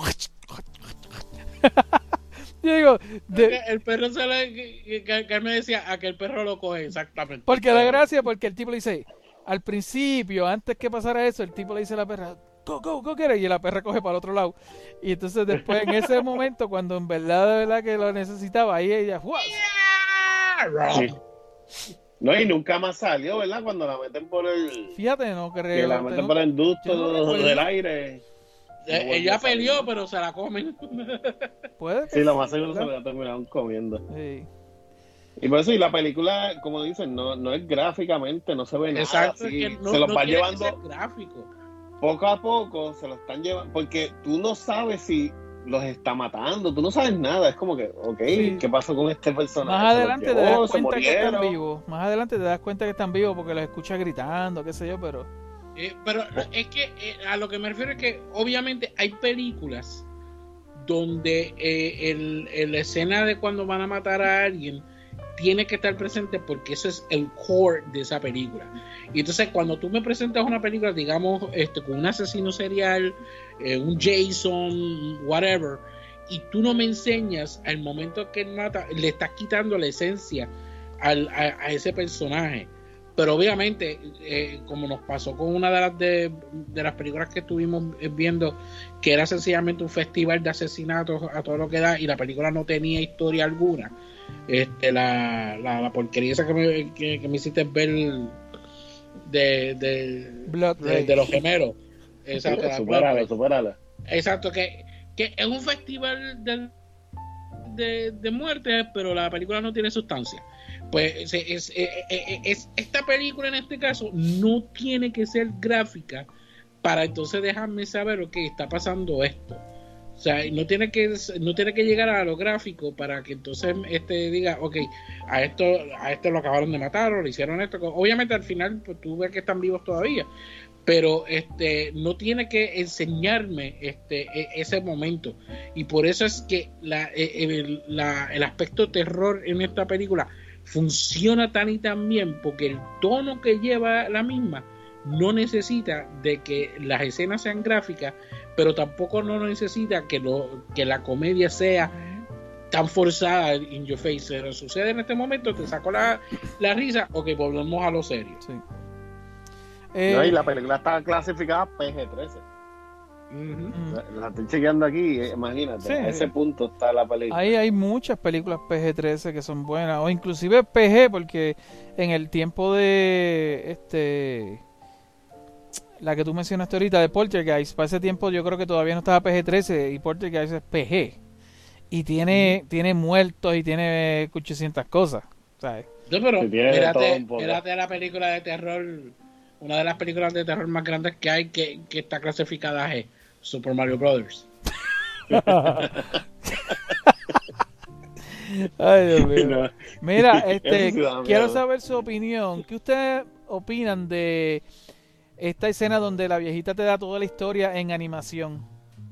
Yo digo, de- Que el perro se le, que, que- que él me decía a que el perro lo coge exactamente. porque da gracia, porque el tipo le dice, al principio, antes que pasara eso, el tipo le dice a la perra, go, go, go, get it", y la perra coge para el otro lado. Y entonces después, en ese momento, cuando en verdad, de verdad que lo necesitaba, ahí ella, ¡fua! Sí. No, y nunca más salió, ¿verdad? Cuando la meten por el... Fíjate, no creo. Que la meten no, por el ducto yo no recuerdo. del aire. No Eh, vuelve ella a salir. peleó, pero se la comen. Puede que Sí, lo más seguro se ¿verdad? lo terminaron comiendo. Sí. Y por eso, y la película, como dicen, no, no es gráficamente, no se ve nada. Exacto, así. es que no, se los no va tiene que llevando ser gráfico. poco a poco, se lo están llevando, porque tú no sabes si los está matando, tú no sabes nada, es como que, ok, Sí. ¿qué pasó con este personaje? Más ¿Se los adelante te llevó? das ¿Se cuenta que están murieron? vivos. Más adelante te das cuenta que están vivos porque los escuchas gritando, qué sé yo, pero... Eh, pero es que eh, a lo que me refiero es que obviamente hay películas donde eh, el, el- la escena de cuando van a matar a alguien tiene que estar presente porque eso es el core de esa película. Y entonces cuando tú me presentas una película, digamos, este, con un asesino serial, eh, un Jason, whatever, y tú no me enseñas al momento que él mata, le estás quitando la esencia al, a, a ese personaje. Pero obviamente, eh, como nos pasó con una de las de, de las películas que estuvimos viendo, que era sencillamente un festival de asesinatos a todo lo que da, y la película no tenía historia alguna. Este, la, la, la porquería esa que me, que, que me hiciste ver de, de, Blood de, Rage. de los gemelos. Exacto, la Supéralo, Blood supéralo. Exacto, que, que es un festival de, de, de muerte, pero la película no tiene sustancia. Pues es, es, es, es- es- esta película en este caso no tiene que ser gráfica para entonces dejarme saber, ok, está pasando esto. O sea, no tiene que no tiene que llegar a lo gráfico para que entonces este diga, ok, a esto a esto lo acabaron de matar o le hicieron esto. Obviamente al final pues, tú ves que están vivos todavía, pero este no tiene que enseñarme este e- ese momento, y por eso es que la, e- el, la- el aspecto terror en esta película funciona tan y tan bien porque el tono que lleva la misma no necesita de que las escenas sean gráficas, pero tampoco no necesita que lo que la comedia sea tan forzada in your face. Pero sucede en este momento, te saco la, la risa, ok, volvemos a lo serio. Sí. Eh, No, y la película está clasificada P G trece. Ujú. mm. La, la estoy chequeando aquí, eh, imagínate, Sí. a ese punto está la película. Ahí hay muchas películas P G trece que son buenas, o inclusive P G, porque en el tiempo de este la que tú mencionaste ahorita de Poltergeist, para ese tiempo yo creo que todavía no estaba P G trece y Poltergeist es P G. Y tiene, tiene muertos y tiene ochocientas cosas, ¿sabes? No, pero Sí, tiene de todo espérate, un poco. espérate la película de terror, una de las películas de terror más grandes que hay que, que está clasificada G, Super Mario Brothers. Ay, Dios mío. No. Mira, Eso este, sí da quiero miedo. saber su opinión. ¿Qué ustedes opinan de esta escena donde la viejita te da toda la historia en animación?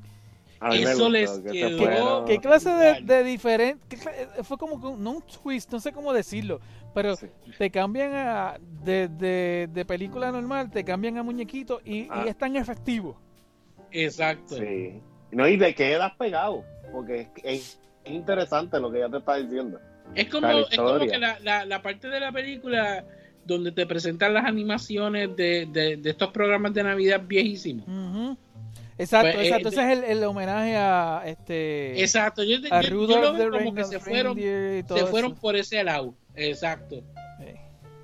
A mí me Eso gustó, les que quedó- se fueron. ¿Qué clase de, de diferente? Fue como que un- no un twist, no sé cómo decirlo, pero Sí. te cambian a, de, de, de película normal, te cambian a muñequito y, Ah. y es tan efectivo. Exacto. Sí. No, y te quedas pegado, porque es, es interesante lo que ella te está diciendo. Es como, La es como historia. que la, la, la parte de la película donde te presentan las animaciones de, de, de estos programas de Navidad viejísimos. Ujú. Exacto, Pues, eh, exacto. de- Ese es el, el homenaje a este Exacto. Yo, a yo- yo Rudolph lo the veo como Red que se fueron, Reindeer y todo se fueron eso. por ese lado. Exacto. Sí.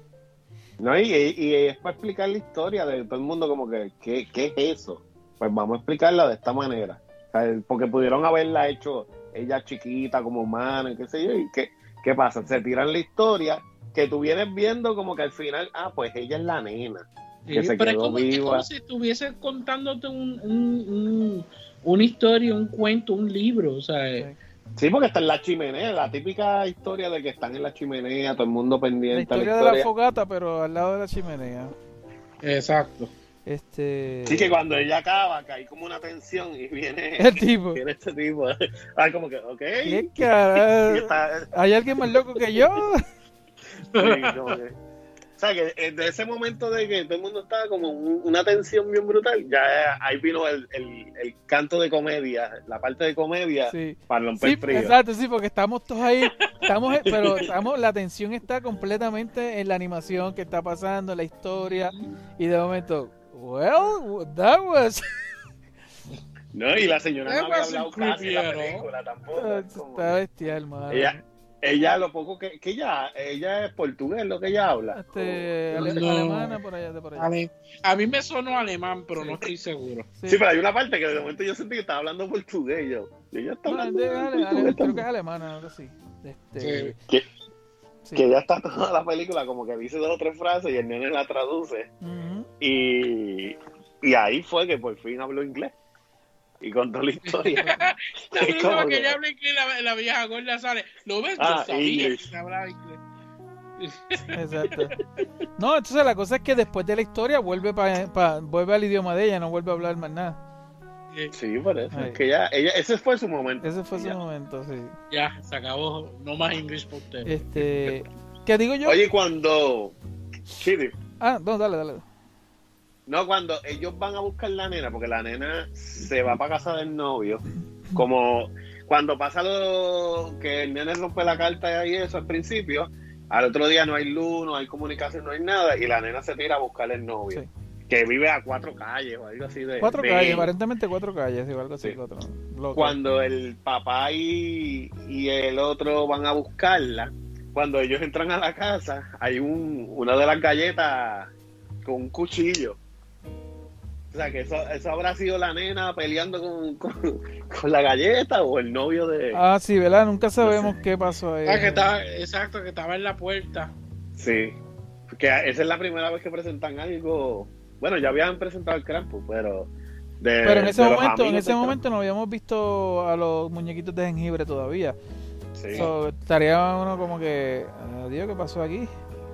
No, y, y- y es para explicar la historia de todo el mundo, como que, ¿qué, qué es eso? Pues vamos a explicarla de esta manera. O sea, porque pudieron haberla hecho ella chiquita, como humana, y qué sé yo, y qué, qué pasa, se tiran la historia que tú vienes viendo como que al final, ah, pues ella es la nena. Que Sí, se pero es quedó como, es viva. como si estuviese contándote un, un- un- una historia, un cuento, un libro. O sea, Sí. Sí, porque está en la chimenea, la típica historia de que están en la chimenea, todo el mundo La pendiente a la historia de la historia. fogata, pero al lado de la chimenea. exacto. Este. Sí, que cuando ella acaba, cae como una tensión y viene, El tipo. viene este tipo. Ay, como que, ok. ¿Qué Y carajo? está- ¿Hay alguien más loco que yo? sí, como que- o sea, que de ese momento de que todo el mundo estaba como un- una tensión bien brutal, ya ahí vino el, el, el canto de comedia, la parte de comedia Sí. para romper Sí, frío. exacto, sí, porque estamos todos ahí, estamos, pero estamos, la atención está completamente en la animación que está pasando, en la historia, y de momento, well, that was, No, y la señora That no había wasn't hablado casi en la creepy at all. película tampoco. es como está bestial, mano. Ella, ella lo poco que, que ella, ella es portugués lo que ella habla. Este, O- ale- No. alemana por allá, de por allá. Ale- A mí me sonó alemán, pero no estoy seguro. Sí. Sí, pero hay una parte que de momento yo sentí que estaba hablando portugués. Yo, y ella está No, hablando de- ale- ale- portugués creo que también. es alemana, algo así. Este, Sí. Que, sí. que ella está toda la película como que dice dos o tres frases y el nene la traduce. Ujú. Y, y ahí fue que por fin habló inglés. Y contó la historia. La Es próxima como que que- ella habla inglés, la, la vieja gorda sale. ¿Lo ves? Ah, Yo sabía English. que hablaba inglés. Exacto. No, entonces la cosa es que después de la historia vuelve pa, pa- vuelve al idioma de ella, no vuelve a hablar más nada. Sí, por eso. Ay. Es que ella, ella, ese fue su momento. Ese fue su Ya. momento, sí. Ya, se acabó. No más inglés por usted. Este, ¿qué digo yo? Oye, cuando. Sí, di- Ah, no, dale, dale. no, cuando ellos van a buscar la nena, porque la nena se va para casa del novio. Como cuando pasa lo que el nene rompe la carta y eso al principio, al otro día no hay luz, no hay comunicación, no hay nada, y la nena se tira a buscar el novio. Sí. Que vive a cuatro calles o algo así de. Cuatro de- calles, aparentemente cuatro calles, o algo así. Sí. Cuatro, loco. Cuando el papá y, y el otro van a buscarla, cuando ellos entran a la casa, hay un, una de las galletas con un cuchillo. O sea, que eso, eso habrá sido la nena peleando con, con, con la galleta o el novio de... Ah, sí, ¿verdad? Nunca sabemos qué pasó ahí. Ah, que estaba, exacto, que estaba en la puerta. Sí. Que esa es la primera vez que presentan algo... Bueno, ya habían presentado el Krampus, pero... De, Pero en ese de los momento, en amigos ese del momento no habíamos visto a los muñequitos de jengibre todavía. Krampus. Sí. So, estaría uno como que, ah, Dios, ¿qué pasó aquí?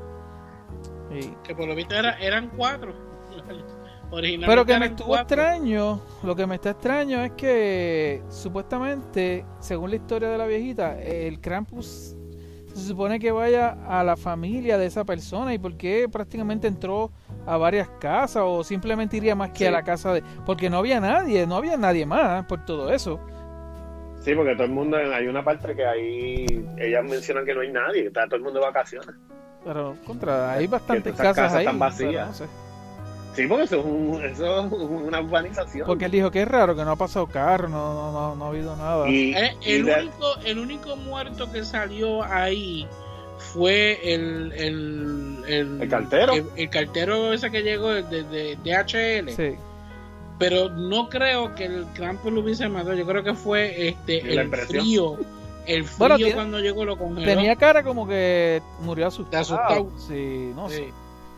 Y- Que por lo visto era, eran cuatro. Originalmente Pero que me eran estuvo cuatro. extraño, lo que me está extraño es que supuestamente, según la historia de la viejita, el Krampus se supone que vaya a la familia de esa persona. ¿Y por qué prácticamente entró a varias casas o simplemente iría más que Sí. a la casa de...? Porque no había nadie, no había nadie más por todo eso. Sí, porque todo el mundo, hay una parte que ahí ellas mencionan que no hay nadie, que está todo el mundo de vacaciones. Pero contra, hay bastantes esas casas, casas ahí. están vacías. pero no sé. Sí, porque eso es, un, eso es una urbanización. Porque él dijo que es raro, que no ha pasado carro, no, no, no, no ha habido nada. Y, Eh, y el, de- único, el único muerto que salió ahí fue el el, el, ¿El cartero? el, el cartero ese que llegó de, de, de H L. Sí. Pero no creo que el Krampus lo hubiese matado. Yo creo que fue este La el impresión. frío. El frío Bueno, tiene- cuando llegó lo congeló. Tenía cara como que murió asustado. asustado. Sí, no Sí. sé.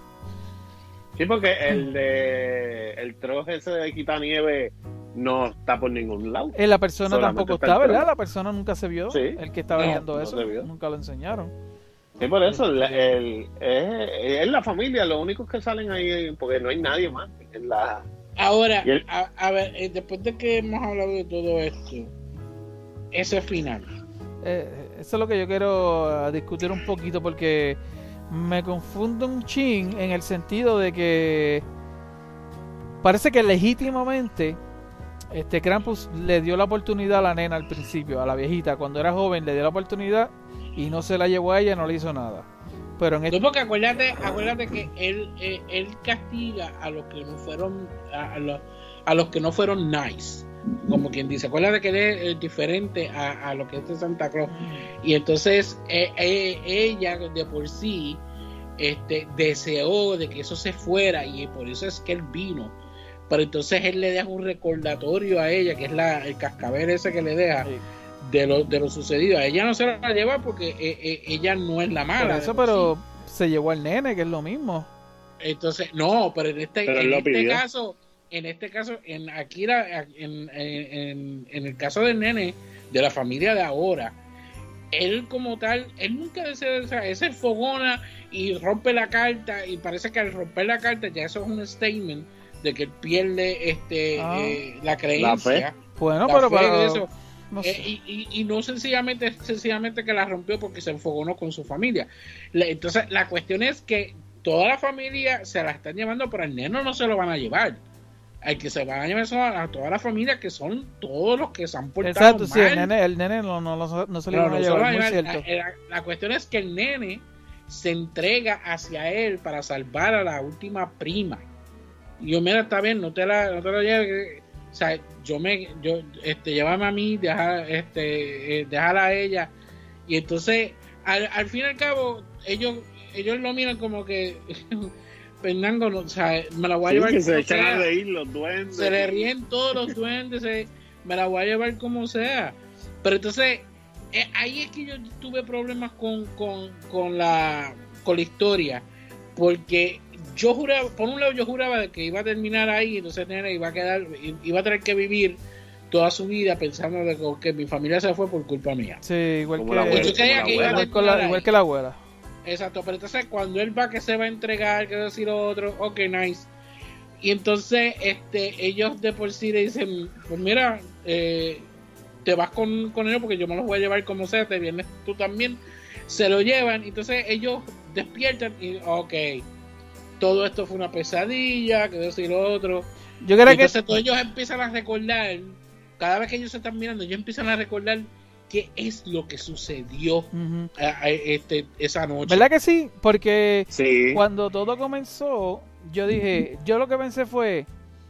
sí, porque el de el troje ese de quitanieve no está por ningún lado. Eh, la persona Solamente tampoco está está, el ¿verdad? trono. La persona nunca se vio. Sí. El que estaba No, viendo no eso, se vio. nunca lo enseñaron. Sí, por eso, el, el- es, es la familia, los únicos que salen ahí, porque no hay nadie más en la... Ahora, Y el- a, a ver, eh, después de que hemos hablado de todo esto, ese final. Eh, eso es lo que yo quiero ah, discutir un poquito porque me confundo un chin en el sentido de que parece que legítimamente este Krampus le dio la oportunidad a la nena al principio, a la viejita, cuando era joven le dio la oportunidad y no se la llevó a ella, no le hizo nada. Pero en No, este, porque acuérdate, acuérdate que él, eh, él castiga a los que no fueron, a, a los, a los que no fueron nice, como quien dice. Acuérdate que él es eh, diferente a, a lo que es de Santa Claus. Y entonces eh, eh, ella de por sí este, deseó de que eso se fuera y por eso es que él vino. Pero entonces él le deja un recordatorio a ella, que es la, el cascabel ese que le deja. Sí. De lo, de lo sucedido. A ella no se la lleva porque eh, eh, ella no es la mala. por de eso, por pero sí. se llevó al nene, que es lo mismo. Entonces, no, pero en este, Pero él en lo este pidió. caso, en este caso, en Akira, en, en, en, en el caso del nene, de la familia de ahora, él como tal, él nunca desea, o sea, ese fogona y rompe la carta, y parece que al romper la carta ya eso es un statement de que él pierde este Ah. eh, la creencia. Bueno, la pero fe para... de eso. no Eh, sé. y, y, y no sencillamente, sencillamente que la rompió porque se enfogonó con su familia. La- entonces, la cuestión es que toda la familia se la están llevando, pero al neno no se lo van a llevar. Al que se van a llevar son a, a toda la familia, que son todos los que se han portado Exacto, mal. sí, el nene, el nene no, no, no, no se le No, iban a no se lo llevar, van a muy llevar. cierto. La, la- la cuestión es que el nene se entrega hacia él para salvar a la última prima. Y yo, mira, está bien, no te la, no te la lleves. O sea, yo me, yo, este, llévame a mí, deja, este, eh, déjala a ella. Y entonces, al, al fin y al cabo, ellos ellos lo miran como que Fernando, no, o sea, me la voy a Sí, llevar que se como echan a sea. reír los duendes. Se le ríen todos los duendes, se- me la voy a llevar como sea. Pero entonces, eh, ahí es que yo tuve problemas con, con, con, la, con la historia. Porque yo juraba, por un lado yo juraba de que iba a terminar ahí, entonces nena iba a quedar, iba a tener que vivir toda su vida pensando de que, que mi familia se fue por culpa mía. Sí, igual Como que, la abuela, Yo creía como que la iba a abuela. igual, con la- terminar igual ahí. que la abuela. Exacto, pero entonces cuando él va que se va a entregar, que decir lo otro, ok, nice. Y entonces este ellos de por sí le dicen, pues mira, eh, te vas con, con ellos porque yo me los voy a llevar como sea, te vienes tú también. Se lo llevan, entonces ellos despiertan y, ok, todo esto fue una pesadilla, que decir lo otro. Yo Y creo que entonces todos ellos empiezan a recordar, cada vez que ellos se están mirando, ellos empiezan a recordar qué es lo que sucedió Ujú. a- a este, esa noche. ¿Verdad que sí? Porque Sí. cuando todo comenzó, yo dije, yo lo que pensé fue,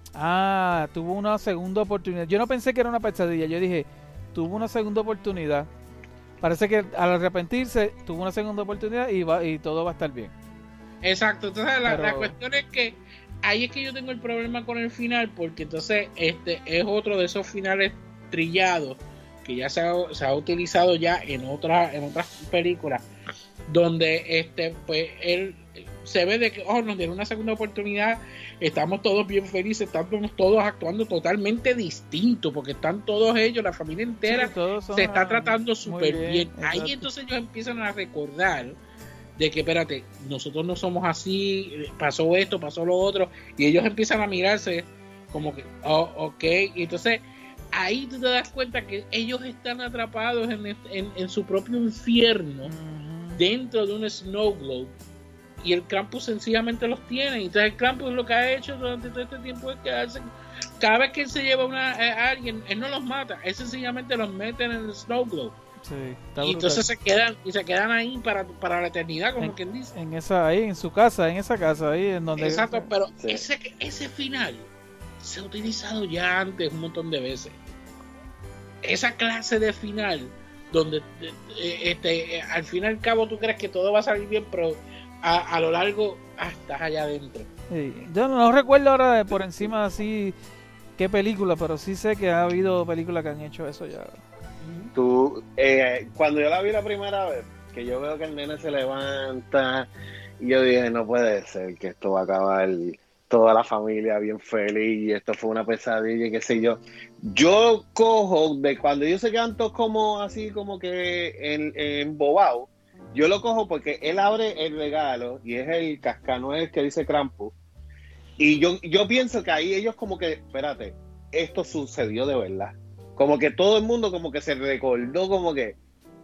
ah, tuvo una segunda oportunidad. Yo no pensé que era una pesadilla, yo dije, tuvo una segunda oportunidad. Parece que al arrepentirse, tuvo una segunda oportunidad y va y todo va a estar bien. Exacto, entonces la, Pero- la cuestión es que ahí es que yo tengo el problema con el final, porque entonces este es otro de esos finales trillados que ya se ha, se ha utilizado ya en otras en otras películas, donde este pues él se ve de que oh, nos dieron una segunda oportunidad, estamos todos bien felices, estamos todos actuando totalmente distinto, porque están todos ellos, la familia entera Sí, todos son, se está ah, tratando muy súper bien. Ahí exacto. entonces ellos empiezan a recordar de que, espérate, nosotros no somos así, pasó esto, pasó lo otro, y ellos empiezan a mirarse como que, oh, ok, y entonces ahí tú te das cuenta que ellos están atrapados en, este- en, en su propio infierno Ujú. dentro de un snow globe, y el Krampus sencillamente los tiene. Entonces el Krampus lo que ha hecho durante todo este tiempo es quedarse, cada vez que él se lleva una, a alguien, él no los mata, él sencillamente los mete en el snow globe. Sí, está Y brutal. entonces se quedan y se quedan ahí para, para la eternidad, como en, quien dice. en esa ahí, en su casa, en esa casa ahí, en donde Exacto, pero Sí. ese, ese final se ha utilizado ya antes un montón de veces. Esa clase de final, donde eh, este, eh, al fin y al cabo tú crees que todo va a salir bien, pero a, a lo largo ah, estás allá adentro. Sí, yo no recuerdo ahora de por encima así qué película, pero sí sé que ha habido películas que han hecho eso ya. Tú, eh, cuando yo la vi la primera vez, que yo veo que el nene se levanta, y yo dije, no puede ser que esto va a acabar toda la familia bien feliz, y esto fue una pesadilla, y qué sé yo. Yo cojo de cuando ellos se quedan todos como así, como que en, embobados, yo lo cojo porque él abre el regalo, y es el cascanueces que dice Krampus, y yo, yo pienso que ahí ellos como que, espérate, esto sucedió de verdad. Como que todo el mundo como que se recordó como que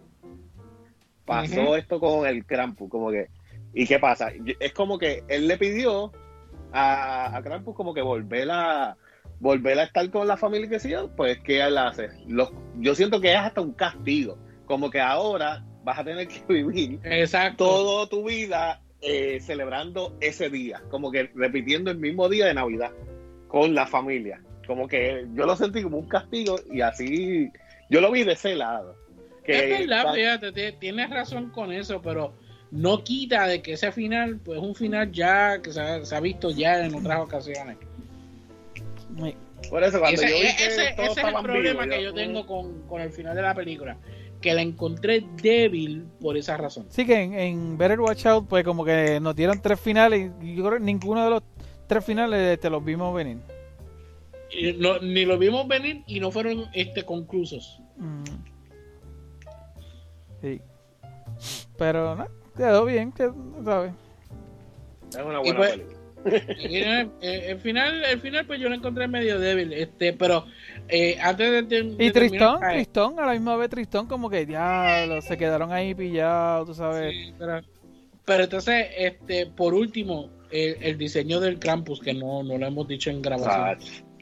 pasó Ujú. esto con el Krampus, como que, ¿y qué pasa? Es como que él le pidió a, a Krampus como que volver a volver a estar con la familia, que sí, pues ¿qué él hace? Los, yo siento que es hasta un castigo, como que ahora vas a tener que vivir Exacto. toda tu vida eh, celebrando ese día, como que repitiendo el mismo día de Navidad con la familia. Como que yo lo sentí como un castigo y así yo lo vi de ese lado. Que Es verdad, pa- fíjate, te- tienes razón con eso, pero no quita de que ese final, pues es un final ya que se ha, se ha visto ya en otras ocasiones. Por eso cuando Ese, yo vi que ese- ese es todos el estaban problema vivos, que yo tengo con, con el final de la película, que la encontré débil por esa razón. Sí que en, en Better Watch Out pues como que nos dieron tres finales y yo creo que ninguno de los tres finales te los vimos venir. Y no- ni lo vimos venir y no fueron este conclusos. Mm. Sí. Pero no, quedó bien, que, ¿sabes? es una Y buena pues- película. Y, eh, eh, el final, el final pues yo lo encontré medio débil, este, pero eh, antes de, de- de Y Tristón, terminar- Tristón, a la misma vez Tristón como que ya se quedaron ahí pillados, tú sabes. Sí, pero, pero entonces, este, por último, el, el diseño del Krampus, que no, no lo hemos dicho en grabación.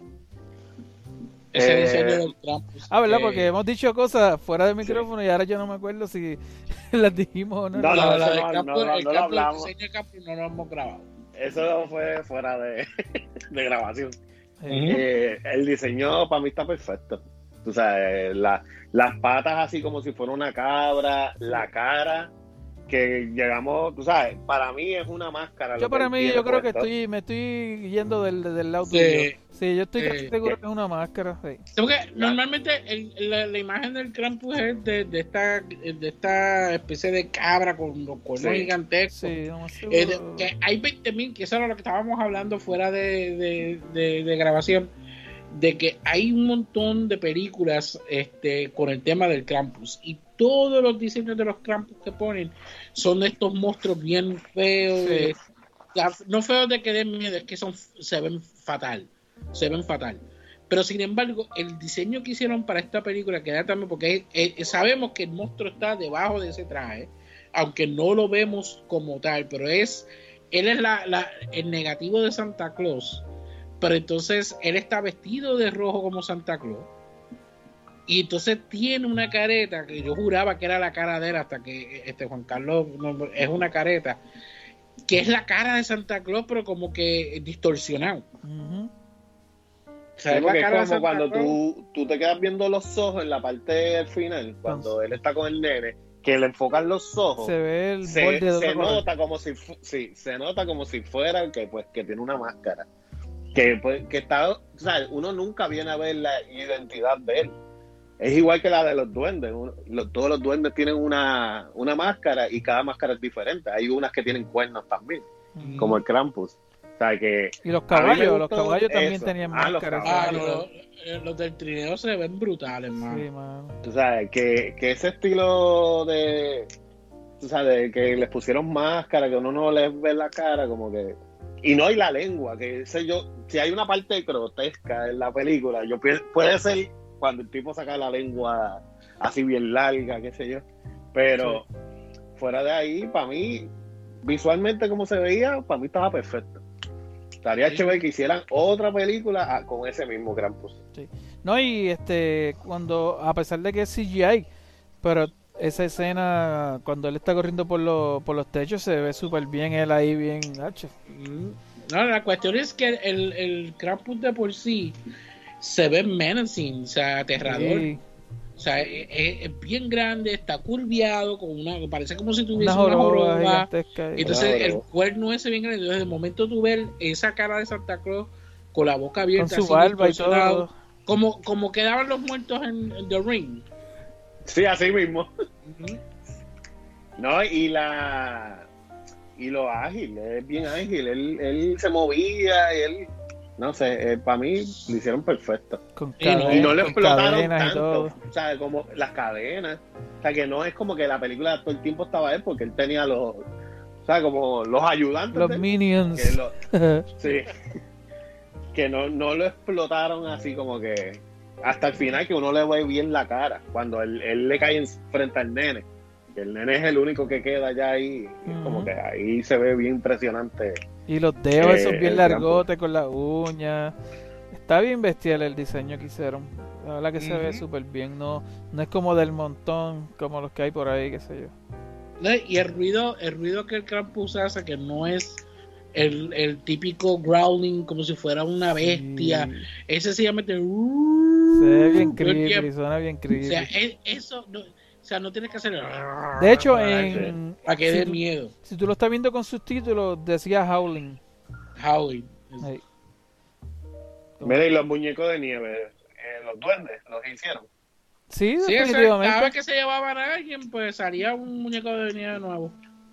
Ese Eh, diseño del Krampus. Ah, ¿verdad? eh, Porque hemos dicho cosas fuera del micrófono y ahora yo no me acuerdo si las dijimos o no. No, la- no, la eso del no, Krampus- no, no, el no lo Krampus, hablamos. el diseño del Krampus no lo hemos grabado. Eso fue fuera de, de grabación. Sí. Ujú. Eh, el diseño para mí está perfecto. Tú sabes, la, las patas así como si fuera una cabra, la cara, que llegamos, tú sabes, para mí es una máscara. Yo lo para él mí, tiene yo creo que puesto. estoy, me estoy yendo del, del lado Sí. tuyo. Sí, yo estoy Sí. casi seguro que es una máscara. Sí. Porque normalmente el- la, la imagen del Krampus es de, de esta de esta especie de cabra con los cuernos Sí. gigantescos. Sí, no más seguro. Eh, de- que hay veinte mil, que eso era lo que estábamos hablando fuera de, de, de- de grabación, de que hay un montón de películas este, con el tema del Krampus y todos los diseños de los Krampus que ponen son de estos monstruos bien feos, Sí. eh, ya, no feos de que den miedo, es que son se ven fatal, se ven fatal. Pero sin embargo, el diseño que hicieron para esta película queda también, porque eh, sabemos que el monstruo está debajo de ese traje, aunque no lo vemos como tal, pero es él es la, la, el negativo de Santa Claus, pero entonces él está vestido de rojo como Santa Claus y entonces tiene una careta que yo juraba que era la cara de él hasta que este Juan Carlos no, es una careta que es la cara de Santa Claus pero como que distorsionado. Ujú. O sea, Sí, es la porque es cara de como Santa cuando Claus. tú, tú te quedas viendo los ojos en la parte final, cuando él está con el nene, que le enfocan los ojos, Se ve el se, borde de se otro color. nota como si fu- sí, se nota como si fuera que pues que tiene una máscara. Que pues que está, o sea, uno nunca viene a ver la identidad de él. Es igual que la de los duendes. Uno- los- todos los duendes tienen una, una máscara y cada máscara es diferente. Hay unas que tienen cuernos también, Ujú. como el Krampus. O sea que Y los a mí me caballos, los gustó caballos también eso. tenían Ah, los máscaras. Ah, caballos. no, eh, los del trineo se ven brutales, man. Sí, mano. tú sabes, que, que ese estilo de, tú sabes, de que les pusieron máscara, que uno no les ve la cara, como que, y no hay la lengua, que sé yo, si hay una parte grotesca en la película, yo pienso, puede ser cuando el tipo saca la lengua así bien larga, qué sé yo, pero fuera de ahí, para mí, visualmente como se veía, para mí estaba perfecto. Estaría Sí. chévere que hicieran otra película ah, con ese mismo Krampus. No, y este, cuando, a pesar de que es C G I, pero esa escena, cuando él está corriendo por, los por los techos, se ve súper bien él ahí, bien, hacho. Mm. No, la cuestión es que el, el Krampus de por sí se ve menacing, o sea, aterrador. Sí, O sea, es, es- es bien grande, está curviado, con una, parece como si tuviese una una joroba joroba. gigantesca. ahí. Entonces Una el joroba. cuerno ese bien grande. Entonces de momento tú ves esa cara de Santa Claus con la boca Con abierta, su así barba y distorsionado, todo. como, como quedaban los muertos en, en The Ring. Sí, así mismo. Ujú. No, y la y lo ágil, es bien ágil, él, él se movía y él, no sé, para mí lo hicieron perfecto. Con Y no- cadenas, Y no lo con explotaron cadenas y tanto, todo. o sea, como las cadenas, o sea, que no es como que la película todo el tiempo estaba él, porque él tenía los, o sea, como los ayudantes Los de él, minions. que lo- sí, que no, no lo explotaron así como que hasta el final que uno le ve bien la cara, cuando él, él le cae en- frente al nene, que el nene es el único que queda allá ahí, y es como Ujú. que ahí se ve bien impresionante. Y los dedos Eh, esos bien el largotes con las uñas. Está bien bestial el diseño que hicieron. La verdad que se ve Ujú. súper bien. No, no es como del montón, como los que hay por ahí, qué sé yo. ¿No? Y el ruido, el ruido que el Krampus hace, que no es el, el típico growling como si fuera una bestia. Sí. Ese sencillamente Se ve bien todo el creepy, tiempo. suena bien O creepy. sea, es- eso no, o sea, no tienes que hacer De hecho, para que- en, para que si, dé tú, miedo. si tú lo estás viendo con subtítulos, decía Howling. Howling. Ahí. Mira, y los muñecos de nieve, eh, los duendes, los hicieron. Sí, Sí, o sea, cada definitivamente. vez que se llevaban a alguien, pues salía un muñeco de nieve nuevo.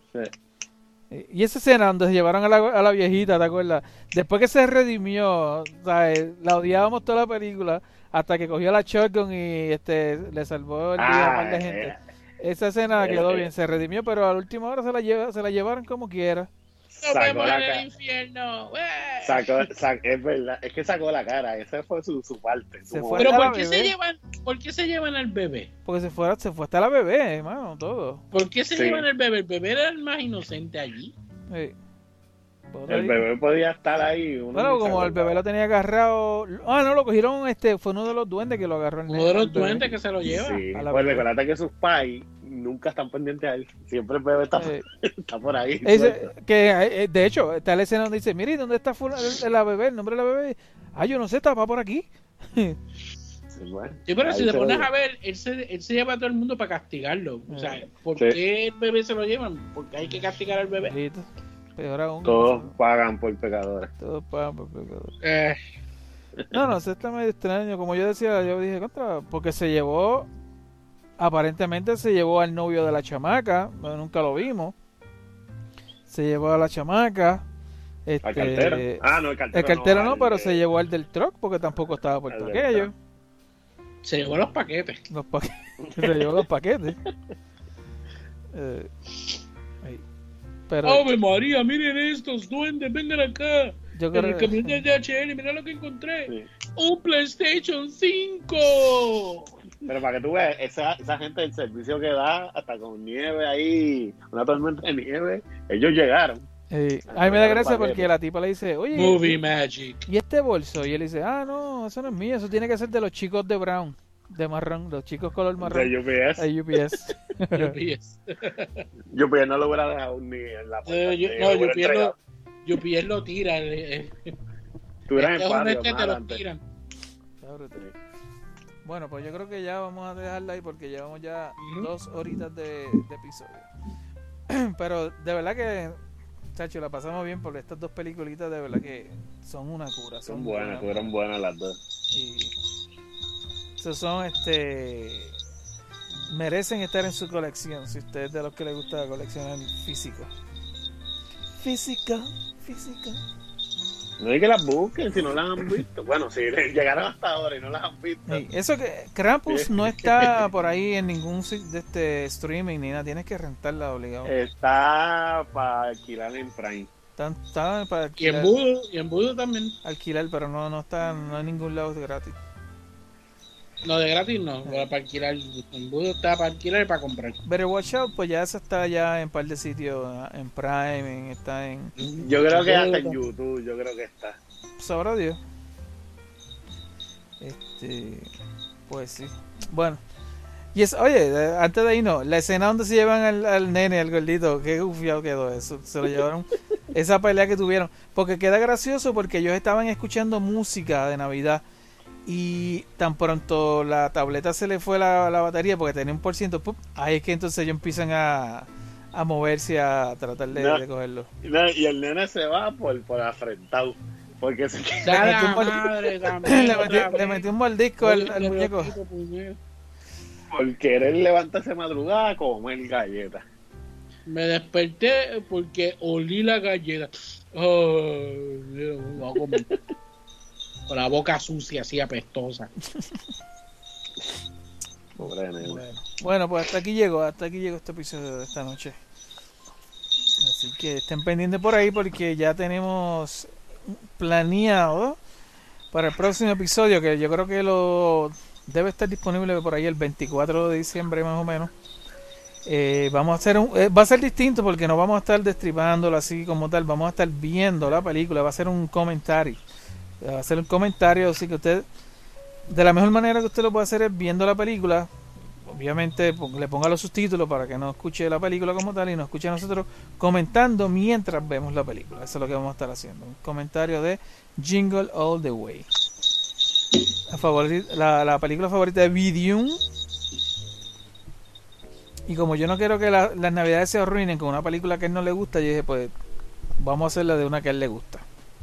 Sí. Y esa escena donde se llevaron a la, a la viejita, ¿te acuerdas? Después que se redimió, ¿sabes? La odiábamos toda la película hasta que cogió la shotgun y este le salvó el día a un par de Ah, gente. eh, Esa escena eh, quedó eh. bien, se redimió, pero a la última hora se la, lleva, se la llevaron como quiera. Nos Sacó vemos la en cara. el infierno. ¡Ué! Sacó, sa- es verdad, es que sacó la cara, esa fue su, su parte. Se su fue Pero a la ¿por qué, bebé. se llevan, ¿por qué se llevan al bebé? Porque se fue, se fue hasta la bebé, hermano, todo. ¿Por qué se Sí. llevan al bebé? El bebé era el más inocente allí. Sí. Por El ahí. bebé podía estar ahí. uno Bueno, ni se como el acordaba. bebé lo tenía agarrado. Ah, no, lo cogieron, este, fue uno de los duendes que lo agarró el Uno de los al bebé. duendes que se lo lleva. Sí, a la pues bebé. recuerda que sus pais nunca están pendientes a él. Siempre el bebé está, Eh, está por ahí. Dice suelto. que eh, de hecho está la escena donde dice, mire, ¿dónde está fula- el- la bebé? El nombre de la bebé. Ah, yo no sé, está va por aquí. Sí, Bueno, Sí, pero ahí si te se pones ve. a ver, él se, él se lleva a todo el mundo para castigarlo. O sea, ¿por Sí. qué el bebé se lo llevan? Porque hay que castigar al bebé. Listo. Peor aún. Todos pagan por pecadores. Todos pagan por pecadores. Eh, No, no, eso está medio extraño. Como yo decía, yo dije contra, porque se llevó, aparentemente se llevó al novio de la chamaca, pero nunca lo vimos. Se llevó a la chamaca. Este, Al cartero. Ah, no, el cartero. el cartero no, al pero de- se llevó al del truck porque tampoco estaba por al todo del aquello. truck. se llevó los paquetes. Los paquetes. Se llevó los paquetes. Eh, ahí. Pero ¡Ave María! ¡Miren estos duendes! ¡Vengan acá! yo En el creo camión de D H L, mira lo que encontré. Sí. ¡Un PlayStation cinco! Pero para que tú veas, esa, esa gente del servicio que da, hasta con nieve ahí, una tormenta de nieve, ellos llegaron. eh, a mí me da gracia porque la tipa le dice, oye, Movie Magic. ¿y este bolso? Y él dice, ah, no, eso no es mío, eso tiene que ser de los chicos de Brown, de marrón, los chicos color marrón. De U P S. De U P S. U P S. U P S no lo hubiera dejado ni en la puerta. Eh, yo- ni no, lo U hubiera P S lo, entregado. U P S lo tira. eh, eh. Estuvieran Este en es un patio, este más te lo adelante. tiran. Está brutal. Bueno, pues yo creo que ya vamos a dejarla ahí porque llevamos ya Ujú. dos horitas de, de episodio. Pero de verdad que, chacho, la pasamos bien porque estas dos peliculitas de verdad que son una cura. Son, Son buenas, buenas, fueron buenas las dos. Y esos son, este, merecen estar en su colección si usted es de los que le gusta coleccionar físico. Física, física. No hay que las busquen si no las han visto. Bueno, si llegaron hasta ahora y no las han visto. Sí, eso que Krampus no está por ahí en ningún sit- de este streaming ni nada, tienes que rentarla obligado. Está para alquilar en Prime. Está, está para Y en alquilar, Budo, y en Budo también. alquilar, pero no, no está, no hay ningún lado gratis. No, de gratis no, para alquilar. En Budo está para alquilar y para comprar. Better Watch Out, pues ya esa está ya en par de sitios, en Prime, en- está en Yo creo que hasta en YouTube, yo creo que está. sabrá Dios. Este, pues sí. Bueno. Y es, oye, eh, antes de irnos, la escena donde se llevan al, al nene, al gordito, qué gufiado quedó eso. Se lo llevaron, esa pelea que tuvieron. Porque queda gracioso porque ellos estaban escuchando música de Navidad. Y tan pronto la tableta se le fue la, la batería porque tenía un por ciento, ¡pup! Ahí es que entonces ellos empiezan a, a moverse, a tratar de, No. de cogerlo. Y no, y el nene se va por, por afrentado. Porque se Da metió la un bol- madre también. le, otra metió, le vez. metió un mordisco al, al Oye, muñeco. Diosito, puñet. por querer levantarse madrugada a comer galletas. Me desperté porque olí la galleta. Oh, Dios, me voy a comer. Con la boca sucia, así apestosa. Pobre nene. Bueno, bueno, pues hasta aquí llegó, hasta aquí llegó este episodio de esta noche. Así que estén pendientes por ahí porque ya tenemos planeado para el próximo episodio, que yo creo que lo debe estar disponible por ahí el veinticuatro de diciembre más o menos. Eh, vamos a hacer un, eh, va a ser distinto porque no vamos a estar destripándolo así como tal, vamos a estar viendo la película, va a ser un comentario. Va a ser un comentario, así que usted, de la mejor manera que usted lo puede hacer es viendo la película. Obviamente pon- le ponga los subtítulos para que no escuche la película como tal y nos escuche a nosotros comentando mientras vemos la película. Eso es lo que vamos a estar haciendo. Un comentario de Jingle All the Way. La, favori- la, la película favorita de Vidium. Y como yo no quiero que la- las navidades se arruinen con una película que a él no le gusta, yo dije pues vamos a hacerla de una que a él le gusta.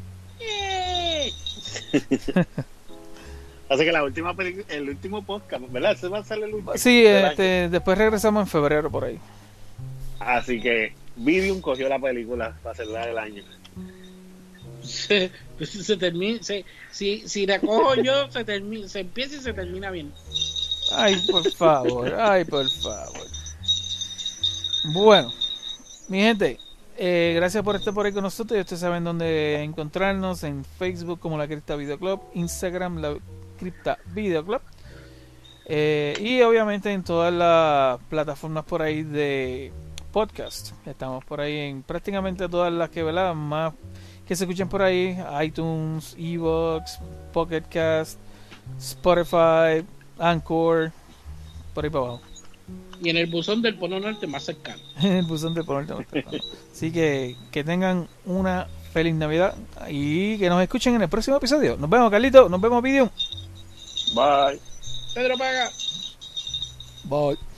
Así que la última película, el último podcast, ¿verdad? Ese va a ser el último. Sí, del año. este, después regresamos en febrero por ahí. Así que Vidium cogió la película para hacerla del año. Se, se termina, se, si, si la cojo yo, se, termina, se empieza y se termina bien. Ay, por favor, ay, por favor. Bueno, mi gente, eh, gracias por estar por ahí con nosotros. Ya ustedes saben dónde encontrarnos: en Facebook como La Cripta Video Club, Instagram La Cripta Video Club, eh, y obviamente en todas las plataformas por ahí de podcast. Estamos por ahí en prácticamente todas las que, ¿verdad?, más que se escuchan por ahí: iTunes, Evox, Pocket Cast, Spotify, Anchor, por ahí para abajo. Y en el buzón del Polo Norte más cercano. En el buzón de ponerte. Así que que tengan una feliz Navidad y que nos escuchen en el próximo episodio. Nos vemos, Carlito. Nos vemos, Video. Bye. Pedro paga. Bye.